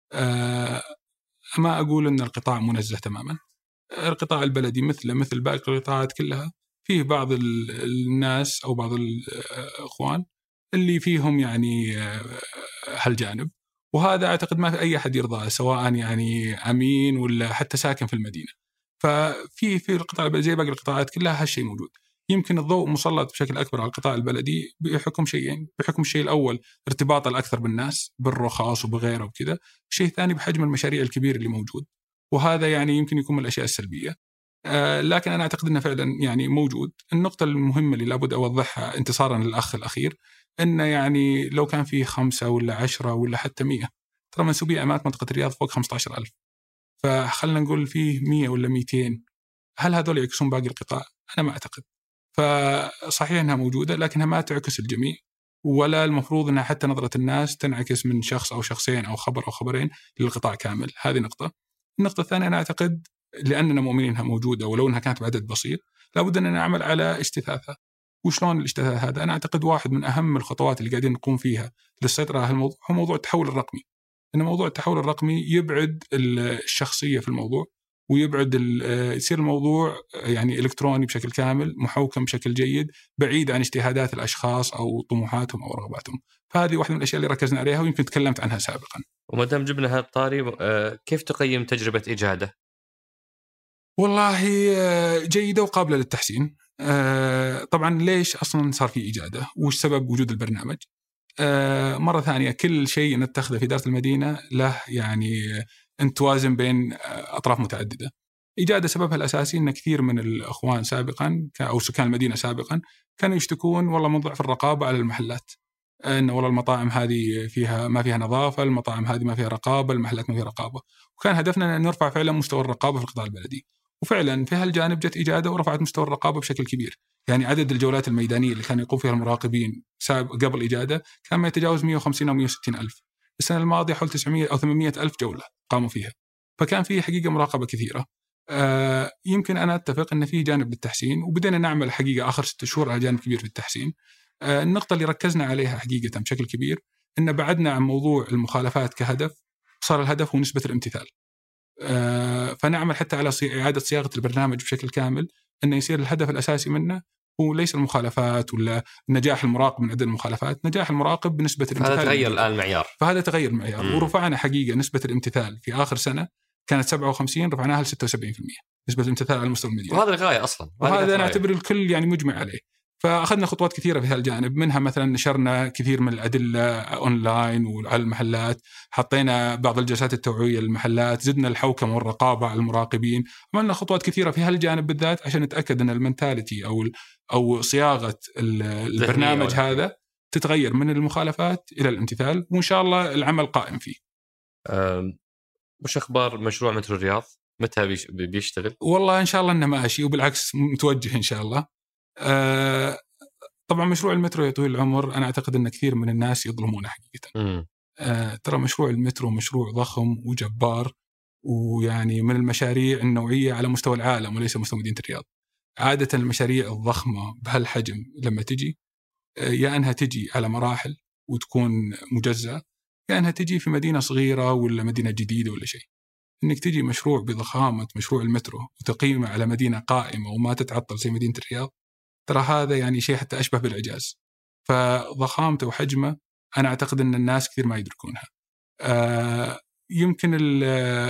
ما أقول أن القطاع منزه تماما. القطاع البلدي مثل مثل باقي القطاعات كلها فيه بعض الناس أو بعض الأخوان اللي فيهم يعني هالجانب، وهذا أعتقد ما في أي أحد يرضاه سواء يعني أمين ولا حتى ساكن في المدينة. ففي في القطاع زي باقي القطاعات كلها هالشيء موجود. يمكن الضوء مسلط بشكل أكبر على القطاع البلدي بحكم شيئين. بحكم الشيء الأول ارتباط الأكثر بالناس بالرخاص وبغيره وكذا. الشيء الثاني بحجم المشاريع الكبير اللي موجود، وهذا يعني يمكن يكون من الأشياء السلبية. آه لكن أنا أعتقد أنه فعلا يعني موجود. النقطة المهمة اللي لابد أوضحها انتصارا للأخ الأخير أنه يعني لو كان فيه خمسة ولا عشرة ولا حتى مية، ترى منسوبية أمانة منطقة الرياض فوق خمسة عشر ألف، فخلنا نقول فيه مية ولا ميتين، هل هذول يعكسون باقي القطاع؟ أنا ما أعتقد. فصحيح أنها موجودة لكنها ما تعكس الجميع، ولا المفروض أنها حتى نظرة الناس تنعكس من شخص أو شخصين أو خبر أو خبرين للقطاع كامل. هذه نقطة. النقطة الثانية أنا أعتقد لأننا مؤمنين أنها موجودة ولو أنها كانت بعدد بسيط لابد أن نعمل على اجتثاثها. وشلون الاجتثاث هذا؟ أنا أعتقد واحد من أهم الخطوات اللي قاعدين نقوم فيها للسيطرة على الموضوع هو موضوع التحول الرقمي. إن موضوع التحول الرقمي يبعد الشخصية في الموضوع ويبعد يصير الموضوع يعني إلكتروني بشكل كامل، محوكم بشكل جيد، بعيد عن اجتهادات الأشخاص أو طموحاتهم أو رغباتهم. فهذه واحدة من الأشياء اللي ركزنا عليها ويمكن تكلمت عنها سابقا. وما دام جبنا هالطاري، كيف تقيم تجربة إجادة؟ والله جيدة وقابلة للتحسين. طبعا ليش أصلا صار في إجادة؟ وش سبب وجود البرنامج؟ مرة ثانية كل شيء نتخذه في إدارة المدينة له يعني أن توازن بين أطراف متعددة. إجادة سببها الأساسي أن كثير من الأخوان سابقا أو سكان المدينة سابقا كانوا يشتكون والله من ضعف الرقابة على المحلات، أن والله المطاعم هذه فيها ما فيها نظافة، المطاعم هذه ما فيها رقابة، المحلات ما فيها رقابة. وكان هدفنا أن نرفع فعلا مستوى الرقابة في القطاع البلدي، وفعلا في هالجانب جت إجادة ورفعت مستوى الرقابة بشكل كبير. يعني عدد الجولات الميدانية اللي كانوا يقوم فيها المراقبين قبل إجادة كان ما يتجاوز مية وخمسين أو مية وستين ألف. السنة الماضية حول تسعمية أو ثمانمية ألف جولة قاموا فيها، فكان فيه حقيقة مراقبة كثيرة. آه يمكن أنا أتفق أن فيه جانب للتحسين، وبدأنا نعمل حقيقة آخر ست شهور على جانب كبير في التحسين. النقطة اللي ركزنا عليها حقيقة بشكل كبير إن بعدنا عن موضوع المخالفات كهدف، صار الهدف هو نسبة الامتثال. فنعمل حتى على إعادة صياغة البرنامج بشكل كامل، أنه يصير الهدف الأساسي منه هو ليس المخالفات ولا نجاح المراقب من عدد المخالفات، نجاح المراقب بنسبة الامتثال. هذا تغير الآن المعيار، فهذا تغير المعيار، ورفعنا حقيقة نسبة الامتثال في آخر سنة كانت سبعة وخمسين، رفعناها ل ستة وسبعين بالمئة نسبة الامتثال على مستوى المدينة. وهذا الغاية أصلا، وهذا نعتبر الكل يعني مجمع عليه. فأخذنا خطوات كثيرة في هذا الجانب، منها مثلا نشرنا كثير من الأدلة أونلاين وعلى المحلات، حطينا بعض الجلسات التوعوية للمحلات، زدنا الحوكمة والرقابة على المراقبين، عملنا خطوات كثيرة في هالجانب بالذات عشان نتأكد أن المنتاليتي أو أو صياغة البرنامج هذا تتغير من المخالفات إلى الامتثال، وإن شاء الله العمل قائم فيه. وش أخبار مشروع مترو الرياض؟ متى بيشتغل؟ والله إن شاء الله إنه ماشي، وبالعكس متوجه إن شاء الله. أه طبعا مشروع المترو يا طويل العمر أنا أعتقد أن كثير من الناس يظلمونه حقيقة. أه ترى مشروع المترو مشروع ضخم وجبار، ويعني من المشاريع النوعية على مستوى العالم وليس مستوى مدينة الرياض. عادة المشاريع الضخمة بهالحجم لما تجي أه يا أنها تجي على مراحل وتكون مجزأة، يا أنها تجي في مدينة صغيرة ولا مدينة جديدة ولا شيء. إنك تجي مشروع بضخامة مشروع المترو وتقيمه على مدينة قائمة وما تتعطل زي مدينة الرياض، ترى هذا يعني شيء حتى أشبه بالإعجاز. فضخامته وحجمه أنا أعتقد أن الناس كثير ما يدركونها. آه يمكن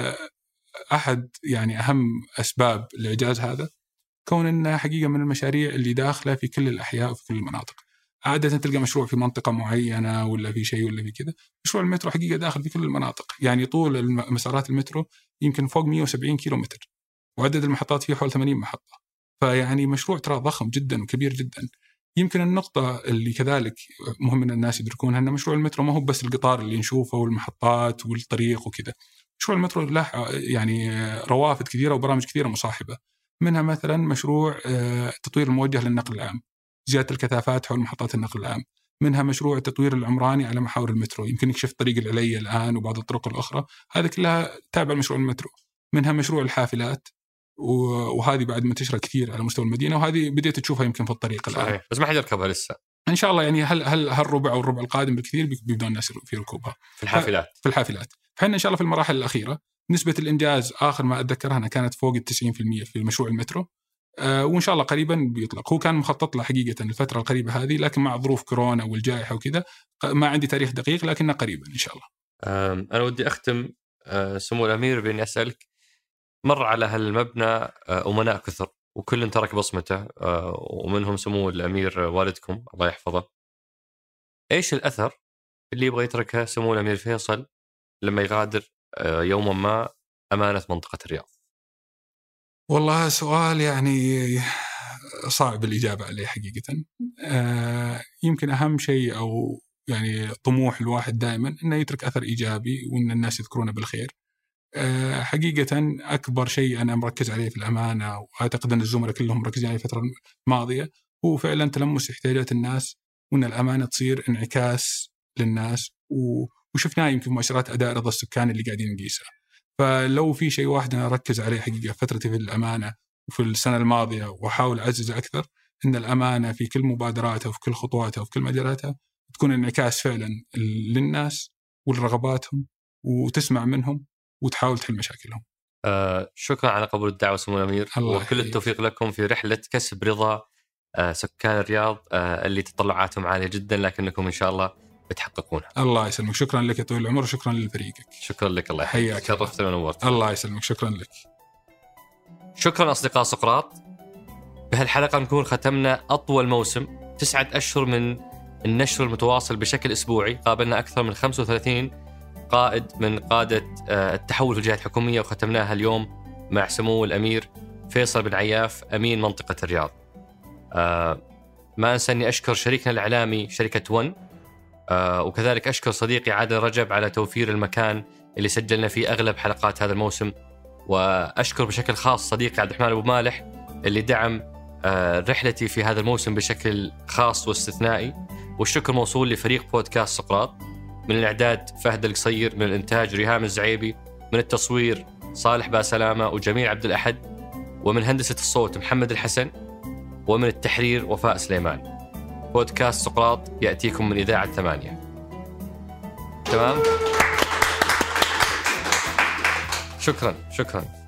أحد يعني أهم أسباب الإعجاز هذا كون أنه حقيقة من المشاريع اللي داخلة في كل الأحياء وفي كل المناطق. عادة تلقى مشروع في منطقة معينة ولا في شيء ولا في كذا، مشروع المترو حقيقة داخل في كل المناطق. يعني طول مسارات المترو يمكن فوق مئة وسبعين كيلومتر، وعدد المحطات فيه حول ثمانين محطة. فيعني مشروع ترى ضخم جدا وكبير جدا. يمكن النقطة اللي كذلك مهم أن الناس يدركونها أن مشروع المترو ما هو بس القطار اللي نشوفه والمحطات والطريق وكذا. مشروع المترو له يعني روافد كثيرة وبرامج كثيرة مصاحبة، منها مثلا مشروع التطوير الموجه للنقل العام، زيادة الكثافات حول محطات النقل العام، منها مشروع التطوير العمراني على محاور المترو، يمكن يكشف طريق العليا الآن وبعض الطرق الأخرى، هذا كلها تابع لمشروع المترو. منها مشروع الحافلات، وهذه بعد منتشرة كثير على مستوى المدينة، وهذه بديت تشوفها يمكن في الطريق الآن. صحيح. بس ما حد يركبها لسه إن شاء الله. يعني هل هل هالربع أو الربع القادم بالكثير بيبدأ الناس في ركوبها في الحافلات. في الحافلات فإحنا إن شاء الله في المراحل الأخيرة نسبة الإنجاز آخر ما أتذكرها أنا كانت فوق التسعين بالمئة في مشروع المترو، أه وإن شاء الله قريبا بيطلق. هو كان مخطط له حقيقة الفترة القريبة هذه، لكن مع ظروف كورونا والجائحة وكذا ما عندي تاريخ دقيق، لكنه قريبا إن شاء الله. أنا ودي أختم سمو الأمير بإني أسألك، مر على هالمبنى أمناء كثر وكل ترك بصمته، ومنهم سمو الأمير والدكم الله يحفظه. إيش الأثر اللي يبغى يتركه سمو الأمير فيصل لما يغادر يوما ما أمانة منطقة الرياض؟ والله سؤال يعني صعب الإجابة عليه حقيقة. آه يمكن أهم شيء أو يعني طموح الواحد دائما إنه يترك أثر إيجابي وإن الناس يذكرونه بالخير. أه حقيقة أكبر شيء أنا مركز عليه في الأمانة، وأعتقد أن الزملاء كلهم مركزين عليه الفترة الماضية، هو فعلا تلمس احتياجات الناس، وأن الأمانة تصير انعكاس للناس، وشفناه يمكن في مؤشرات أداء رضا السكان اللي قاعدين نقيسها. فلو في شيء واحد أنا أركز عليه حقيقة فترتي في الأمانة وفي السنة الماضية وأحاول أعزز أكثر، إن الأمانة في كل مبادراتها وفي كل خطواتها وفي كل مجالاتها تكون انعكاس فعلا للناس ولرغباتهم، وتسمع منهم وتحاول تحل مشاكلهم. آه شكرا على قبول الدعوة سمو الأمير، وكل التوفيق لكم في رحلة كسب رضا آه سكان الرياض آه اللي تطلعاتهم عالية جدا، لكنكم إن شاء الله بتحققونها. الله يسلمك، شكرا لك يا طويل العمر، وشكرا لفريقك. شكرا لك، الله يحييك، شرفتنا ونورتنا. الله يسلمك، شكرا لك. شكرا أصدقاء سقراط. بهالحلقة نكون ختمنا أطول موسم، تسعة أشهر من النشر المتواصل بشكل أسبوعي. قابلنا أكثر من خمسة وثلاثين قائد من قادة التحول في الجهات الحكومية، وختمناها اليوم مع سمو الأمير فيصل بن عياف أمين منطقة الرياض. ما أنسى أني أشكر شريكنا الإعلامي شركة ون، وكذلك أشكر صديقي عادل رجب على توفير المكان اللي سجلنا فيه أغلب حلقات هذا الموسم، وأشكر بشكل خاص صديقي عبد الرحمن أبو مالح اللي دعم رحلتي في هذا الموسم بشكل خاص واستثنائي. والشكر موصول لفريق بودكاست سقراط، من الإعداد فهد القصير، من الإنتاج ريهام الزعيبي، من التصوير صالح باسلامة وجميل عبد الأحد، ومن هندسة الصوت محمد الحسن، ومن التحرير وفاء سليمان. بودكاست سقراط يأتيكم من إذاعة ثمانية. تمام؟ شكرا شكرا